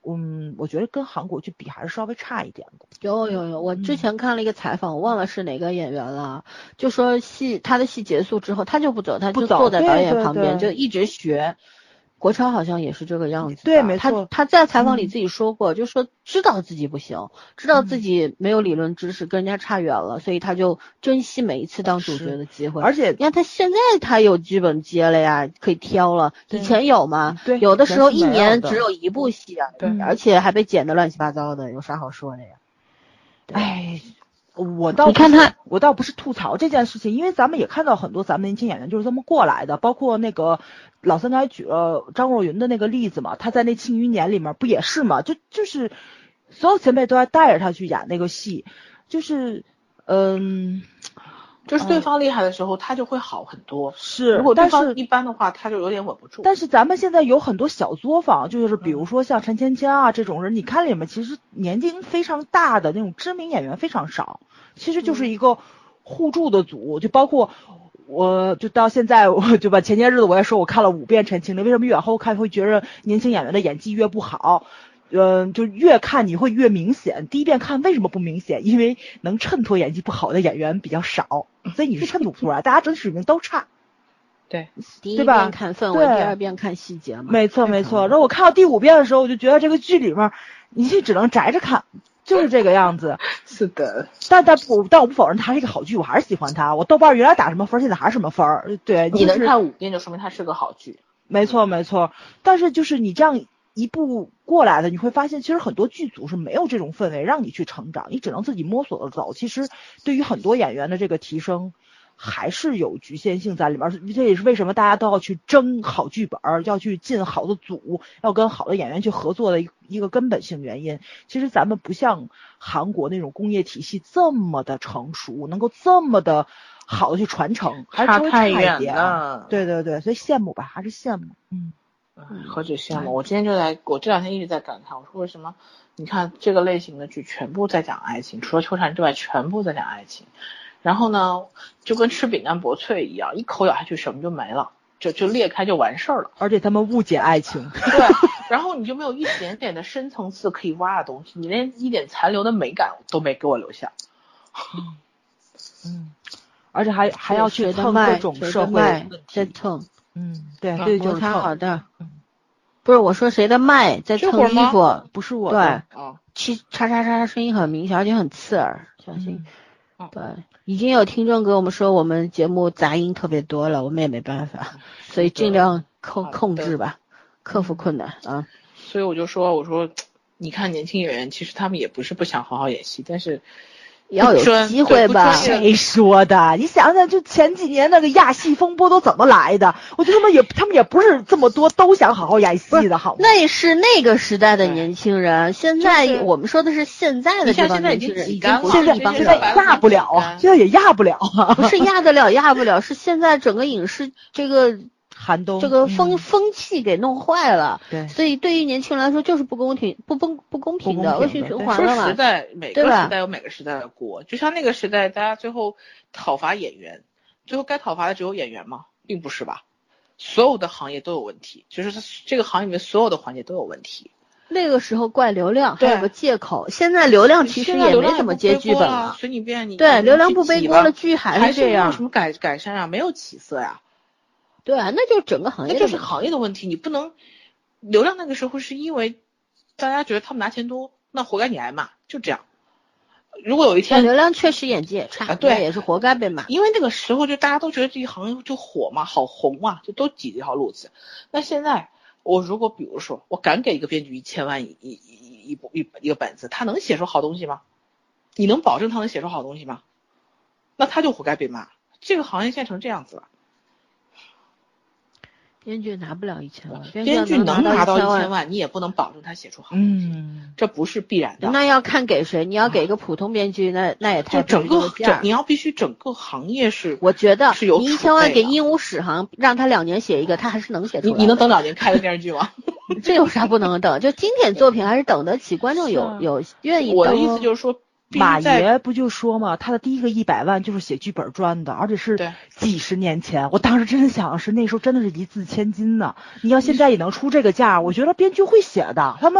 我觉得跟韩国去比还是稍微差一点的。 有，我之前看了一个采访，我忘了是哪个演员了，就说他的戏结束之后，他就不走，他就坐在导演旁边，就一直学。国超好像也是这个样子， 对，没错。 他在采访里自己说过，就说知道自己不行，知道自己没有理论知识，跟人家差远了，所以他就珍惜每一次当主角的机会。 而且你看他现在他有剧本接了呀，可以挑了，以前有吗？ 对， 有的时候一年只有一部戏啊， 对， 而且还被剪得乱七八糟的，有啥好说的呀？ 哎。我倒不是吐槽这件事情，因为咱们也看到很多咱们年轻演员就是这么过来的，包括那个老三刚才举了张若昀的那个例子嘛，他在那《庆余年》里面不也是嘛，就是所有前辈都在带着他去演那个戏，就是就是对方厉害的时候，他就会好很多。 是， 如果对方一般的话，他就有点稳不住。 但是咱们现在有很多小作坊，就是比如说像陈芊芊啊这种人，你看里面其实年纪非常大的那种知名演员非常少，其实就是一个互助的组，就包括我就到现在，我就把前些日子我也说我看了5遍《陈情令》，为什么越往后看会觉得年轻演员的演技越不好？就越看你会越明显。第一遍看为什么不明显？因为能衬托演技不好的演员比较少，所以你是衬托不出来，大家整体水平都差。 对， 第一遍看氛围，第二遍看细节嘛。 没错。然后我看到第5遍的时候，我就觉得这个剧里面你只能宅着看，就是这个样子。 是的， 但我不否认它是一个好剧，我还是喜欢它。我豆瓣原来打什么分，现在还是什么分。对， 你能看5遍就说明它是个好剧。 没错。但是就是你这样一步过来的，你会发现其实很多剧组是没有这种氛围让你去成长，你只能自己摸索着走。其实对于很多演员的这个提升还是有局限性在里面，这也是为什么大家都要去争好剧本，要去进好的组，要跟好的演员去合作的一个根本性原因。其实咱们不像韩国那种工业体系这么的成熟，能够这么的好的去传承，还是稍微差一点。对，所以羡慕吧，还是羡慕。 何止羡慕！我这2天一直在感叹，我说为什么？你看这个类型的剧全部在讲爱情，除了秋蝉之外，全部在讲爱情。然后呢，就跟吃饼干薄脆一样，一口咬下去什么就没了，就裂开就完事儿了。 而且他们误解爱情。 对，然后你就没有一点点的深层次可以挖的东西，你连一点残留的美感都没给我留下。 而且还要去蹭各种社会在蹭。 对，就是他好的。不是我说谁的麦在蹭衣服， 不是我。 对，叉声音很明显，而且很刺耳，小心。对，已经有听众给我们说我们节目杂音特别多了，我们也没办法，所以尽量控制吧，克服困难啊。 所以我说，你看年轻演员，其实他们也不是不想好好演戏，但是要有机会吧？ 谁说的？你想想，就前几年那个亚戏风波都怎么来的？我觉得他们也不是这么多都想好好演戏的，好吗？ 那是那个时代的年轻人，现在我们说的是现在的这帮年轻人，已经不是一帮人， 现在压不了啊，现在也压不了啊， 不是压得了，压不了，是现在整个影视这个寒冬这个风气给弄坏了。 对， 所以对于年轻人来说就是不公平的，恶性循环了嘛。 说时代，每个时代有每个时代的锅，就像那个时代，大家最后讨伐演员，最后该讨伐的只有演员吗？并不是吧？所有的行业都有问题，就是这个行业里面所有的环节都有问题。 那个时候怪流量，还有个借口。现在流量其实也没怎么接剧本了， 随你便。 对，流量不背锅了，剧还是这样。 没有什么改善啊，没有起色呀。 对啊，那就整个行业， 那就是行业的问题。你不能流量那个时候是因为大家觉得他们拿钱多，那活该你挨骂，就这样。如果有一天流量确实演技也差，对，也是活该被骂。 因为那个时候就大家都觉得这一行就火嘛，好红啊，就都挤这条路子。那现在我如果比如说我敢给一个编剧1000万一个本子，他能写出好东西吗？你能保证他能写出好东西吗？那他就活该被骂。这个行业现在成这样子了。 编剧拿不了1000万， 编剧能拿到1000万，你也不能保证他写出好东西，这不是必然的。 那要看给谁，你要给一个普通编剧，那也太你要必须整个行业是， 我觉得是有你1000万给鹦鹉史航，让他2年写一个，他还是能写出来的。 你能等2年开个电视剧吗？ 这有啥不能等？就经典作品还是等得起，观众有愿意等。 我的意思就是说。 马爷不就说嘛，他的第一个100万就是写剧本赚的，而且是几十年前。我当时真的想是那时候真的是一字千金呢。你要现在也能出这个价，我觉得编剧会写的，他们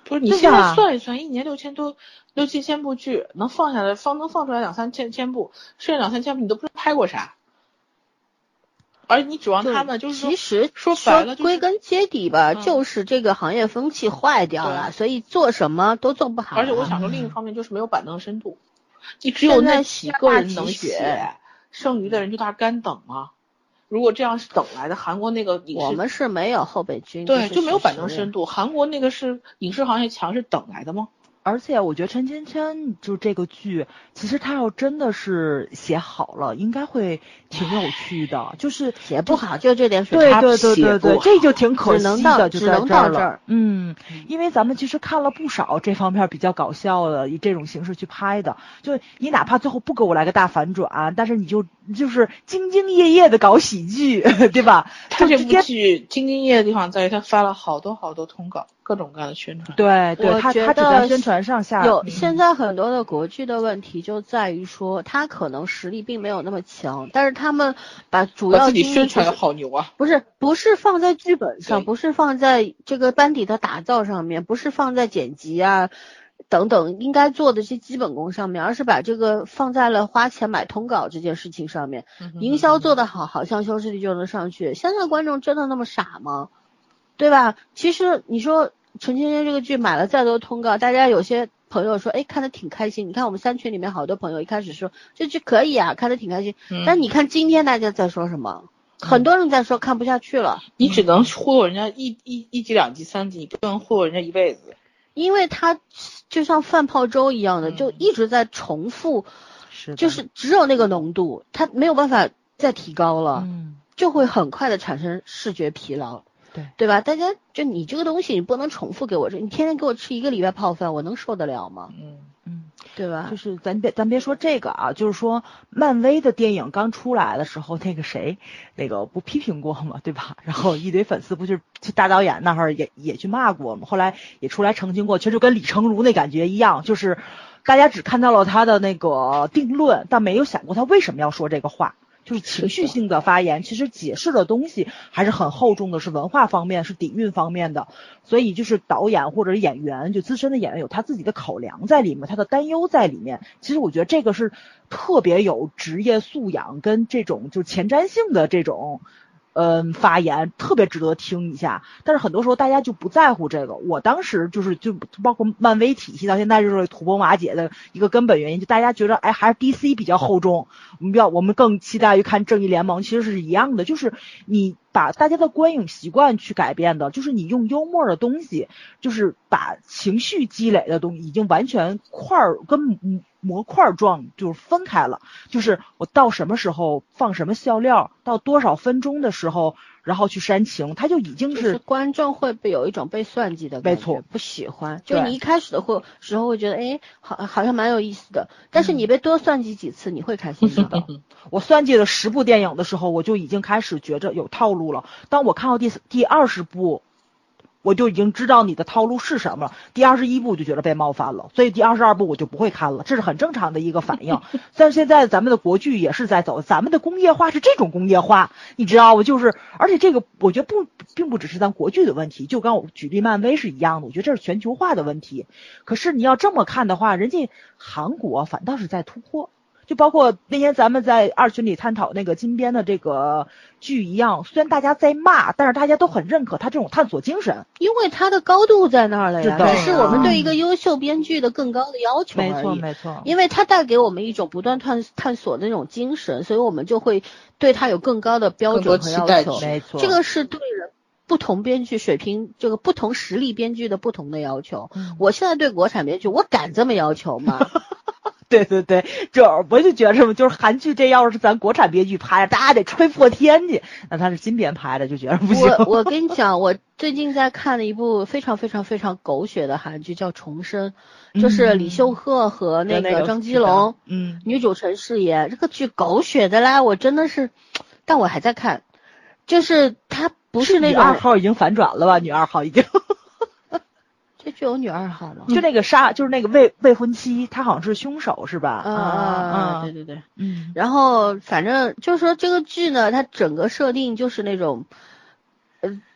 不是你现在算一算，一年6,000-7,000部剧，能放出来2-3千部，剩下2-3千部你都不知道拍过啥。而你指望他们就是说， 其实说白了、就是， 归根结底吧，就是这个行业风气坏掉了，所以做什么都做不好。 而且我想说，另一方面就是没有板凳深度，你只有那几个人能写，剩余的人就大干等嘛。如果这样是等来的，韩国那个影视我们是没有后备军， 对，就没有板凳深度。韩国那个是影视行业强是等来的吗？ 而且我觉得陈芊芊就这个剧，其实他要真的是写好了，应该会挺有趣的。就是写不好就这点水平，对，这就挺可惜的， 只能到这儿。 因为咱们其实看了不少这方面比较搞笑的，以这种形式去拍的。就你哪怕最后不给我来个大反转，但是你就是兢兢业业的搞喜剧，对吧？ 他这部剧兢兢业业的地方在于他发了好多通稿，各种各样的宣传。 对，他只在宣传上下。 现在很多的国剧的问题就在于说，他可能实力并没有那么强，但是他们把主要自己宣传的好牛啊！ 不是放在剧本上，不是放在这个班底的打造上面，不是放在剪辑啊等等应该做的这些基本功上面，而是把这个放在了花钱买通稿这件事情上面。营销做得好，好像收视率就能上去。现在观众真的那么傻吗？对吧？其实你说陈芊芊这个剧买了再多通告，大家有些朋友说看得挺开心。你看我们3群里面好多朋友一开始说这剧可以啊，看得挺开心。但你看今天大家在说什么？很多人在说看不下去了。 你只能忽悠人家一集2集3集，你不能忽悠人家一辈子。 因为他就像饭泡粥一样的，就一直在重复，就是只有那个浓度，他没有办法再提高了，就会很快的产生视觉疲劳。对吧？大家就你这个东西你不能重复给我吃，你天天给我吃1个礼拜泡饭，我能受得了吗？对吧？ 就是咱别说这个啊，就是说漫威的电影刚出来的时候，那个不批评过吗？对吧？然后一堆粉丝不去大导演那儿也去骂过吗？后来也出来澄清过，其实就跟李成儒那感觉一样，就是大家只看到了他的那个定论，但没有想过他为什么要说这个话。就是情绪性的发言，其实解释的东西还是很厚重的，是文化方面，是底蕴方面的。所以就是导演或者演员，就资深的演员有他自己的考量在里面，他的担忧在里面。其实我觉得这个是特别有职业素养跟这种就是前瞻性的这种发言，特别值得听一下。但是很多时候大家就不在乎这个。我当时就包括漫威体系到现在就是土崩瓦解的一个根本原因，就大家觉得还是 DC 比较厚重，我们更期待于看正义联盟，其实是一样的，就是你把大家的观影习惯去改变的，就是你用幽默的东西，就是把情绪积累的东西已经完全跟模块状就是分开了，就是我到什么时候放什么笑料，到多少分钟的时候然后去煽情，它就已经是观众会有一种被算计的感觉， 没错， 不喜欢。就你一开始时候会觉得好像蛮有意思的，但是你被多算计几次，你会开心的。 我算计了10部电影的时候，我就已经开始觉着有套路了。当我看到第20部，我就已经知道你的套路是什么了。第21部就觉得被冒犯了，所以第22部我就不会看了，这是很正常的一个反应。但是现在咱们的国剧也是在走，咱们的工业化是这种工业化，你知道吗？而且这个我觉得并不只是咱国剧的问题，就刚我举例漫威是一样的，我觉得这是全球化的问题。可是你要这么看的话，人家韩国反倒是在突破。就包括那天咱们在2群里探讨那个金边的这个剧一样，虽然大家在骂，但是大家都很认可他这种探索精神， 因为他的高度在那儿了呀，只是我们对一个优秀编剧的更高的要求而已。 没错， 因为他带给我们一种不断探索的那种精神，所以我们就会对他有更高的标准和要求。 没错， 这个是对人不同编剧水平，这个不同实力编剧的不同的要求。我现在对国产编剧，我敢这么要求吗？ 对，我就觉着就是韩剧这要是咱国产编剧拍，大家得吹破天去，那他是金编拍的，就觉得不行。 我跟你讲，我最近在看了一部非常非常非常狗血的韩剧，叫《重生》，就是李秀赫和那个张基龙，女主陈世妍，这个剧狗血的啦，我真的是，但我还在看，就是它不是那种女2号已经反转了吧？女2号已经。 这剧有女2号吗？ 就那个就是那个未婚妻，他好像是凶手是吧？ 对，然后反正就是说这个剧呢，它整个设定就是那种，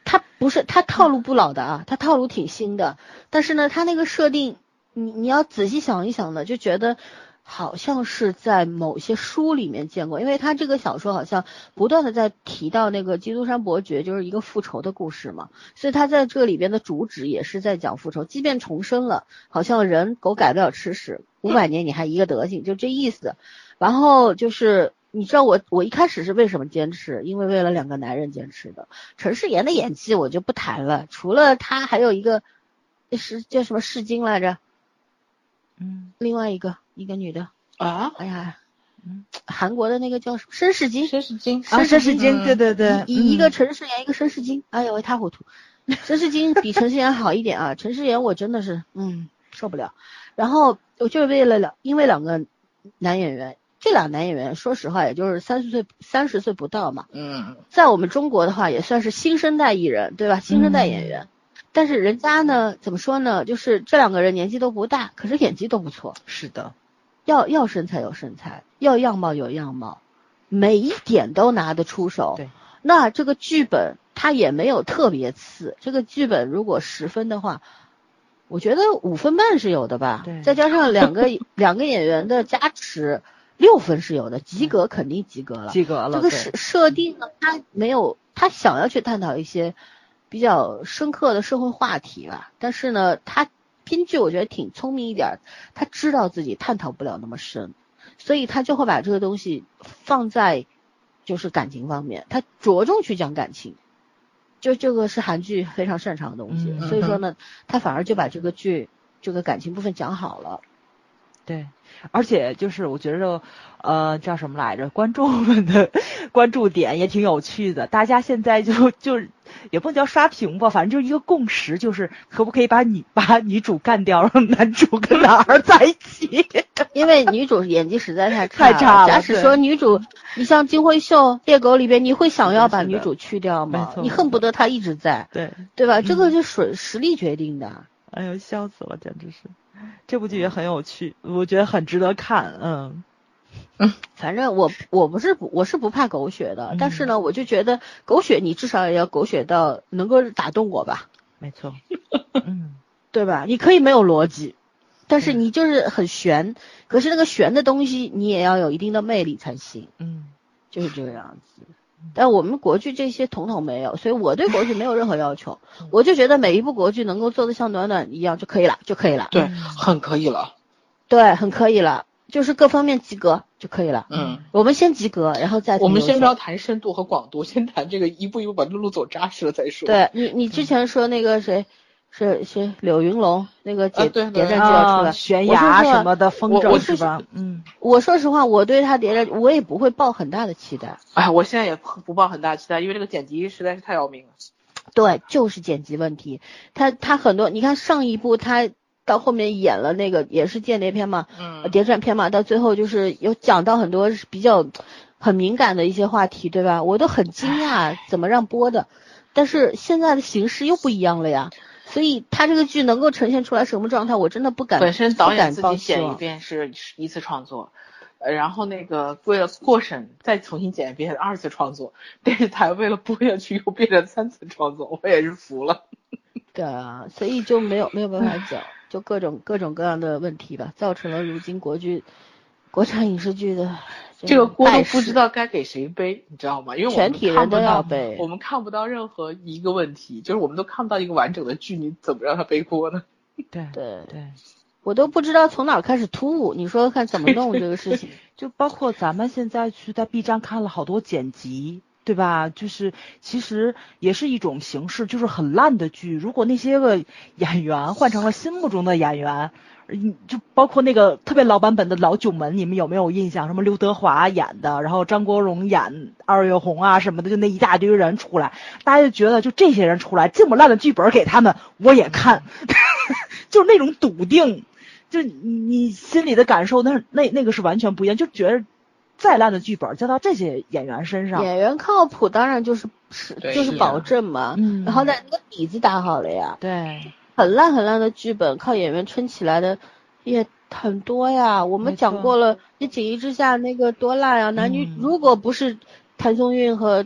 他不是他套路不老的啊，他套路挺新的，但是呢，他那个设定，你要仔细想一想呢，就觉得好像是在某些书里面见过，因为他这个小说好像不断的在提到那个基督山伯爵，就是一个复仇的故事嘛，所以他在这里边的主旨也是在讲复仇，即便重生了，好像人狗改不了吃屎，500年你还一个德行，就这意思。然后就是你知道我一开始是为什么坚持？因为为了2个男人坚持的。陈世妍的演技我就不谈了，除了他还有一个是叫什么世金来着？另外一个女的啊， 哎呀，韩国的那个叫什么申世金， 申世金啊，申世金，对对对， 一个陈世妍，一个申世金，哎呦一塌糊涂。申世金比陈世妍好一点啊，陈世妍我真的是受不了。然后我就是因为2个男演员。这俩男演员说实话也就是30岁不到嘛，在我们中国的话也算是新生代艺人，对吧？新生代演员，但是人家呢怎么说呢，就是这2个人年纪都不大，可是演技都不错。 是的， 要身材有身材，要样貌有样貌，每一点都拿得出手。 对， 那这个剧本它也没有特别次，这个剧本如果10分的话，我觉得5分半是有的吧，再加上两个演员的加持，6分是有的，及格肯定及格了。这个设定呢，他想要去探讨一些比较深刻的社会话题吧，但是呢，他编剧我觉得挺聪明一点，他知道自己探讨不了那么深，所以他就会把这个东西放在就是感情方面，他着重去讲感情。就这个是韩剧非常擅长的东西，所以说呢，他反而就把这个剧这个感情部分讲好了。 对，而且就是我觉得叫什么来着，观众们的关注点也挺有趣的，大家现在就也不能叫刷屏吧，反正就是一个共识，就是可不可以把女主干掉，让男主跟男二在一起。 因为女主演技实在太差了。 假使说女主，你像金惠秀、猎狗里边，你会想要把女主去掉吗？你恨不得她一直在，对吧？这个就实力决定的。 哎呦，笑死了，简直是！这部剧也很有趣，我觉得很值得看。 反正我是不怕狗血的，但是呢，我就觉得狗血你至少也要狗血到能够打动我吧。 没错， 对吧？你可以没有逻辑，但是你就是很悬，可是那个悬的东西你也要有一定的魅力才行。就是这个样子。但我们国剧这些统统没有，所以我对国剧没有任何要求，我就觉得每一部国剧能够做得像暖暖一样就可以了。 对，很可以了。 对，很可以了，就是各方面及格就可以了。我们先及格，然后再我们先不要谈深度和广度，先谈这个一步一步把路走扎实了再说。 对，你之前说那个谁是柳云龙那个谍战剧要出来， 悬崖什么的风筝是吧？ 我说实话，我对他谍战我也不会抱很大的期待。 哎，我现在也不抱很大期待，因为这个剪辑实在是太要命了。 对，就是剪辑问题。他很多，你看上一部他到后面演了那个也是间谍片嘛，谍战片嘛，到最后就是有讲到很多比较很敏感的一些话题，对吧？我都很惊讶怎么让播的，但是现在的形式又不一样了呀。所以他这个剧能够呈现出来什么状态，我真的不敢。 本身导演自己剪一遍是一次创作，然后那个为了过审再重新剪一遍2次创作，电视台为了播下去又变成3次创作，我也是服了。 对啊，所以就没有办法讲，就各种各样的问题吧，造成了如今国产影视剧的这个锅都不知道该给谁背，你知道吗？因为全体人都要背， 我们看不到任何一个问题，就是我们都看不到一个完整的剧，你怎么让他背锅呢？ 对， 我都不知道从哪儿开始突兀，你说看怎么弄这个事情？ 就包括咱们现在去在 B 站看了好多剪辑，对吧？就是其实也是一种形式，就是很烂的剧，如果那些个演员换成了心目中的演员。就包括那个特别老版本的老九门，你们有没有印象？什么刘德华演的，然后张国荣演二月红啊什么的，就那一大堆人出来，大家就觉得就这些人出来这么烂的剧本给他们，我也看，就是那种笃定，就你心里的感受，那个是完全不一样，就觉得再烂的剧本交到这些演员身上， 演员靠谱当然就是保证嘛，然后那个底子打好了呀， 对。 很烂的剧本靠演员撑起来的也很多呀，我们讲过了，你锦衣之下那个多烂啊，男女如果不是谭松韵和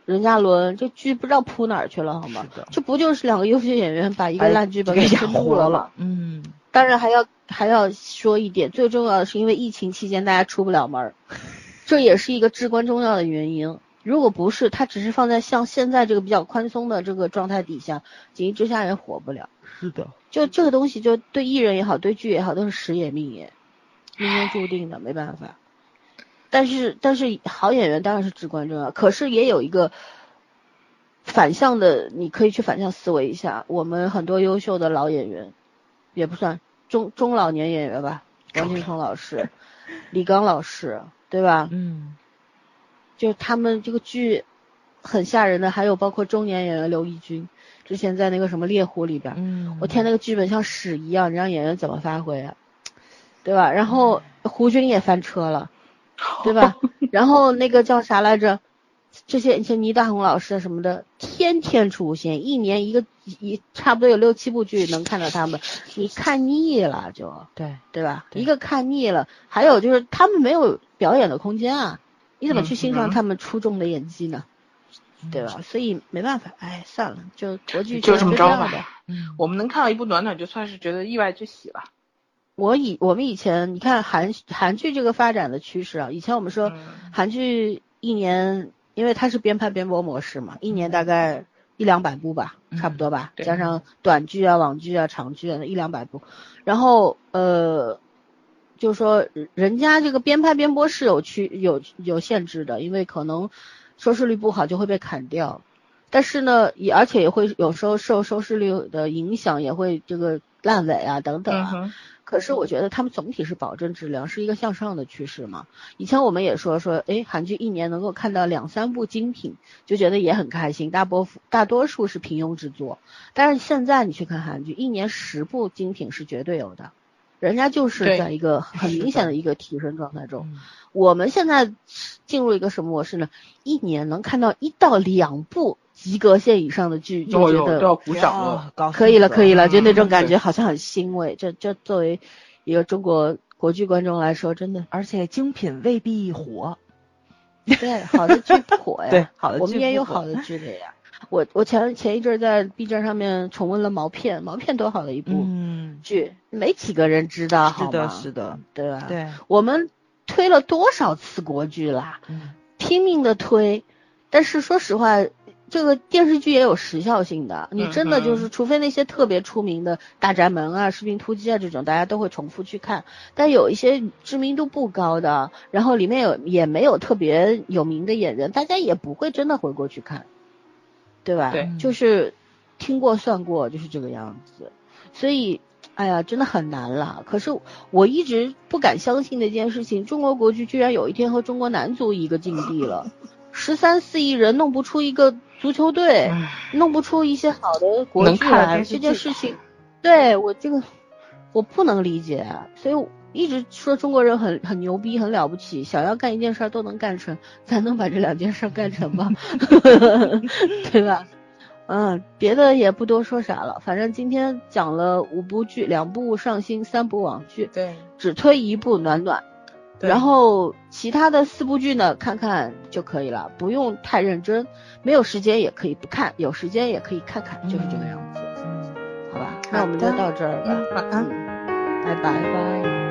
任嘉伦，这剧不知道扑哪儿去了好吗？ 是的， 这不就是2个优秀演员把一个烂剧本给养撑住了吗？当然还要说一点，最重要的是因为疫情期间大家出不了门，这也是一个至关重要的原因。如果不是，它只是放在像现在这个比较宽松的这个状态底下，紧急之下也火不了。 是的， 就这个东西，就对艺人也好，对剧也好，都是时也命也，命中注定的，没办法。但是好演员当然是至关重要，可是也有一个反向的，你可以去反向思维一下，我们很多优秀的老演员，也不算中老年演员吧，王劲松老师、李刚老师，对吧？就他们这个剧很吓人的，还有包括中年演员刘奕君，之前在那个什么猎狐里边，我天，那个剧本像屎一样，你让演员怎么发挥啊？对吧？然后胡军也翻车了，对吧？然后那个叫啥来着？这些倪大红老师什么的，天天出现，一年差不多有6、7部剧能看到他们，你看腻了就，对吧？一个看腻了，还有就是他们没有表演的空间啊，你怎么去欣赏他们出众的演技呢？对吧？所以没办法，哎，算了，就国剧就这么着吧。 我们能看到一部暖暖，就算是觉得意外之喜了。 我们以前你看韩剧这个发展的趋势啊，以前我们说韩剧一年，因为它是边拍边播模式嘛，一年大概100-200部吧，差不多吧，加上短剧啊、网剧啊、长剧啊100-200部，然后就是说人家这个边拍边播是有限制的，因为可能收视率不好就会被砍掉，但是呢而且也会有时候受收视率的影响，也会这个烂尾啊等等啊。可是我觉得他们总体是保证质量，是一个向上的趋势嘛。以前我们也说，韩剧一年能够看到2-3部精品，就觉得也很开心，大多数是平庸之作。但是现在你去看韩剧，一年10部精品是绝对有的，人家就是在一个很明显的一个提升状态中。我们现在进入一个什么模式呢？一年能看到1到2部及格线以上的剧，就觉得都要鼓掌了， 可以了，就那种感觉好像很欣慰。这作为一个中国国剧观众来说，真的， 而且精品未必火。 对，好的剧不火呀。 对，好的剧我们也有好的剧的呀。我前一阵在 B 站上面重温了毛片多好的一部剧，没几个人知道，好吗？ 是的， 对吧？ 对， 我们推了多少次国剧啦，拼命的推，但是说实话，这个电视剧也有时效性的，你真的就是除非那些特别出名的大宅门啊、士兵突击啊这种，大家都会重复去看，但有一些知名度不高的，然后里面也没有特别有名的演员，大家也不会真的回过去看，对吧？ 对， 就是听过算过，就是这个样子。所以哎呀，真的很难了。可是我一直不敢相信的一件事情，中国国剧居然有一天和中国男足一个境地了。13-14亿人弄不出一个足球队，弄不出一些好的国剧来，这件事情，对我不能理解，所以我一直说中国人很牛逼，很了不起，想要干一件事都能干成，咱能把这2件事干成吗？对吧？别的也不多说啥了，反正今天讲了5部剧，2部上新，3部网剧， 对， 只推1部暖暖。然后其他的4部剧呢，看看就可以了，不用太认真，没有时间也可以不看，有时间也可以看看，就是这个样子。好吧，那我们就到这儿吧。 晚安， 拜拜。